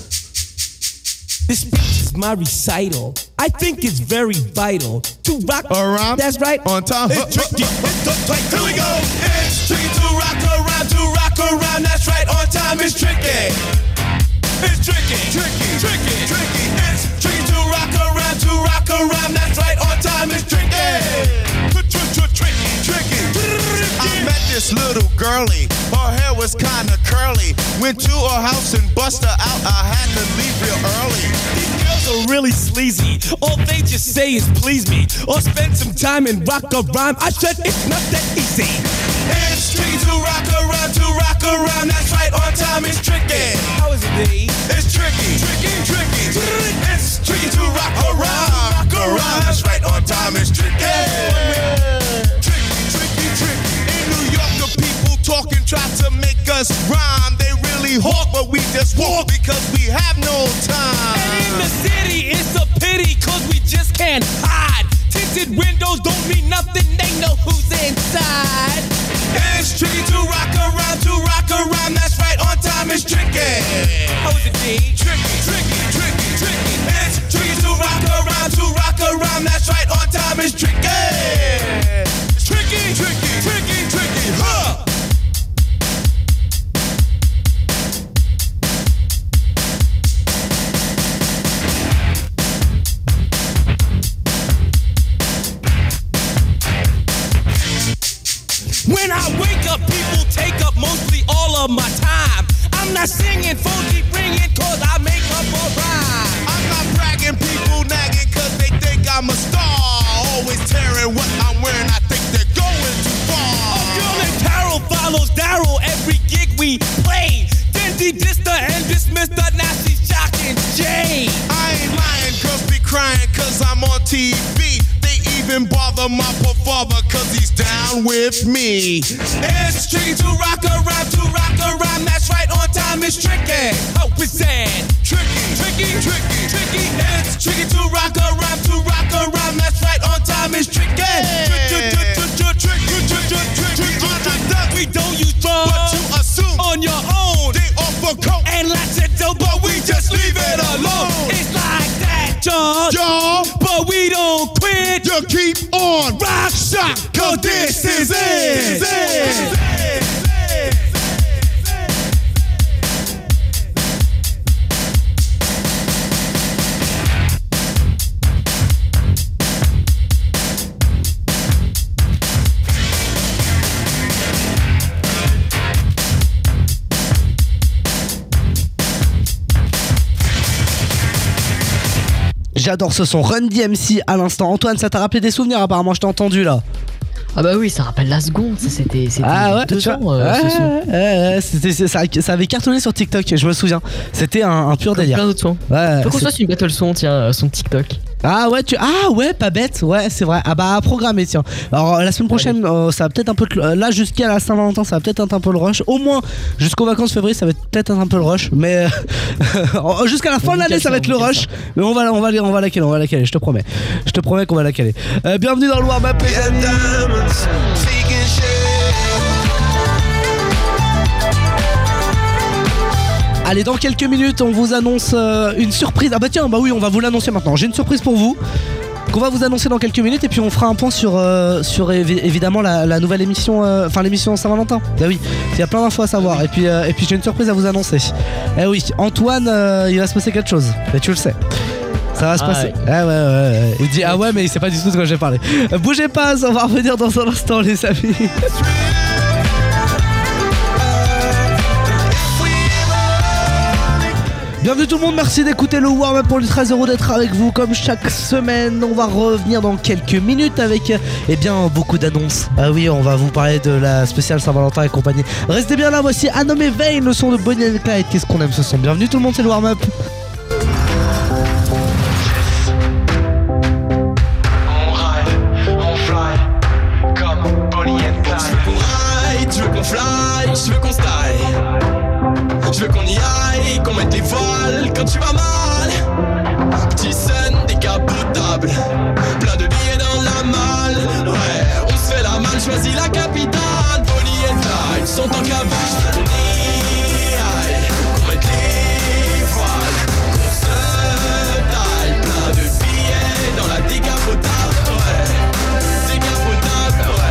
This speech is my recital. I think it's very vital to rock around. That's right. On time. It's tricky. Here we go. It's tricky to rock around, to rock around. That's right. On time. It's tricky. It's tricky, tricky, tricky, tricky. It's tricky to rock around, to rock around. That's right. On time. It's tricky. Tricky, tricky. I met this little girlie. Her hair was kinda curly. Went to her house and bust her out. I had to leave real early. These girls are really sleazy. All they just say is please me or spend some time and rock a rhyme. I said it's not that easy. It's tricky to rock around, to rock around. That's right, on time is tricky. How is it, B? It's tricky, tricky, tricky. It's tricky to rock around, rock around. That's right, on time is tricky. Tricky, tricky, tricky. In New York, the people talking try to make us rhyme. They really hawk, but we just walk because we have no time. And in the city, it's a pity cause we just can't hide. Tinted windows don't mean nothing, they know who's inside. It's tricky to rock around, to rock around. That's right, on time is tricky. How is it, D? Tricky, tricky, tricky, tricky. It's tricky to rock around, to rock around. That's right, on time is tricky. It's tricky, tricky, tricky, tricky, huh? When I wake up, people take up mostly all of my time. I'm not singing, phone keep ringing, cause I make up a rhyme. I'm not bragging, people nagging, cause they think I'm a star. Always tearing what I'm wearing, I think they're going too far. A girl named Carol follows Daryl every gig we play. Then she dissed her and dismissed her, now she's shocking Jay. I ain't lying, girls be crying, cause I'm on T V. Even bother my poor father cause he's down with me. It's tricky to rock around, to rock around. That's right, on time is tricky. How is that? Tricky, tricky, tricky, tricky. It's tricky to rock around, to rock around. That's right, on time is tricky. We don't use drugs, but you assume on your own. They offer coke and lots of dope, but we just leave it alone. It's like that, John. John, but we don't quit. You keep on rock shock, cause this is it. This is it. J'adore ce son, Run D M C à l'instant. Antoine, ça t'a rappelé des souvenirs apparemment, je t'ai entendu là. Ah bah oui, ça rappelle la seconde, ça c'était ah ouais, deux tu ans. vois, Euh, ouais, ce son. ouais, ouais, c'était, c'est- ça, ça avait cartonné sur TikTok, je me souviens. C'était un, un pur Comme délire. plein d'autres sons. Ouais, Faut qu'on c'est- fasse une battle son, tiens, euh, son TikTok. Ah ouais, tu ah ouais, pas bête, ouais, c'est vrai. Ah bah à programmer, tiens. Alors la semaine prochaine, euh, ça va peut-être un peu te- là jusqu'à la Saint-Valentin, ça va peut-être être un peu le rush. Au moins jusqu'aux vacances février, ça va être peut-être un peu le rush, mais euh, jusqu'à la fin de l'année, ça va être le rush. Mais on va on va on va la caler, on va la caler, je te promets. Je te promets qu'on va la caler. Euh, bienvenue dans le warm-up les amis. Allez, dans quelques minutes, on vous annonce euh, une surprise. Ah bah tiens, bah oui, on va vous l'annoncer maintenant. J'ai une surprise pour vous qu'on va vous annoncer dans quelques minutes et puis on fera un point sur, euh, sur évi- évidemment la, la nouvelle émission, euh, enfin l'émission Saint-Valentin. Bah oui, il y a plein d'infos à savoir et puis, euh, et puis j'ai une surprise à vous annoncer. Eh oui, Antoine, euh, il va se passer quelque chose, et tu le sais. Ça va se Ah passer. ouais. Ah ouais, ouais, ouais. Il dit ah ouais, mais il sait pas du tout de quoi j'ai parlé. Euh, bougez pas, on va revenir dans un instant, les amis. Bienvenue tout le monde, merci d'écouter le warm-up pour l'Ultra Zéro, d'être avec vous comme chaque semaine. On va revenir dans quelques minutes avec eh bien beaucoup d'annonces. Ah oui, on va vous parler de la spéciale Saint-Valentin et compagnie. Restez bien là, voici Anom et Vane, le son de Bonnie and Clyde. Qu'est-ce qu'on aime ce son. Bienvenue tout le monde, c'est le warm-up. Je veux qu'on fly, je veux qu'on style. Je veux qu'on y aille, qu'on mette les voiles quand tu vas mal. Petit sun décapotable, plein de billets dans la malle. Ouais, on se fait la malle, choisis la capitale. Bonnie and Clyde sont en cavale. Je veux qu'on y aille, qu'on mette les voiles, qu'on se taille. Plein de billets dans la décapotable. Ouais, décapotable, ouais.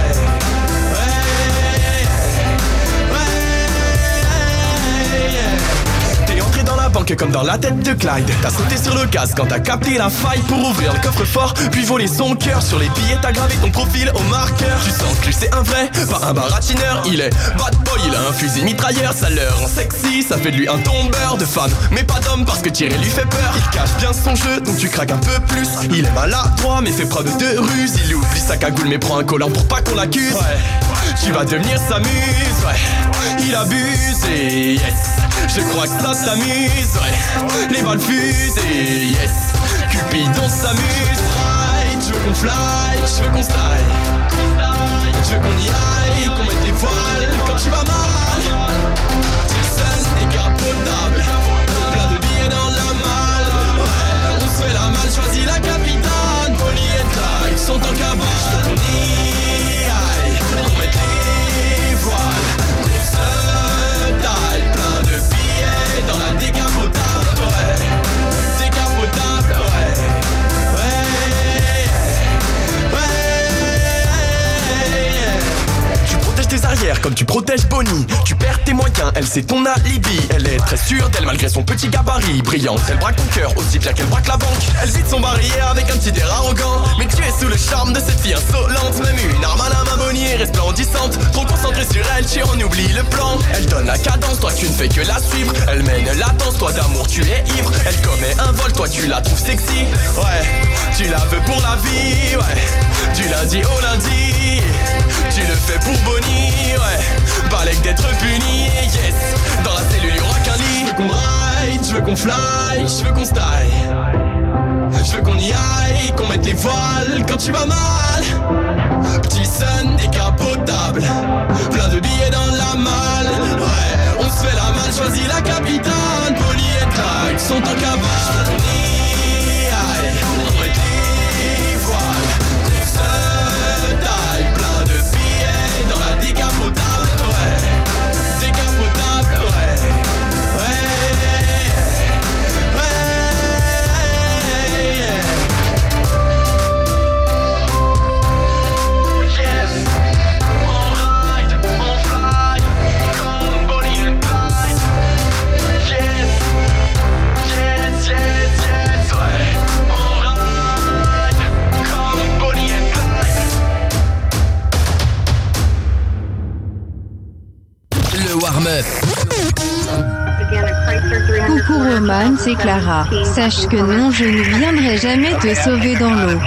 T'es entré dans la banque comme dans la tête de Clyde. T'as sauté sur le gaz quand t'as capté la faille pour ouvrir le coffre-fort, puis voler son cœur. Sur les billets t'as gravé ton profil au marqueur. Tu sens que lui c'est un vrai, pas un baratineur. Il est bad boy, il a un fusil mitrailleur. Ça leur rend sexy, ça fait de lui un tombeur de femmes, mais pas d'homme parce que tirer lui fait peur. Il cache bien son jeu, donc tu craques un peu plus. Il est maladroit mais fait preuve de ruse. Il oublie sa cagoule mais prend un collant pour pas qu'on l'accuse. Ouais, tu vas devenir sa muse, ouais. Il abuse et yes, je crois que ça s'amuse, ouais. Les balles fusent et yes, Cupidon s'amuse. Fly, je veux qu'on fly, je veux qu'on style. Je veux qu'on y aille, qu'on mette les voiles quand tu vas mal. Jason décapotable, plein de billets dans la malle. Ouais, on se fait la malle, choisis la capitale. Bonnie and Clyde sont en cabane. Je veux qu'on y aille, qu'on mette les voiles, qu'on se taille. Plein de billets dans la décapotable, ouais. Décapotable, ouais. Tu protèges tes arrières comme tu protèges Bonnie. Tu perds tes moyens, elle c'est ton alibi. Elle est très sûre d'elle malgré son petit gabarit. Brillante, elle braque ton cœur aussi bien qu'elle braque la banque. Elle vide son barillet avec un petit air arrogant. Mais tu es sous le charme de cette fille insolente. Même une arme à la main, Bonnie est resplendissante. Trop concentrée sur elle, tu en oublies le plan. Elle donne la cadence, toi tu ne fais que la suivre. Elle mène la danse, toi d'amour tu es ivre. Elle commet un vol, toi tu la trouves sexy. Ouais, tu la veux pour la vie, ouais. Du lundi au lundi, tu le fais pour Bonnie, ouais. Balèque d'être puni, yes. Dans la cellule y'aura qu'un lit. Je veux qu'on ride, je veux qu'on fly, je veux qu'on style. Je veux qu'on y aille, qu'on mette les voiles quand tu vas mal. Petit sun décapotable, plein de billets dans la malle. Ouais, on se fait la malle, choisis la capitale. Bonnie and Clyde sont en cabane. Je veux qu'on y aille, qu'on mette les voiles, qu'on se taille. Plein de billets dans la décapotable, ouais. Décapotable, ouais. Coucou Roman, c'est Clara. Sache que non, je ne viendrai jamais te sauver dans l'eau.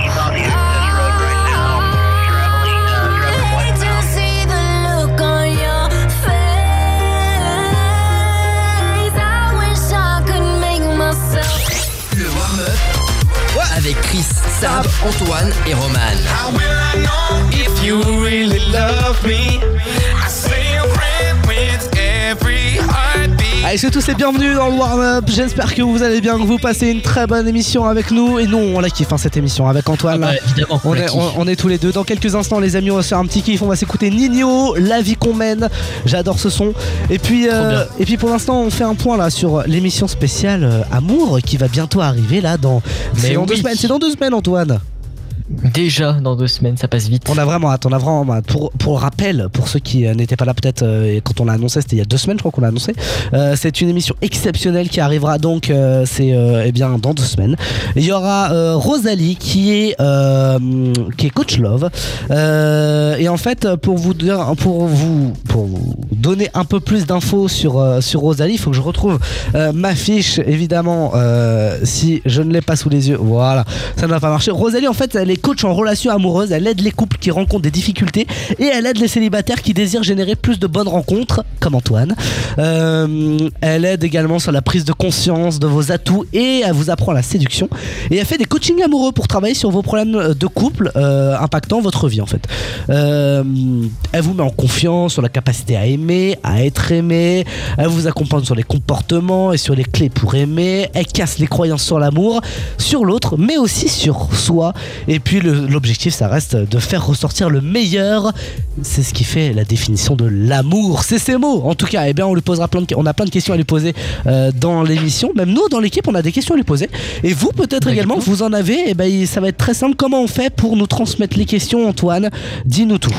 Le warm-up avec Chris, Sab, Antoine et Roman. How will I know if you really love me? I say a prayer with every heartbeat. Allez, c'est tous et bienvenue dans le warm-up. J'espère que vous allez bien, que vous passez une très bonne émission avec nous. Et nous, on la kiffe hein, cette émission avec Antoine. Ah bah, évidemment, on, on, la est, on, on est tous les deux. Dans quelques instants, les amis, on va se faire un petit kiff. On va s'écouter Nino, La vie qu'on mène. J'adore ce son. Et puis, euh, et puis pour l'instant, on fait un point là sur l'émission spéciale euh, Amour qui va bientôt arriver là dans. Mais c'est dans oui. deux semaines. C'est dans deux semaines, Antoine. Déjà dans deux semaines, ça passe vite. On a vraiment hâte, on a vraiment hâte. Pour, pour le rappel, pour ceux qui euh, n'étaient pas là peut-être euh, quand on l'a annoncé, c'était il y a deux semaines je crois qu'on l'a annoncé, euh, c'est une émission exceptionnelle qui arrivera donc euh, c'est euh, eh bien dans deux semaines. Il y aura euh, Rosalie qui est, euh, qui est coach love euh, et en fait pour vous, dire, pour, vous, pour vous donner un peu plus d'infos sur, euh, sur Rosalie, il faut que je retrouve euh, ma fiche évidemment euh, si je ne l'ai pas sous les yeux, voilà, ça ne va pas marcher. Rosalie en fait elle est coach en relation amoureuse, elle aide les couples qui rencontrent des difficultés et elle aide les célibataires qui désirent générer plus de bonnes rencontres comme Antoine. Euh, elle aide également sur la prise de conscience de vos atouts et elle vous apprend la séduction et elle fait des coachings amoureux pour travailler sur vos problèmes de couple euh, impactant votre vie en fait. Euh, elle vous met en confiance sur la capacité à aimer, à être aimé, elle vous accompagne sur les comportements et sur les clés pour aimer, elle casse les croyances sur l'amour, sur l'autre mais aussi sur soi et puis le l'objectif ça reste de faire ressortir le meilleur, c'est ce qui fait la définition de l'amour, c'est ces mots en tout cas. Et eh bien on lui posera plein de, on a plein de questions à lui poser euh, dans l'émission, même nous dans l'équipe on a des questions à lui poser et vous peut-être bah, également vous en avez, et ben ça va être très simple. Comment on fait pour nous transmettre les questions Antoine, dis-nous tout.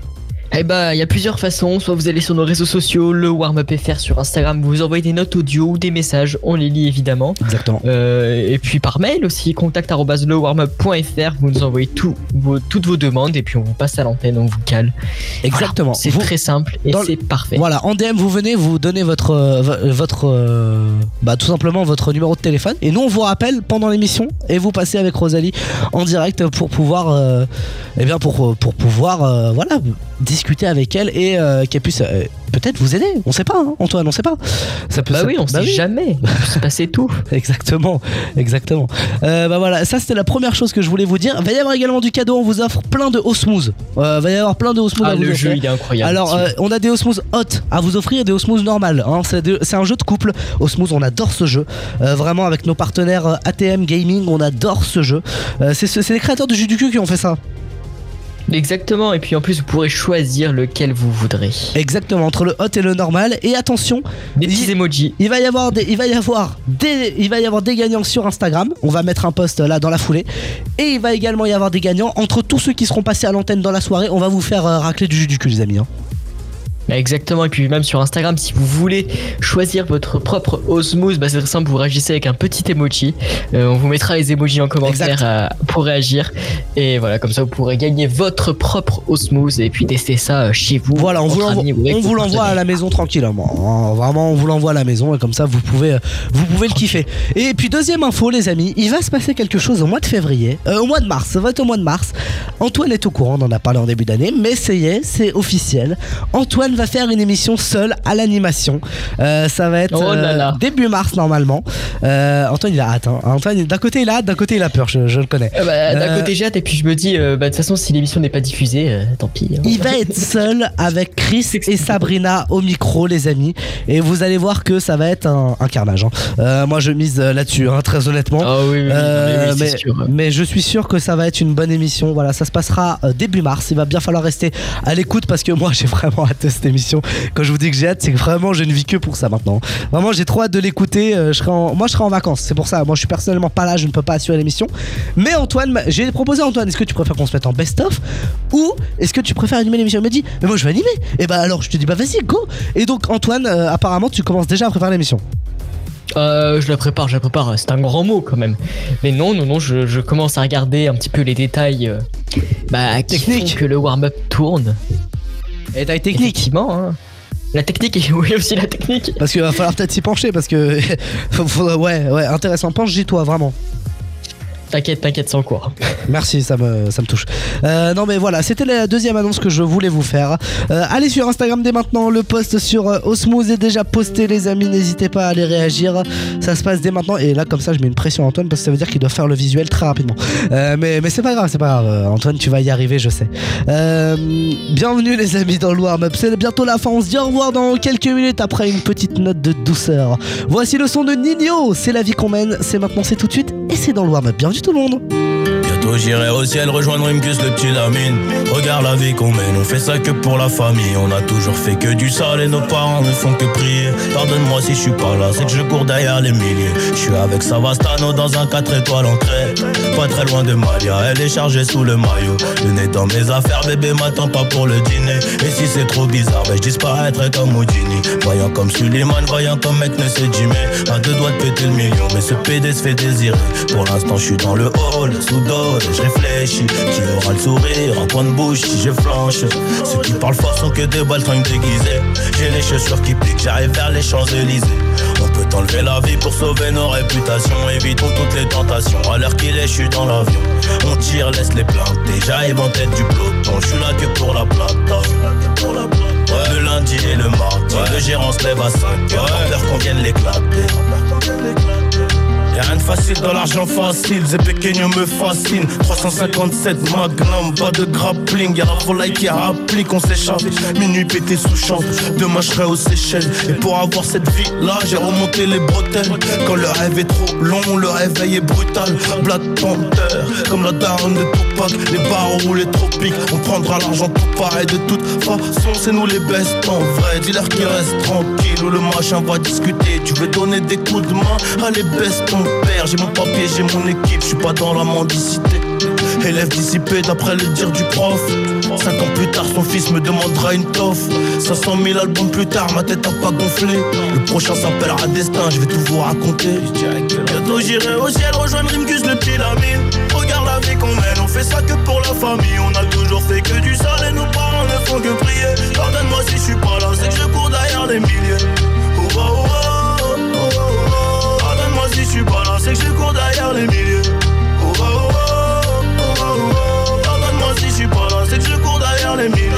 Eh bah, il y a plusieurs façons. Soit vous allez sur nos réseaux sociaux, le Warm-Up F R sur Instagram, vous envoyez des notes audio ou des messages, on les lit évidemment. Exactement. Euh, et puis par mail aussi, contact arobase le warmup point f r, vous nous envoyez tout, vos, toutes vos demandes et puis on vous passe à l'antenne, on vous cale. Exactement. Voilà, c'est vous, très simple et c'est parfait. Voilà, en D M vous venez, vous donnez votre, euh, votre euh, bah tout simplement votre numéro de téléphone et nous on vous rappelle pendant l'émission et vous passez avec Rosalie en direct pour pouvoir, euh, eh bien pour, pour pouvoir, euh, voilà, discuter avec elle et euh, qu'elle puisse euh, peut-être vous aider. On sait pas, hein, Antoine, on sait pas. Ça peut, bah ça, oui, on bah sait oui. jamais. Il peut se passer tout. Exactement, exactement. Euh, bah voilà, ça c'était la première chose que je voulais vous dire. Il va y avoir également du cadeau. On vous offre plein de osmose. Euh, va y avoir plein de osmose. Ah, à vous le offrir. jeu il est incroyable. Alors euh, on a des osmose hot à vous offrir et des osmose normales. Hein. C'est, de, c'est un jeu de couple. Osmose, on adore ce jeu. Euh, vraiment avec nos partenaires euh, A T M Gaming, on adore ce jeu. Euh, c'est, c'est les créateurs de Jus du cul qui ont fait ça. Exactement, et puis en plus vous pourrez choisir lequel vous voudrez. Exactement, entre le hot et le normal. Et attention, des petits emojis. Il va y avoir des, il va y avoir des, il va y avoir des gagnants sur Instagram. On va mettre un post là dans la foulée. Et il va également y avoir des gagnants entre tous ceux qui seront passés à l'antenne dans la soirée. On va vous faire euh, racler du jus du cul, les amis. Hein. Exactement, et puis même sur Instagram, si vous voulez choisir votre propre osmose, bah c'est très simple, vous réagissez avec un petit emoji. Euh, on vous mettra les emojis en commentaire euh, pour réagir. Et voilà, comme ça vous pourrez gagner votre propre osmose et puis tester ça chez vous. Voilà, on vous l'envoie, on vous l'envoie à la maison tranquillement. Vraiment, on vous l'envoie à la maison et comme ça vous pouvez, vous pouvez le kiffer. Et puis deuxième info, les amis, il va se passer quelque chose au mois de février, euh, au mois de mars. Ça va être au mois de mars. Antoine est au courant, on en a parlé en début d'année, mais ça y est, c'est officiel. Antoine va faire une émission seule à l'animation. Euh, ça va être oh là là. Euh, début mars normalement. Euh, Antoine il a hâte. Hein. Antoine d'un côté il a hâte, d'un côté il a peur. Je, je le connais. Euh, bah, d'un euh, côté j'ai hâte et puis je me dis euh, bah de toute façon si l'émission n'est pas diffusée, euh, tant pis. Hein. Il va être seul avec Chris et Sabrina au micro, les amis. Et vous allez voir que ça va être un, un carnage. Hein. Euh, moi je mise là-dessus, hein, très honnêtement. Oh oui, oui, euh, oui, oui, mais, sûr. mais je suis sûr que ça va être une bonne émission. Voilà, ça se passera euh, début mars. Il va bien falloir rester à l'écoute parce que moi j'ai vraiment hâte de cette émission. Quand je vous dis que j'ai hâte, c'est que vraiment je ne vis que pour ça maintenant. Vraiment j'ai trop hâte de l'écouter. euh, je serai en... Moi je serai en vacances, c'est pour ça. Moi je suis personnellement pas là, je ne peux pas assurer l'émission. Mais Antoine, j'ai proposé à Antoine, est-ce que tu préfères qu'on se mette en best-of ou est-ce que tu préfères animer l'émission? Il m'a dit mais moi je vais animer. Et bah alors je te dis bah vas-y go. Et donc Antoine, euh, apparemment tu commences déjà à préparer l'émission. Euh, je la prépare, je la prépare, c'est un grand mot quand même. Mais non, non, non, je, je commence à regarder un petit peu les détails euh, bah, qui font que le warm-up tourne. Et détails techniques. Effectivement, hein. La technique, et oui aussi la technique. Parce qu'il va falloir peut-être s'y pencher parce que ouais, ouais, intéressant. Penche-y-toi vraiment. T'inquiète, t'inquiète, c'est en cours. Merci, ça me, ça me touche. Euh, non mais voilà, c'était la deuxième annonce que je voulais vous faire. Euh, allez sur Instagram dès maintenant, le post sur euh, Osmose est déjà posté, les amis, n'hésitez pas à aller réagir. Ça se passe dès maintenant et là comme ça je mets une pression à Antoine parce que ça veut dire qu'il doit faire le visuel très rapidement. Euh, mais, mais c'est pas grave, c'est pas grave. Euh, Antoine, tu vas y arriver, je sais. Euh, bienvenue les amis dans le warm-up. C'est bientôt la fin, on se dit au revoir dans quelques minutes après une petite note de douceur. Voici le son de Nino, c'est la vie qu'on mène, c'est maintenant, c'est tout de suite et c'est dans le warm-up. Bienvenue tout le monde. Yo Bientôt j'irai au ciel rejoindre Rimkus, le petit Lamine. Regarde la vie qu'on mène, on fait ça que pour la famille. On a toujours fait que du sale et nos parents ne font que prier. Pardonne-moi si je suis pas là, c'est que je cours derrière les milliers. Je suis avec Savastano dans un quatre étoiles en crête. Pas très loin de Malia, elle est chargée sous le maillot. Le nez dans mes affaires, bébé m'attend pas pour le dîner. Et si c'est trop bizarre, ben je disparaîtrai comme Houdini. Voyant comme Suleiman, voyant comme mec ne sait Jimmy. À deux doigts de péter le million, mais ce P D se fait désirer. Pour l'instant je suis dans le hall, sous dos et je réfléchis. Qui aura le sourire, en point de bouche si je flanche. Ceux qui parlent fort sont que des baltringues déguisées. J'ai les chaussures qui piquent, j'arrive vers les Champs-Élysées. On peut enlever la vie pour sauver nos réputations. Évitons toutes les tentations, à l'heure qu'il est je suis dans l'avion. On tire, laisse les plaintes, j'arrive en tête du peloton. Je suis là que pour la plata. Ouais, le lundi et le mardi, ouais. Le gérant se lève à cinq heures, ouais. Peur qu'on vienne l'éclater. Y'a rien de facile dans l'argent facile, Zé Pequeño me fascine. Trois cent cinquante-sept Magnum, pas de grappling. Y'a la volaille qui applique, on s'échappe. Minuit pété sous champ, demain je serai aux Seychelles. Et pour avoir cette vie là, j'ai remonté les bretelles. Quand le rêve est trop long, le réveil est brutal. Black Panther, comme la daronne de Tupac. Les barreaux, les tropiques, on prendra l'argent tout pareil. De toute façon, c'est nous les bestes en vrai. Dis-leur qu'ils restent tranquilles ou le machin va discuter. Tu veux donner des coups de main, allez baisse ton père. J'ai mon papier, j'ai mon équipe, je suis pas dans la mendicité. Élève dissipé d'après le dire du prof. Cinq ans plus tard, son fils me demandera une toffe. cinq cent mille albums plus tard, ma tête a pas gonflé. Le prochain s'appellera Destin, je vais tout vous raconter. Bientôt j'irai au ciel rejoindre Rimkus, le petit Lamine. Regarde la vie qu'on mène, on fait ça que pour la famille. On a toujours fait que du sale et nos parents ne font que prier. Pardonne-moi si je suis pas là, c'est que je cours derrière les milliers. Oh, oh, oh, oh, oh, oh. Pardonne-moi si je suis pas là, c'est que je cours derrière les milliers. Oh, oh, oh, oh, oh, oh. Pardonne-moi si je suis pas là, c'est que je cours derrière les milliers.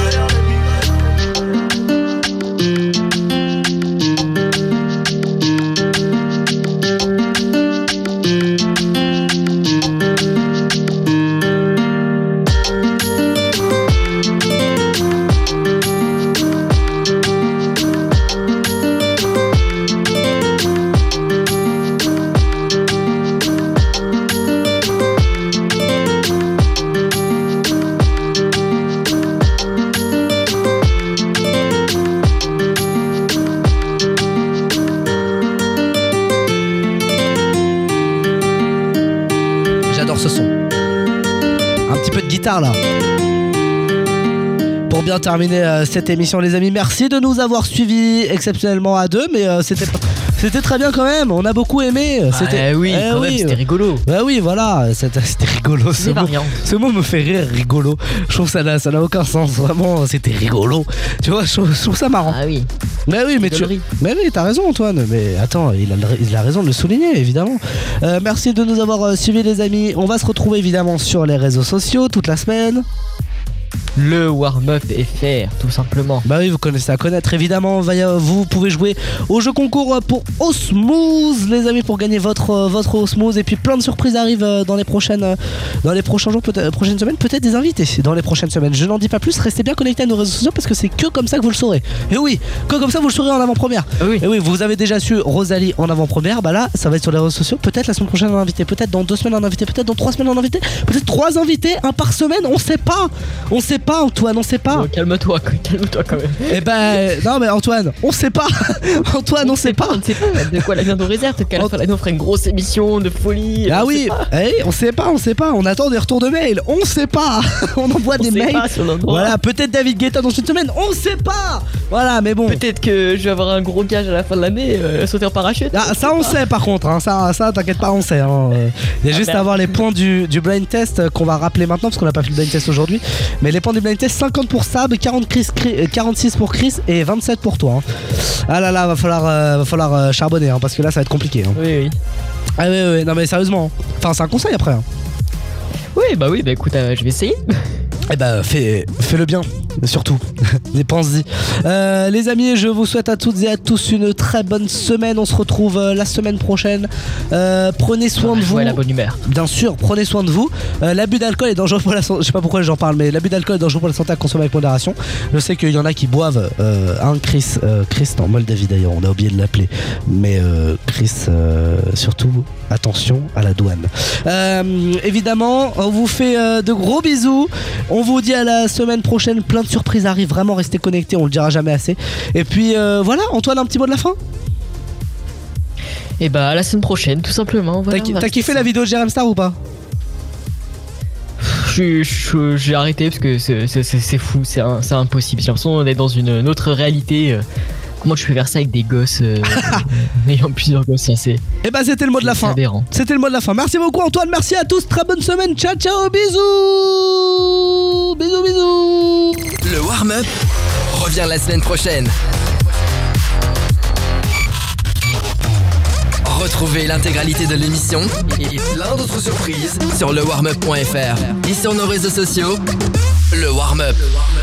Là. Pour bien terminer euh, cette émission les amis, merci de nous avoir suivis exceptionnellement à deux, mais euh, c'était c'était très bien quand même, on a beaucoup aimé. C'était ah, oui, eh quand oui, même, c'était rigolo. Bah oui, voilà, c'était, c'était rigolo. Ce mot, ce mot me fait rire, rigolo. Je trouve que ça n'a, ça n'a aucun sens, vraiment, c'était rigolo. Tu vois, je trouve, je trouve ça marrant. Ah oui. Mais oui, mais tu, mais oui, t'as raison Antoine. Mais attends, il a, il a raison de le souligner évidemment. Euh, merci de nous avoir euh, suivis les amis. On va se retrouver évidemment sur les réseaux sociaux toute la semaine. Le warm-up F R, tout simplement. Bah oui, vous connaissez à connaître évidemment. Vous pouvez jouer au jeu concours pour Osmose, les amis, pour gagner votre votre Osmose. Et puis plein de surprises arrivent dans les prochaines, dans les prochains jours, peut-être, prochaines semaines, peut-être des invités dans les prochaines semaines. Je n'en dis pas plus. Restez bien connectés à nos réseaux sociaux parce que c'est que comme ça que vous le saurez. Et oui, que comme ça vous le saurez en avant-première. Ah oui. Et oui, vous avez déjà su Rosalie en avant-première. Bah là, ça va être sur les réseaux sociaux. Peut-être la semaine prochaine un invité, peut-être dans deux semaines un invité, peut-être dans trois semaines un invité, peut-être trois invités, un par semaine. On sait pas. On sait pas. Antoine, on sait pas. Oh, calme-toi, calme-toi quand même. Eh ben, non mais Antoine, on sait pas. Antoine, on, on sait pas. pas. On sait pas de quoi la vient nos réserves. Peut-être qu'à la fin de l'année on ferait une grosse émission de folie. Ah oui, eh, on sait pas, on sait pas. On attend des retours de mails. On sait pas. On envoie on des sait mails. Pas si on en voilà, peut-être David Guetta dans une semaine. On sait pas. Voilà, mais bon. Peut-être que je vais avoir un gros gage à la fin de l'année, euh, sauter en parachute. Ah, ça on sait par contre. Hein, ça, ça, t'inquiète pas, on sait. Hein. Il y a ah, juste à avoir les points du, du blind test qu'on va rappeler maintenant parce qu'on n'a pas fait le blind test aujourd'hui. Mais les points du blind test, cinquante pour Sab, quarante Chris, quarante-six pour Chris et vingt-sept pour toi. Hein. Ah là là, va falloir, euh, va falloir euh, charbonner hein, parce que là ça va être compliqué. Hein. Oui, oui. Ah oui, oui, non mais sérieusement. Enfin, c'est un conseil après. Hein. Oui, bah oui, bah écoute, euh, je vais essayer. Eh bah fais, fais le bien, surtout. Dépense-y. Euh, les amis, je vous souhaite à toutes et à tous une très bonne semaine. On se retrouve euh, la semaine prochaine. Euh, prenez soin ah, de vous. Ouais, la bonne humeur. Bien sûr, prenez soin de vous. Euh, l'abus d'alcool est dangereux pour la santé. Je sais pas pourquoi j'en parle, mais l'abus d'alcool est dangereux pour la santé à consommer avec modération. Je sais qu'il y en a qui boivent. Euh, un Chris, euh, Chris, non, Moldavie d'ailleurs, on a oublié de l'appeler. Mais euh, Chris, euh, surtout, attention à la douane. Euh, évidemment, on vous fait euh, de gros bisous. On vous dit à la semaine prochaine. Plein de surprises arrivent. Vraiment, restez connectés. On le dira jamais assez. Et puis euh, voilà, Antoine, un petit mot de la fin. Et bah à la semaine prochaine, tout simplement. Voilà, T'as, t'as kiffé la vidéo de Jérém Star ou pas? Je, je, j'ai arrêté parce que c'est, c'est, c'est fou, c'est, un, c'est impossible. J'ai l'impression d'être dans une, une autre réalité. Euh, comment tu peux faire ça avec des gosses euh, ayant plusieurs gosses, c'est. Et bah c'était le mot de la fin. Aberrant. C'était le mot de la fin. Merci beaucoup Antoine, merci à tous, très bonne semaine. Ciao ciao, bisous. Bisous bisous. Le warm-up revient la semaine prochaine. Retrouvez l'intégralité de l'émission et plein d'autres surprises sur le warmup point f r et sur nos réseaux sociaux. Le warm-up.